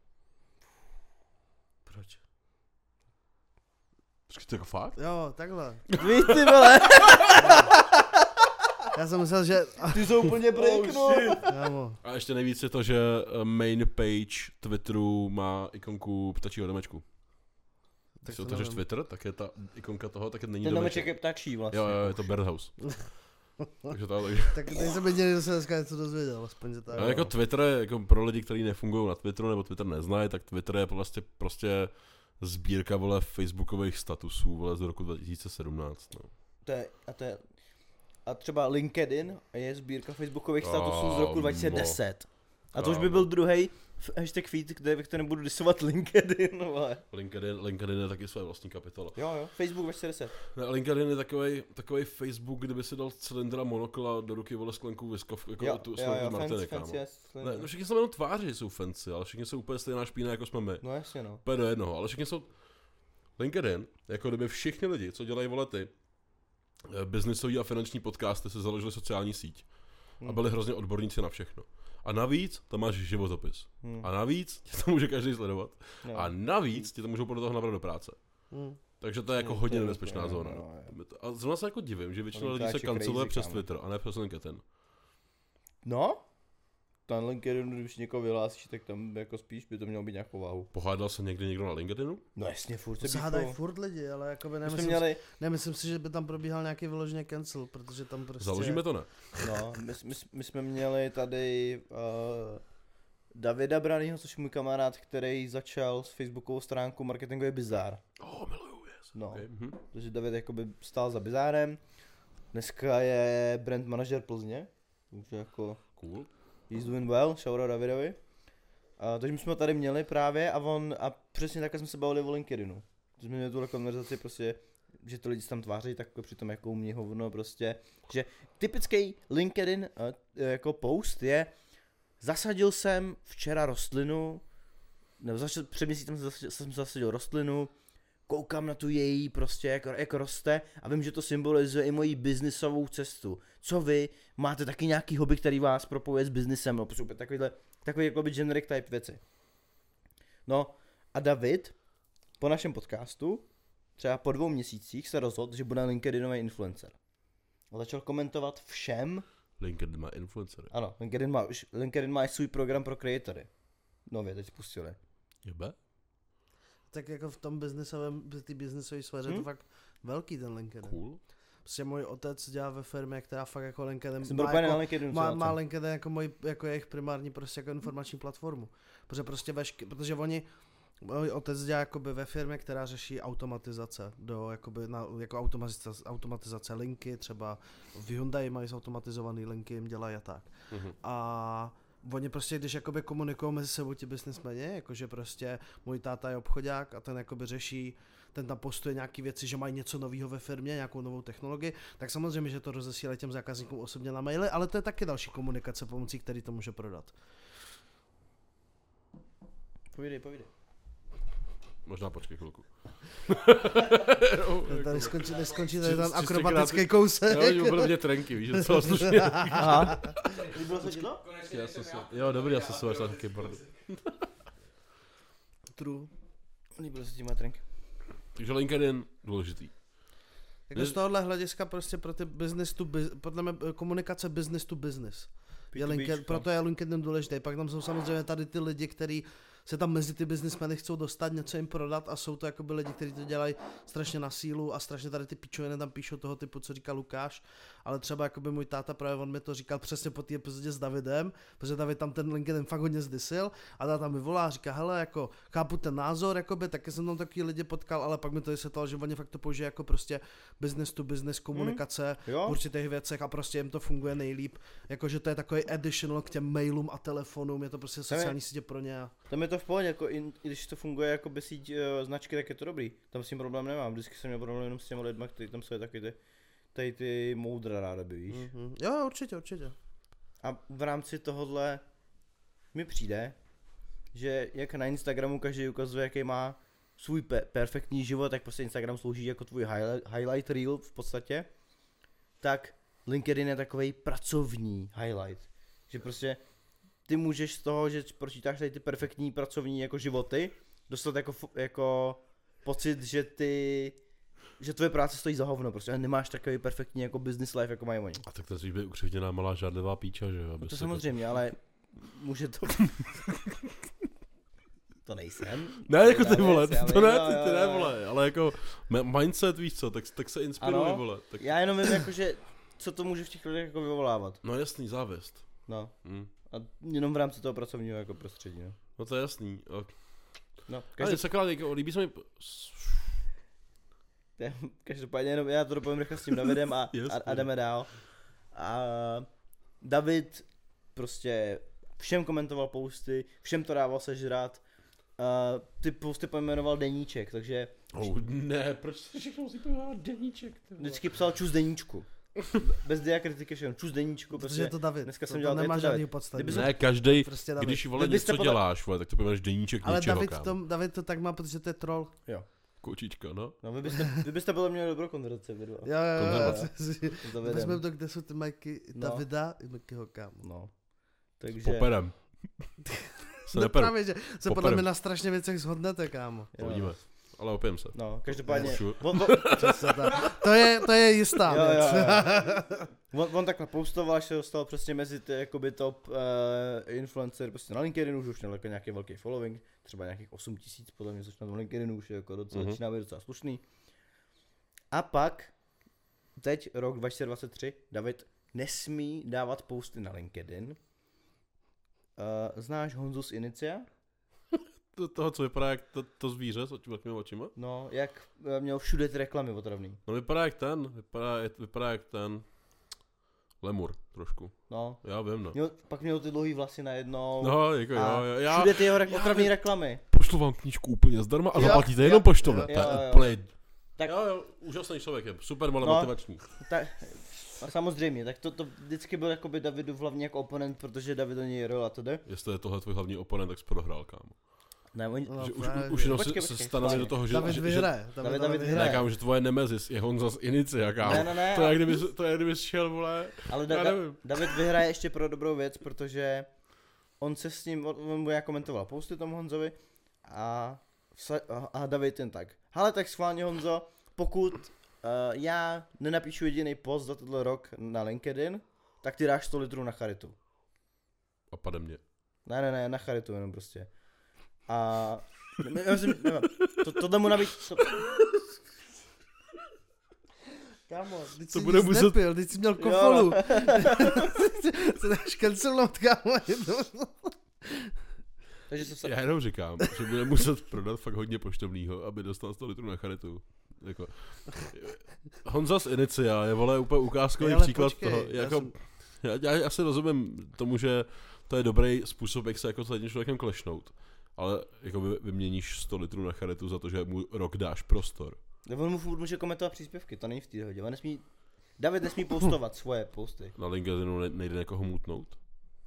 Proč? Počkej, to jako fakt? Jo, takhle. Tweety, vole, Já jsem myslel, že... ty jsou úplně break, no. Kámo. A ještě nejvíc je to, že eh, main page Twitteru má ikonku ptačího domečku. Když si otevřeš Twitter, tak je ta ikonka toho, tak není Ten domeček. domeček je ptačí vlastně. Jo, jo, je to birdhouse. Takže to, takže... Tak teď jsem jediný, kdo se dneska něco dozvěděl, aspoň že tak. No, jako Twitter je, jako pro lidi, kteří nefungují na Twitteru nebo Twitter neznají, tak Twitter je vlastně prostě sbírka, vole, facebookových statusů, vole, z roku dva tisíce sedmnáct, no. To je, a to je, a třeba LinkedIn je sbírka facebookových A, statusů z roku dva tisíce deset. A to už by Kámo. byl druhý hashtag feed, kde, ve kterém budu disovat LinkedIn, vole. LinkedIn, LinkedIn je taky své vlastní kapitola. Jo, jo, Facebook dva tisíce deset. Ne, LinkedIn je takovej, takovej Facebook, kdyby si dal cylindra monokla do ruky, vole, sklenku viskov, jako Jo, tu jo, sklenku jo, Martiny, fancy, kámo. fancy, yes, Ne, no všichni jsou jenom tváři, jsou fancy, ale všichni jsou úplně stejná špína, jako jsme my. No jasně no. Úplně do jednoho, ale všichni jsou... LinkedIn, jako kdyby všichni lidi, co dělají, vole, ty, eh, biznisový a finanční podcasty, se založili sociální síť. A byli hrozně odborníci na všechno. A navíc tam máš životopis. Hmm. A navíc tě to může každý sledovat. No. A navíc tě to můžou podle toho nabrat do práce. Hmm. Takže to je jako Hmm, hodně to je nebezpečná úplně, zóna. no, No, A zrovna se jako divím, že většina Oni lidí se táčí kanceluje crazy, přes kámo. Twitter a ne přes LinkedIn. No? Ten LinkedIn, když někoho vyhlásíš, tak tam jako spíš by to mělo být nějakou váhu. Pohádal se někdy někdo na LinkedInu? No jasně, furt se Se hádají bífou. furt lidi, ale jakoby My jsme nemyslím, měli, nemyslím si, že by tam probíhal nějaký vyloženě cancel, protože tam prostě... Založíme to ne. no, my, my, my jsme měli tady uh, Davida Branýho, což je můj kamarád, který začal s facebookovou stránku Marketingový bizár. Oh, miluju, yes. No. Okay. Mhm. Takže David jakoby stál za bizárem. Dneska je brand manažer Plzně. Takže jako Cool. he's doing well, shoutout Davidovi. A, takže my jsme ho tady měli právě a on, a přesně takhle jsme se bavili o LinkedInu. Jsme měli tuhle konverzaci prostě, že to lidi se tam tváří takhle přitom jako umí hovno prostě. Že typický LinkedIn uh, jako post je: zasadil jsem včera rostlinu, nebo začal, před měsícem jsem zasadil, jsem zasadil rostlinu, koukám na tu její prostě, jak, jak roste a vím, že to symbolizuje i moji biznisovou cestu. Co vy? Máte taky nějaký hobby, který vás propojuje s biznisem? No, prostě takovýhle, takový jako by generic type věci. No a David po našem podcastu třeba po dvou měsících se rozhodl, že bude LinkedInový influencer. A začal komentovat všem. LinkedIn má influencery. Ano, LinkedIn má, už, LinkedIn má i svůj program pro creatory. Nově teď spustili. Jebe? Tak jako v tom biznesovém, ty biznesové sféře Hmm? to fakt velký ten LinkedIn. Cool. Prostě můj otec dělá ve firmě, která fakt jako LinkedIn Jsem má, byl jako, na LinkedInu. má, třeba má co? LinkedIn jako, můj, jako jejich primární prostě jako informační platformu. Protože prostě vešky, protože oni, můj otec dělá jakoby ve firmě, která řeší automatizace, do jakoby na, jako automatizace, automatizace linky, třeba v Hyundai mají zautomatizovaný linky, jim dělají a tak. Mhm. A oni prostě, když jakoby komunikují mezi sebou ti businessmeni, jakože prostě můj táta je obchodák a ten jakoby řeší, ten tam postuje nějaký věci, že mají něco nového ve firmě, nějakou novou technologii, tak samozřejmě, že to rozesílají těm zákazníkům osobně na maily, ale to je taky další komunikace, pomocí který to může prodat. Povídej, povídej. Možná počkej chvilku. Tady skončí, než skončí Čist- tady ten čistě akrobatický krátce- kousek. Jo, že byly mě trenky, víš, že co slušně. Aha. Líbilo se ti to? Konečně Já jsem jsem já. se, jo, dobrý, já jsem se váš taky bordu. True. Líbilo se ti moje trenky. Takže LinkedIn, důležitý. Jako z tohohle hlediska prostě pro ty business to business, podle mě komunikace business to business. Je LinkedIn, proto je LinkedIn důležitý. Pak tam jsou samozřejmě tady ty lidi, kteří se tam mezi ty businessmeny chcou dostat, něco jim prodat a jsou to jakoby lidi, kteří to dělají strašně na sílu a strašně tady ty pičoviny tam píšou toho typu, co říká Lukáš, ale třeba jakoby můj táta právě on mi to říkal přesně po té epizodě s Davidem, protože David tam ten LinkedIn fakt hodně zdysil a táta mi volá a říká, hele, jako chápu ten názor, jakoby, taky jsem tam takový lidi potkal, ale pak mi to vysvětlil, že oni fakt to použijí jako prostě business to business komunikace Hmm. Jo. v určitých věcech a prostě jim to funguje nejlíp, jakože to je takový additional k těm mailům a telefonům, je to prostě sociální sítě pro ně. A... Tam je to v pohodě, jako i, i když to funguje jako bez síť uh, značky, tak je to dobrý. Tam s tím problém nemám, vždycky jsem měl problém jenom s těmi lidmi, kteří tam jsou taky ty, tady ty moudra rádoby, víš. Mm. Mm-hmm. Jo, určitě, určitě. A v rámci tohohle mi přijde, že jak na Instagramu každý ukazuje, jaký má svůj pe- perfektní život, tak prostě Instagram slouží jako tvůj highlight, highlight reel v podstatě, tak LinkedIn je takovej pracovní highlight. Že prostě ty můžeš z toho, že pročítáš tady ty perfektní pracovní jako životy, dostat jako, jako pocit, že ty, že tvoje práce stojí za hovno, prostě a nemáš takový perfektní jako business life, jako mají oni. A tak to musí být ukřivděná malá žádlivá píča, že jo? aby To se samozřejmě, ale může to... to nejsem. Ne, jako ty Jedna vole, věc, já to vím, ne, jo, ty, jo, ty ne, jo. vole, ale jako me- mindset, víš co, tak, tak se inspiruj, Ano. vole. Tak, Já jenom vím, jako, že co to může v těch lidech jako vyvolávat. no jasný, závist. No. Hm. A jenom v rámci toho pracovního jako prostředí, no. No to je jasný. A, No, ale každop, sakra, jako, líbí se mi... každopádně jenom já to dopovím rychle s tím Davidem a, a, a jdeme dál. A David prostě všem komentoval posty, všem to dával sežrat. Uh, ty posty pojmenoval deníček, takže Oh, ne, proč se všechno musí pojmenovat deníček, ty vole. vždycky psal čus deníčku. Bez diakritiky všechno, čus deníčku, Protože je to David. dneska to, jsem to dělal, nemá je to žádný David. podstatě. Kdyby Ne, každej, Prostě David. když vole Vy byste něco podle- děláš, vole, tak to pojmenuješ deníček Ale něčeho, David kámo. to, David to tak má, protože to je troll. Kočička, no. No vy byste, vy byste podle mě měli dobrou konverzaci, vy dva. Jo, jo, jo. Konzervace. S Davidem. Vezmeme to, kde jsou ty majky No. Davida i Mikyho kámo. No. Takže... Poperem. Se No neperu. právě, že se podle Poperem. mě na strašně věcech shodnete, kámo. Jo. Uvidíme. Ale opijem se. No, každopádně, Můžu. on, on, Přesně tak. To je, to je jistá Jo, věc. jo, jo. on, on takhle postoval, až se dostal přesně mezi ty jakoby top uh, influencer, prostě na LinkedInu, už už měl jako nějaký velký following, třeba nějakých osm tisíc podle mě, což na tom LinkedInu už je jako docela, Mhm. začíná být docela slušný. A pak, teď rok dva tisíce dvacet tři, David nesmí dávat posty na LinkedIn. Uh, znáš Honzu z Inicia? To, toho, co vypadá jak to, to zvíře s oči- velkými očima? No, jak eh, měl všude ty reklamy otravný. No vypadá jak ten, vypadá, je- vypadá jak ten lemur trošku. No, Já vím, no. měl, pak měl ty dlouhý vlasy najednou. No, jako a jo, jo. Já všude ty jeho re- já otravný vím. reklamy. pošlu vám knížku úplně zdarma a Jo, zaplatíte jo, jenom poštovně. jo, To je jo, jo. úplnej... Tak- Jo, jo, úžasný člověk je, super No. motivační. Tak, a samozřejmě, tak to, to vždycky byl jakoby Davidův hlavní jako oponent, protože David o něj jel a tedy. Jestli je tohle tvůj hlavní oponent, tak jsi prohrál, kámo. Ne, oni, No, že už, právě. už jenom Počkej, se, se počkej, stanoví schválně. do toho, že... David že, vyhraje. David- David Že, vyhraje. ne, kámo, že tvoje nemezis je Honza z Inicia, kámo. Ne, ne, ne, To je, a- jak kdyby, to je, jak kdyby šel, vole. ale da, já da, nevím. David vyhraje ještě pro dobrou věc, protože on se s ním, on, on mu já komentoval posty tomu Honzovi a, vsa, a, a David jen tak. Hele, tak schválně Honzo, pokud uh, já nenapíšu jediný post za tenhle rok na LinkedIn, tak ty dáš sto litrů na charitu. A pade mě. Ne, ne, ne, na charitu jenom prostě. A... Ne, já myslím, nevím, to, tohle mu nabít... To, Kámo, teď To jsi bude nic muset- nepil, teď jsi měl kofolu. Se dáš cancelnout, kámo. je to- takže jsem se... Já jenom říkám, že bude muset prodat fakt hodně poštovního, aby dostal sto litrů na charitu. Jako. Honza z Inicia je, vole, úplně ukázkový Je, ale příklad počkej, toho. já Jako, jsem- já, já, já si rozumím tomu, že to je dobrý způsob, jak se jako s jedním člověkem klešnout. Ale jako vy, vyměníš sto litrů na charitu za to, že mu rok dáš prostor. On mu furt může komentovat příspěvky, to není v té hodě. On nesmí... David nesmí postovat svoje posty. Na LinkedInu ne, nejde někoho mutnout.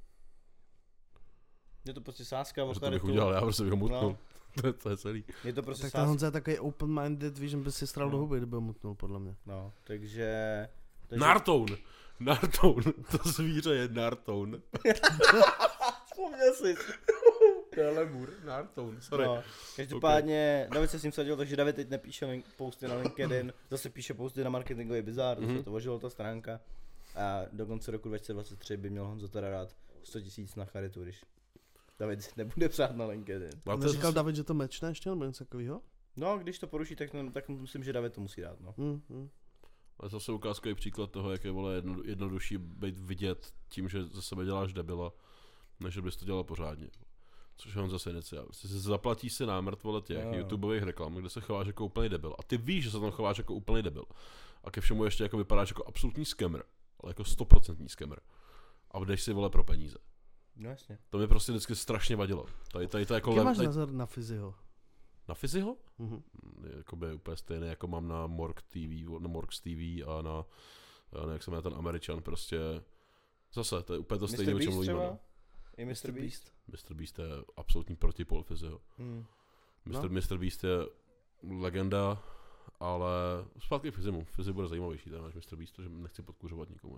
Je to prostě sázka o Že to bych charitu. udělal, já prostě bych ho mutnul. No. to, je, to je celý. Je to prostě Tak ten sázka. Honza je takový open-minded, víš, že by si stral do No. huby, kdyby ho mutnul, podle mě. No, takže... takže... Nartoun! Nartoun! To zvíře je Nartoun. Vzpomněl jsi. To je lemur. Nartoun, sorry. No, každopádně David se s ním sadil, takže David teď nepíše link, posty na LinkedIn, zase píše posty na marketingový bizár, zase Mhm. to ožilo ta stránka. A do konce roku dva tisíce dvacet tři by měl Honzo teda dát sto tisíc na charitu, když David nebude psát na LinkedIn. Máte Neříkal zase- David, že to mečne ještě, nebo něco takového? No, když to poruší, tak, tak myslím, že David to musí dát, no. Hmm, hmm. Ale zase ukázkový příklad toho, jak je, vole, jedno, jednodušší být vidět tím, že ze sebe děláš debila, než bys to dělal pořádně. Což je on zase iniciál. Prostě si zaplatíš si námrt, vole, těch Jo. YouTubeových reklam, kde se chováš jako úplný debil. A ty víš, že se tam chováš jako úplný debil. A ke všemu ještě jako vypadáš jako absolutní scammer, ale jako stoprocentní scammer. A jdeš si, vole, pro peníze. No jasně. To mi prostě vždycky strašně vadilo. Tady, tady to jako Jaký lev, máš tady, názor na Fyziho? na Fyziho? Mhm. Je jakoby úplně stejný, jako mám na Morg T V, na Morgs T V a na, a na jak se jmenuje ten Američan, prostě zase, to je úplně to stejné, o čem Beast mluvíme. třeba? No. I mister Beast? mister Beast je absolutní protipol Fyziho. Hmm. mister No. mister Beast je legenda, ale zpátky k Fyzimu. Fyzi bude zajímavější téma než mister Beast, protože nechci podkuřovat nikomu.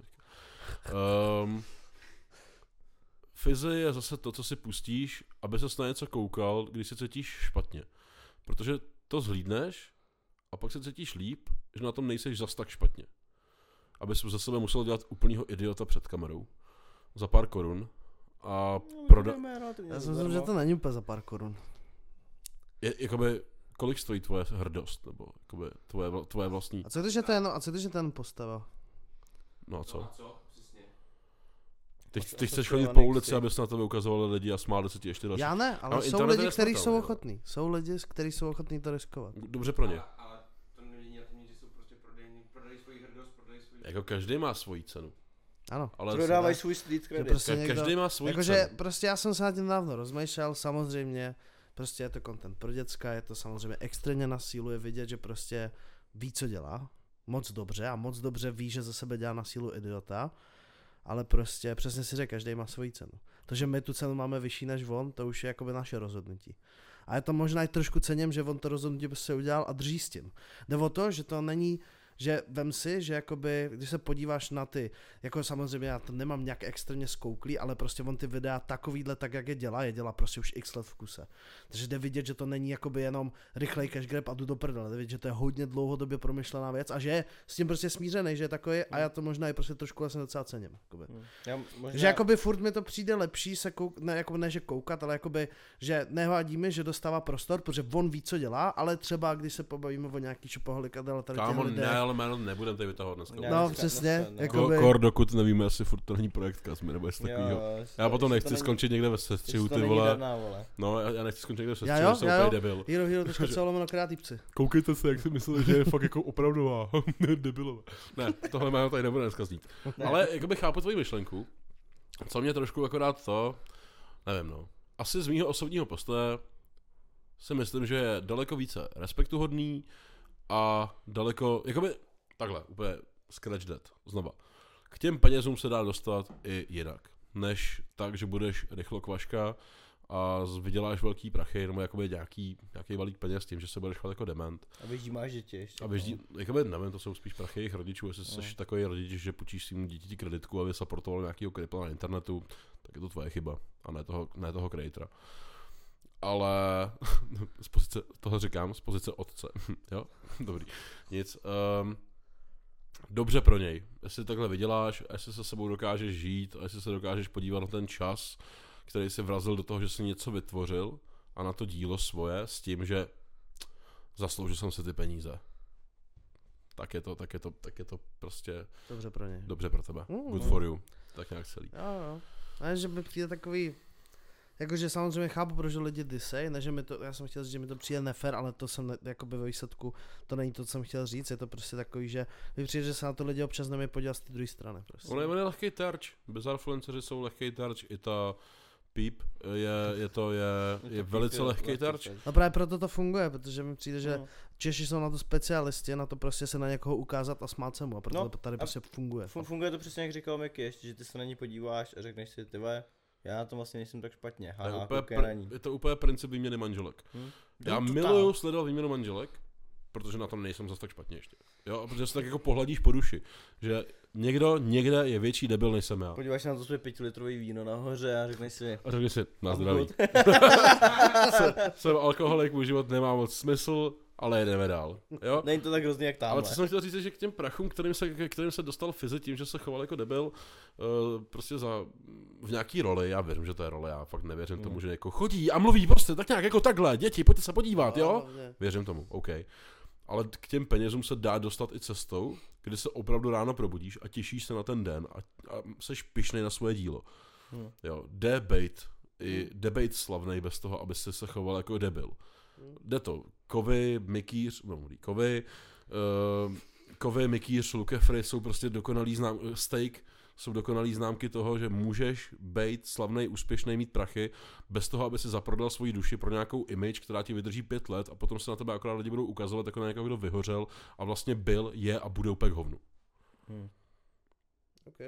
Um, Fyzi je zase to, co si pustíš, aby ses na něco koukal, když se cítíš špatně. Protože to zhlídneš a pak se cítíš líp, že na tom nejseš zas tak špatně. Abys za sebe musel dělat úplnýho idiota před kamerou. Za pár korun. A proda... No, relativně Já si zadarmo. myslím, že to není úplně za pár korun. Je, jakoby, kolik stojí tvoje hrdost, nebo jakoby tvoje, tvoje vlastní? A co když je ten, a co když je ten postava? No a co? No a co? Přesně. Ty, A co- ty a co chceš jsou chodit po anexy? ulici, aby se na tebe ukazovali lidi a smáli se ti ještě další. Já ne, ale No, jsou internet je lidi, kteří nesmrtelný, jsou jo. ochotní. Jsou lidi, kteří jsou ochotní to riskovat. Dobře pro ně. Ale, ale to nemění na tom, že jsou prostě prodejní, prodají svoji hrdost, prodají svoji... Jako každý má svoji cenu. Ano. Ale Prodávají se svůj street Že credit. prostě ka- někdo, každý má svoji jakože cenu. prostě já jsem se na tím dávno rozmýšlel, samozřejmě, prostě je to content pro děcka, je to samozřejmě extrémně na sílu, je vidět, že prostě ví, co dělá, moc dobře a moc dobře ví, že ze sebe dělá na sílu idiota, ale prostě přesně si řekl, každý má svoji cenu. To, že my tu cenu máme vyšší než on, to už je jakoby naše rozhodnutí. A je to možná i trošku cením, že on to rozhodnutí by se udělal a drží s tím. Jde o to, že to není, že vem si, že jakoby, když se podíváš na ty, jako samozřejmě já to nemám nějak extrémně skouklý, ale prostě on ty videa takovýhle tak, jak je dělá, je dělá prostě už x let v kuse. Takže jde vidět, že to není jakoby jenom rychlej cash grab a jdu do prdele, jde vidět, že to je hodně dlouhodobě promyšlená věc a že je s tím prostě smířený, že je takový a já to možná i prostě trošku vlastně docela cením. Jakoby. Hmm. Já možná... Že jakoby furt mi to přijde lepší se kouk, ne, jako ne, že koukat, ale jakoby, že nevadí mi, že dostává prostor, protože on ví, co dělá, ale třeba když se pobavíme o nějaký šupoholik a tady těch Kámo, lidech, ne, ale jméno nebudeme tady vytahovat dneska. Ne. no dneska- přesně, dneska ne. jako- Ko, jakoby- kor, dokud nevíme, jestli furt to není projekt Kazmy, nebo jestli Jo, takovýho. jestli Já to- potom jestli nechci to není- skončit někde ve jestli sestřihu, to ty není vole. darná, vole. No, já, já nechci skončit někde ve Já sestřihu, jo, že jsem já úplně jo. debil. Hero Hero tečka co lomeno kreativci. Koukejte se, jak si mysleli, že je fakt jako opravdová. Debilové. Ne, tohle jméno tady nebude dneska znít. Ale jakoby chápu tvoji myšlenku. Co mě trošku akorát to, nevím no. Asi z mýho osobního postoje si myslím, že je daleko více respektuhodný a daleko, jakoby, takhle, úplně scratch that, znova. K těm penězům se dá dostat i jinak, než tak, že budeš rychlo kvaška a vyděláš velký prachy, nebo jakoby nějaký, nějaký balík peněz tím, že se budeš chovat jako dement. A víš, že máš děti ještě. A běží, jakoby nevím, to jsou spíš prachy jejich rodičů, jestli jsi No. takový rodič, že půjčíš svým dítěti kreditku, aby supportoval nějakýho kripla na internetu, tak je to tvoje chyba a ne toho, ne toho creatora. Ale z pozice, toho říkám, z pozice otce, jo, dobrý, nic. Um, dobře pro něj, jestli takhle vyděláš, jestli se sebou dokážeš žít, a jestli se dokážeš podívat na ten čas, který si vrazil do toho, že jsi něco vytvořil a na to dílo svoje s tím, že zasloužil jsem si ty peníze. Tak je to, tak je to, tak je to prostě Dobře pro něj. dobře pro tebe. Mm. Good for you. Tak nějak celý. Jo, jo. A že mi přijde takový, jakože samozřejmě chápu, proč lidi disej, ne, že mi to, já jsem chtěl říct, že mi to přijde nefér, ale to jsem ne, jakoby ve výsledku, to není to, co jsem chtěl říct, je to prostě takový, že mi přijde, že se na to lidi občas nemějí podívat z té druhé strany. Prostě. Ono je jmenuje lehký terč. Bizarfluenceři jsou lehký terč. I ta Píp je, je to, je, je velice lehký terč. No právě proto to funguje, protože mi přijde, že No. Češi jsou na to specialisti, na to prostě se na někoho ukázat a smát se mu a proto No, to tady a prostě funguje. Fun- funguje to přesně jak říkal Miky, ještě, že ty se na ní podíváš a řekneš si, ty vole, já na tom vlastně nejsem tak špatně, To je, haha, úplně koukej na pr- ní. je to úplně princip výměny manželek. Hm? Já No, miluju totál. sledovat výměnu manželek, protože na tom nejsem zase tak špatně ještě. Jo, a protože se tak jako pohladíš po duši, že někdo někde je větší debil než jsem já. Podíváš se na to své pětilitrový víno nahoře a řekneš si, A řekni si, na "I'm zdraví. good." jsem, jsem alkoholik, můj život nemá moc smysl, ale jedeme dál. Jo? Není to tak hrozný jak Ale tamhle. co jsem chtěl říct, je, že k těm prachům, kterým se, kterým se dostal Fizi tím, že se choval jako debil, uh, prostě za, v nějaký roli, já věřím, že to je role, já fakt nevěřím Hmm. tomu, že jako chodí a mluví prostě tak nějak jako takhle, děti, pojďte se podívat, jo? hlavně. Věřím tomu, OK. Ale k těm penězům se dá dostat i cestou, kdy se opravdu ráno probudíš a těšíš se na ten den a, a seš pyšnej na svoje dílo. Hmm. Jo, debate, i debate slavnej bez toho, aby si se choval jako debil. Jde to. Kovy, Mikýř, no mluví Kovy, uh, Kovy, Mikýř, Lukefry jsou prostě dokonalý znám, steak, jsou dokonalý známky toho, že můžeš být slavnej, úspěšný, mít prachy, bez toho, aby si zaprodal svoji duši pro nějakou image, která ti vydrží pět let a potom se na tebe akorát lidi budou ukazovat jako na někoho, kdo vyhořel a vlastně byl, je a bude úplně k hovnu. Hm. Okay.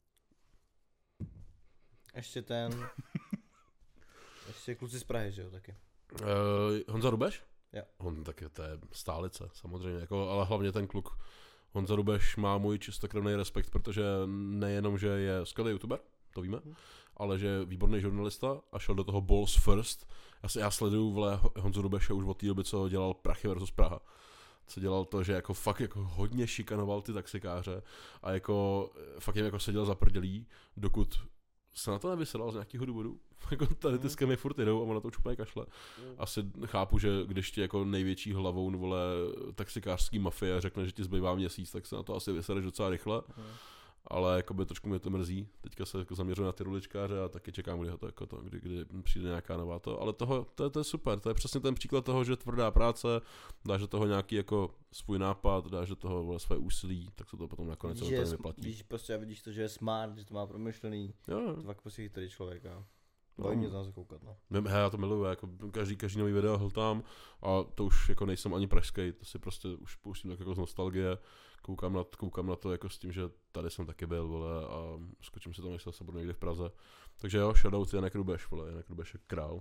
Ještě ten... Ještě kluci z Prahy, že jo, taky. Uh, Honza Rubeš? Jo. On tak je, to je stálice, samozřejmě, jako, ale hlavně ten kluk. Honza Rubeš má můj čistokrevný respekt, protože nejenom, že je skvělý youtuber, to víme, hmm. ale že je výborný žurnalista a šel do toho balls first. Já, se, já sleduju vle Honzu Rubeše už od té doby, co dělal Prachy versus Praha. Co dělal to, že jako fakt jako hodně šikanoval ty taxikáře a jako fakt jim jako seděl za prdělí, dokud se na to nevysedal z nějakého důvodu. Jako tady ty skemy furt jdou a ona to už úplně kašle. Asi chápu, že když ti jako největší hlavou, vole, taxikářský mafie řekne, že ti zbývá měsíc, tak se na to asi vysedeš docela rychle. Ale jakoby trošku mě to mrzí. Teďka se jako zaměřuji na ty ruličkáře a taky čekám, kdy, to, jako to, kdy, kdy přijde nějaká nová to. Ale toho, to, to je super, to je přesně ten příklad toho, že tvrdá práce, dáš do toho nějaký jako svůj nápad, dáš do toho vole, své úsilí, tak se to potom nakonec Vidíš, že je, vyplatí. Víš, prostě vidíš to, že je smart, že to má promyšlený, Jo. to fakt prostě chytrý člověk a baví mě to na to koukat, no. He, já to miluju, jako každý, každý nový video hltám a to už jako nejsem ani pražský, to si prostě už pustím tak jako z nostalgie. Koukám na, koukám na to jako s tím, že tady jsem taky byl, vole, a skočím si tam, než se budu někde v Praze. Takže jo, shoutout Janek Rubeš, vole, Janek Rubeš je král.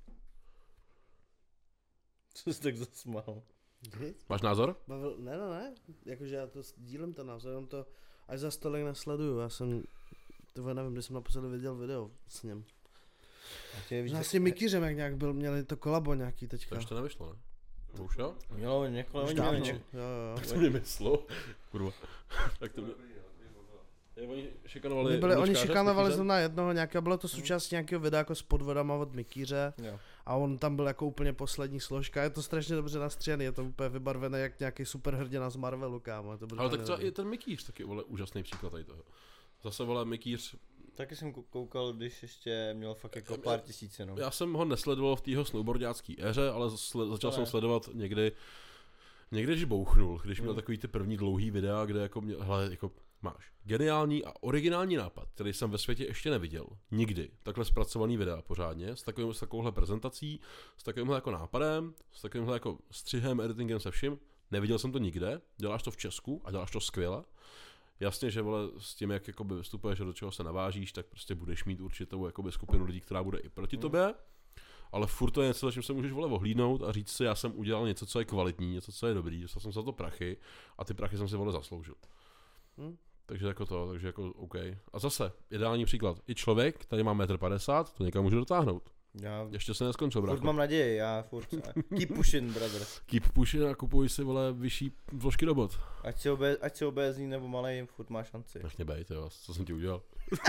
Co jsi tak zasmál? Máš názor? Bavil, ne, ne, ne, jakože já to sdílím ten názor, jenom to až za stolik nesleduju, já jsem, to nevím, když jsem naposledy viděl video s ním. Já s tím Mikýřem, jak nějak byl, měli to kolabo nějaký teďka. To ještě nevyšlo, ne? To už jo? Mělo několik, Už oni dávno, měli jo, něk- jo, jo. Tak to mě myslo. Kurva. Tak to mě... Je, oni šikanovali... Oni, byli, oni vnučkáře s šikanovali Mikýřem? zrovna jednoho nějakého, bylo to součástí nějakého videa jako s podvodama od Mikýře Jo. a on tam byl jako úplně poslední složka, je to strašně dobře nastříhaný, je to úplně vybarvené jak nějaký superhrdina z Marvelu, kámo. Je to Ale tak brutálně třeba dobrý. i ten Mikýř taky, vole, úžasný příklad tady toho. Zase, vole, Mikýř... Taky jsem kou- koukal, když ještě měl fakt jako pár tisíc jenom. Já jsem ho nesledoval v tého snowboardiácké éře, ale sle- začal To jsem ne. sledovat někdy, někdy, když bouchnul, když měl Hmm. takový ty první dlouhý videa, kde jako měl, hele, jako máš geniální a originální nápad, který jsem ve světě ještě neviděl. Nikdy. Takhle zpracovaný videa pořádně, s, takovým, s takovouhle prezentací, s takovýmhle jako nápadem, s takovýmhle jako střihem, editingem, se vším. Neviděl jsem to nikde, děláš to v Česku a děláš to skvěle. Jasně, že vole, s tím, jak jakoby vystupuješ a do čeho se navážíš, tak prostě budeš mít určitou jakoby skupinu lidí, která bude i proti Mm. tobě, ale furt to je něco, za čím se můžeš vole ohlídnout a říct si, já jsem udělal něco, co je kvalitní, něco, co je dobrý, dostal jsem za to prachy a ty prachy jsem si vole zasloužil. Hm? Takže jako to, takže jako OK. A zase, ideální příklad, i člověk, tady má metr padesát, to někam může dotáhnout. Já Ještě se neskončil, furt brácho. mám naději, já furt, keep pushing, brother. Keep pushing a kupuj si, vole, vyšší vložky do bod. Ať si, obe, ať si obézní nebo malej, furt má šanci. Nech mě bejt, jo, co jsem ti udělal.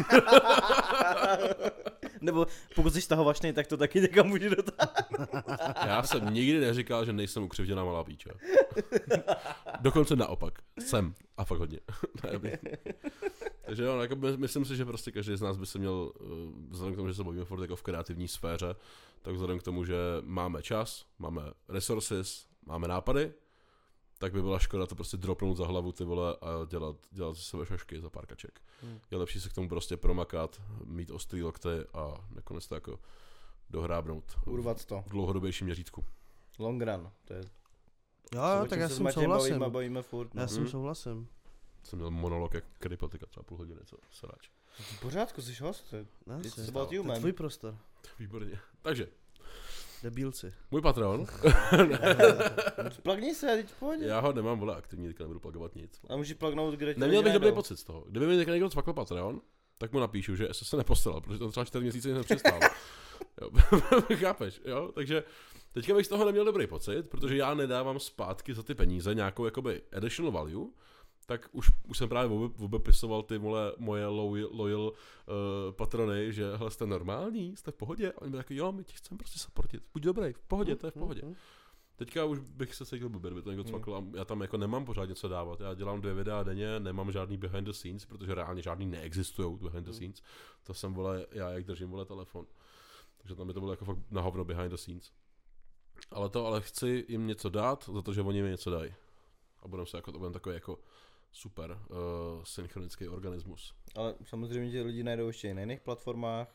Nebo pokud jsi stahovačnej, tak to taky někam může dotáhnout. Já jsem nikdy neříkal, že nejsem ukřivděná malá píča. Dokonce naopak. Jsem. A fakt hodně. Ne, takže jo, jako my- myslím si, že prostě každý z nás by se měl, eh, vzhledem k tomu, že se bavíme furt jako v kreativní sféře, tak vzhledem k tomu, že máme čas, máme resources, máme nápady, tak by byla škoda to prostě dropnout za hlavu ty vole a dělat, dělat ze sebe šašky za pár kaček. Hmm. Je lepší se k tomu prostě promakat, mít ostrý lokty a nakonec to jako dohrábnout Urvat to. v dlouhodobějším měřítku. Long run. To je, Jo, o jo, čem tak já se s jsem Matějem souhlasím. Bavíme, bavíme furt. No. Já jsem Mhm. souhlasím. Jsem měl monolog jak krypotika, třeba půl hodiny, co sráč. V pořádku, jsi host. to je- Já It's si. about To you, je man. tvůj prostor. Výborně. Takže, Debílci. můj Patreon, Plagni se, teď pojď. já ho nemám, vole, aktivní, teďka nebudu plagovat nic. A můžeš plagnout, kde ti Neměl lidi bych dobrý najdou. pocit z toho. Kdyby mi teďka někdo cvakl Patreon, tak mu napíšu, že se se nepostaral, protože to třeba čtyři měsíce nepřestál. Jo. Chápeš, jo? Takže teďka bych z toho neměl dobrý pocit, protože já nedávám zpátky za ty peníze nějakou jakoby additional value, tak už, už jsem právě obe- obepisoval ty vole, moje loyal, loyal uh, patrony, že hele, jste normální, jste v pohodě, a oni byli taky, jo, my ti chceme prostě supportit, buď dobrý, v pohodě, to je v pohodě. Mhm. Teďka už bych se cítil blbě, kdyby to někdo cvakl a já tam jako nemám pořád něco dávat. Já dělám dvě videa denně, nemám žádný behind the scenes, protože reálně žádný neexistují behind the scenes. To jsem, vole, já jak držím, vole, telefon. Takže tam by to bylo jako fakt na hovno behind the scenes. Ale to, ale chci jim něco dát, za to, že oni mi něco dají. A budeme se jako, to budeme takový jako super uh, synchronický organismus. Ale samozřejmě ti lidi najdou ještě i na jiných platformách.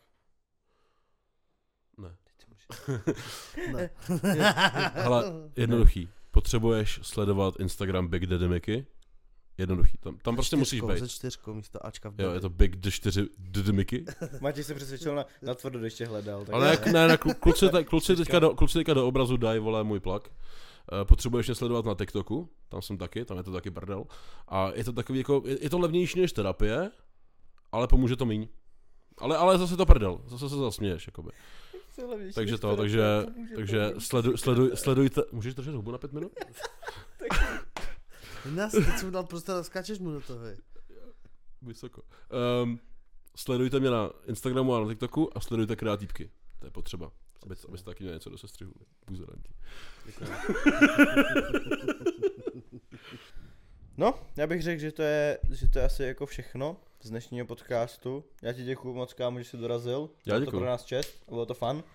Ne. Teď si můžeš- Ne. Hele, jednoduchý. Potřebuješ sledovat Instagram Big Daddy Mickey? Jednoduchý. Tam, tam prostě musíš Čtyřkou, být. Se čtyřkou místo Ačka v Jo, Daddy. je to Big D čtyři Daddy Mickey. Matěj se přesvědčil na, na tvrdo, když tě hledal. Tak Ale jak, ne, ne, klu- kluci, te, kluci, teďka do, kluci teďka do obrazu dají, vole, můj plak. Uh, potřebuješ mě sledovat na TikToku, tam jsem taky, tam je to taky brdel. A je to takový jako, je, je to levnější než terapie, ale pomůže to míň. Ale, ale zase to prdel, zase se zasměješ, jakoby. Takže to, takže, takže sleduj, sleduj, sledujte, můžeš držet hubu na pět minut? Nás, teď jsem dal prostě, skáčeš mu do toho. hej. Vysoko. Um, sledujte mě na Instagramu a na TikToku a sledujte kreatívky. To je potřeba. Aby, abyste taky měli něco do sestřihu. Buzeranti. No, já bych řekl, že to je, že to je asi jako všechno z dnešního podcastu. Já ti děkuju moc, kámo, že jsi dorazil. Já Bylo to pro nás čest, bylo to fun.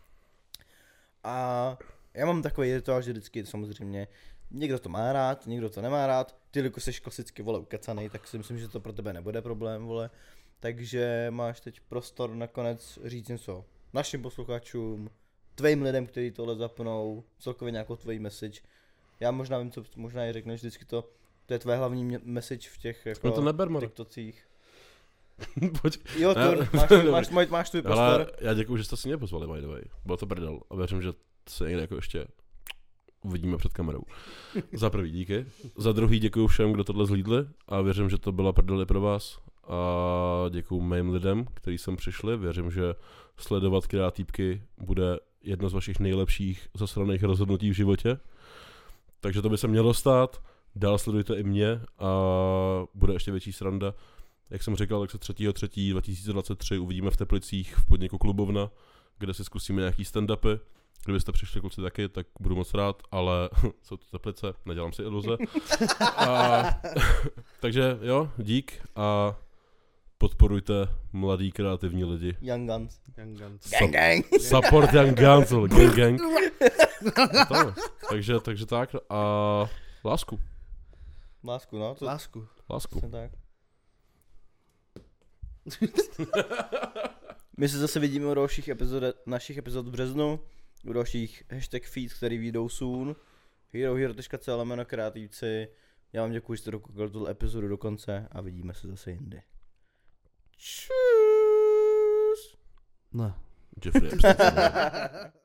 A já mám takový rituál, že vždycky samozřejmě někdo to má rád, někdo to nemá rád. Ty, jako jsi klasicky, vole, ukacanej, tak si myslím, že to pro tebe nebude problém, vole. Takže máš teď prostor nakonec říct něco našim posluchačům, tvým lidem, kteří tohle zapnou, celkově nějakou tvojí message. Já možná vím, co možná i řekneš, vždycky to, to je tvé hlavní mě- message v těch jako No to neber, Maro. TikTocích. Pojď. Jo, to, Ne, máš, dobrý. máš, máš, máš tvůj Ale prostor. já děkuju, že jste si mě pozvali, by the way. Bylo to brdel a věřím, že se někde jako ještě uvidíme před kamerou. Za prvý díky. Za druhý děkuju všem, kdo tohle zhlídli a věřím, že to byla prdel i pro vás. A děkuju mým lidem, kteří sem přišli. Věřím, že sledovat kreatívky bude jedno z vašich nejlepších zasraných rozhodnutí v životě. Takže to by se mělo stát. Dál sledujte i mě a bude ještě větší sranda. Jak jsem říkal, tak se třetího třetího dva tisíce dvacet tři uvidíme v Teplicích v podniku Klubovna, kde si zkusíme nějaký stand-upy. Kdybyste přišli kluci taky, tak budu moc rád, ale jsou to Teplice, nedělám si iluze. A, takže jo, dík a podporujte mladý kreativní lidi. Young Guns. Young Guns. Gang, gang. Support Young Guns, gang gang. A to, takže, takže tak a lásku, Lásku, no. To, Lásku. lásku. přesně tak. My se zase vidíme u dalších epizod, našich epizod v březnu, u dalších hashtag feed, který vyjdou soon. herohero tečka cé lomeno kreatívci. Já vám děkuji, že jste dokoukali tuto epizodu do konce a vidíme se zase jindy. Čus. Ne. Jeffrey Epstein.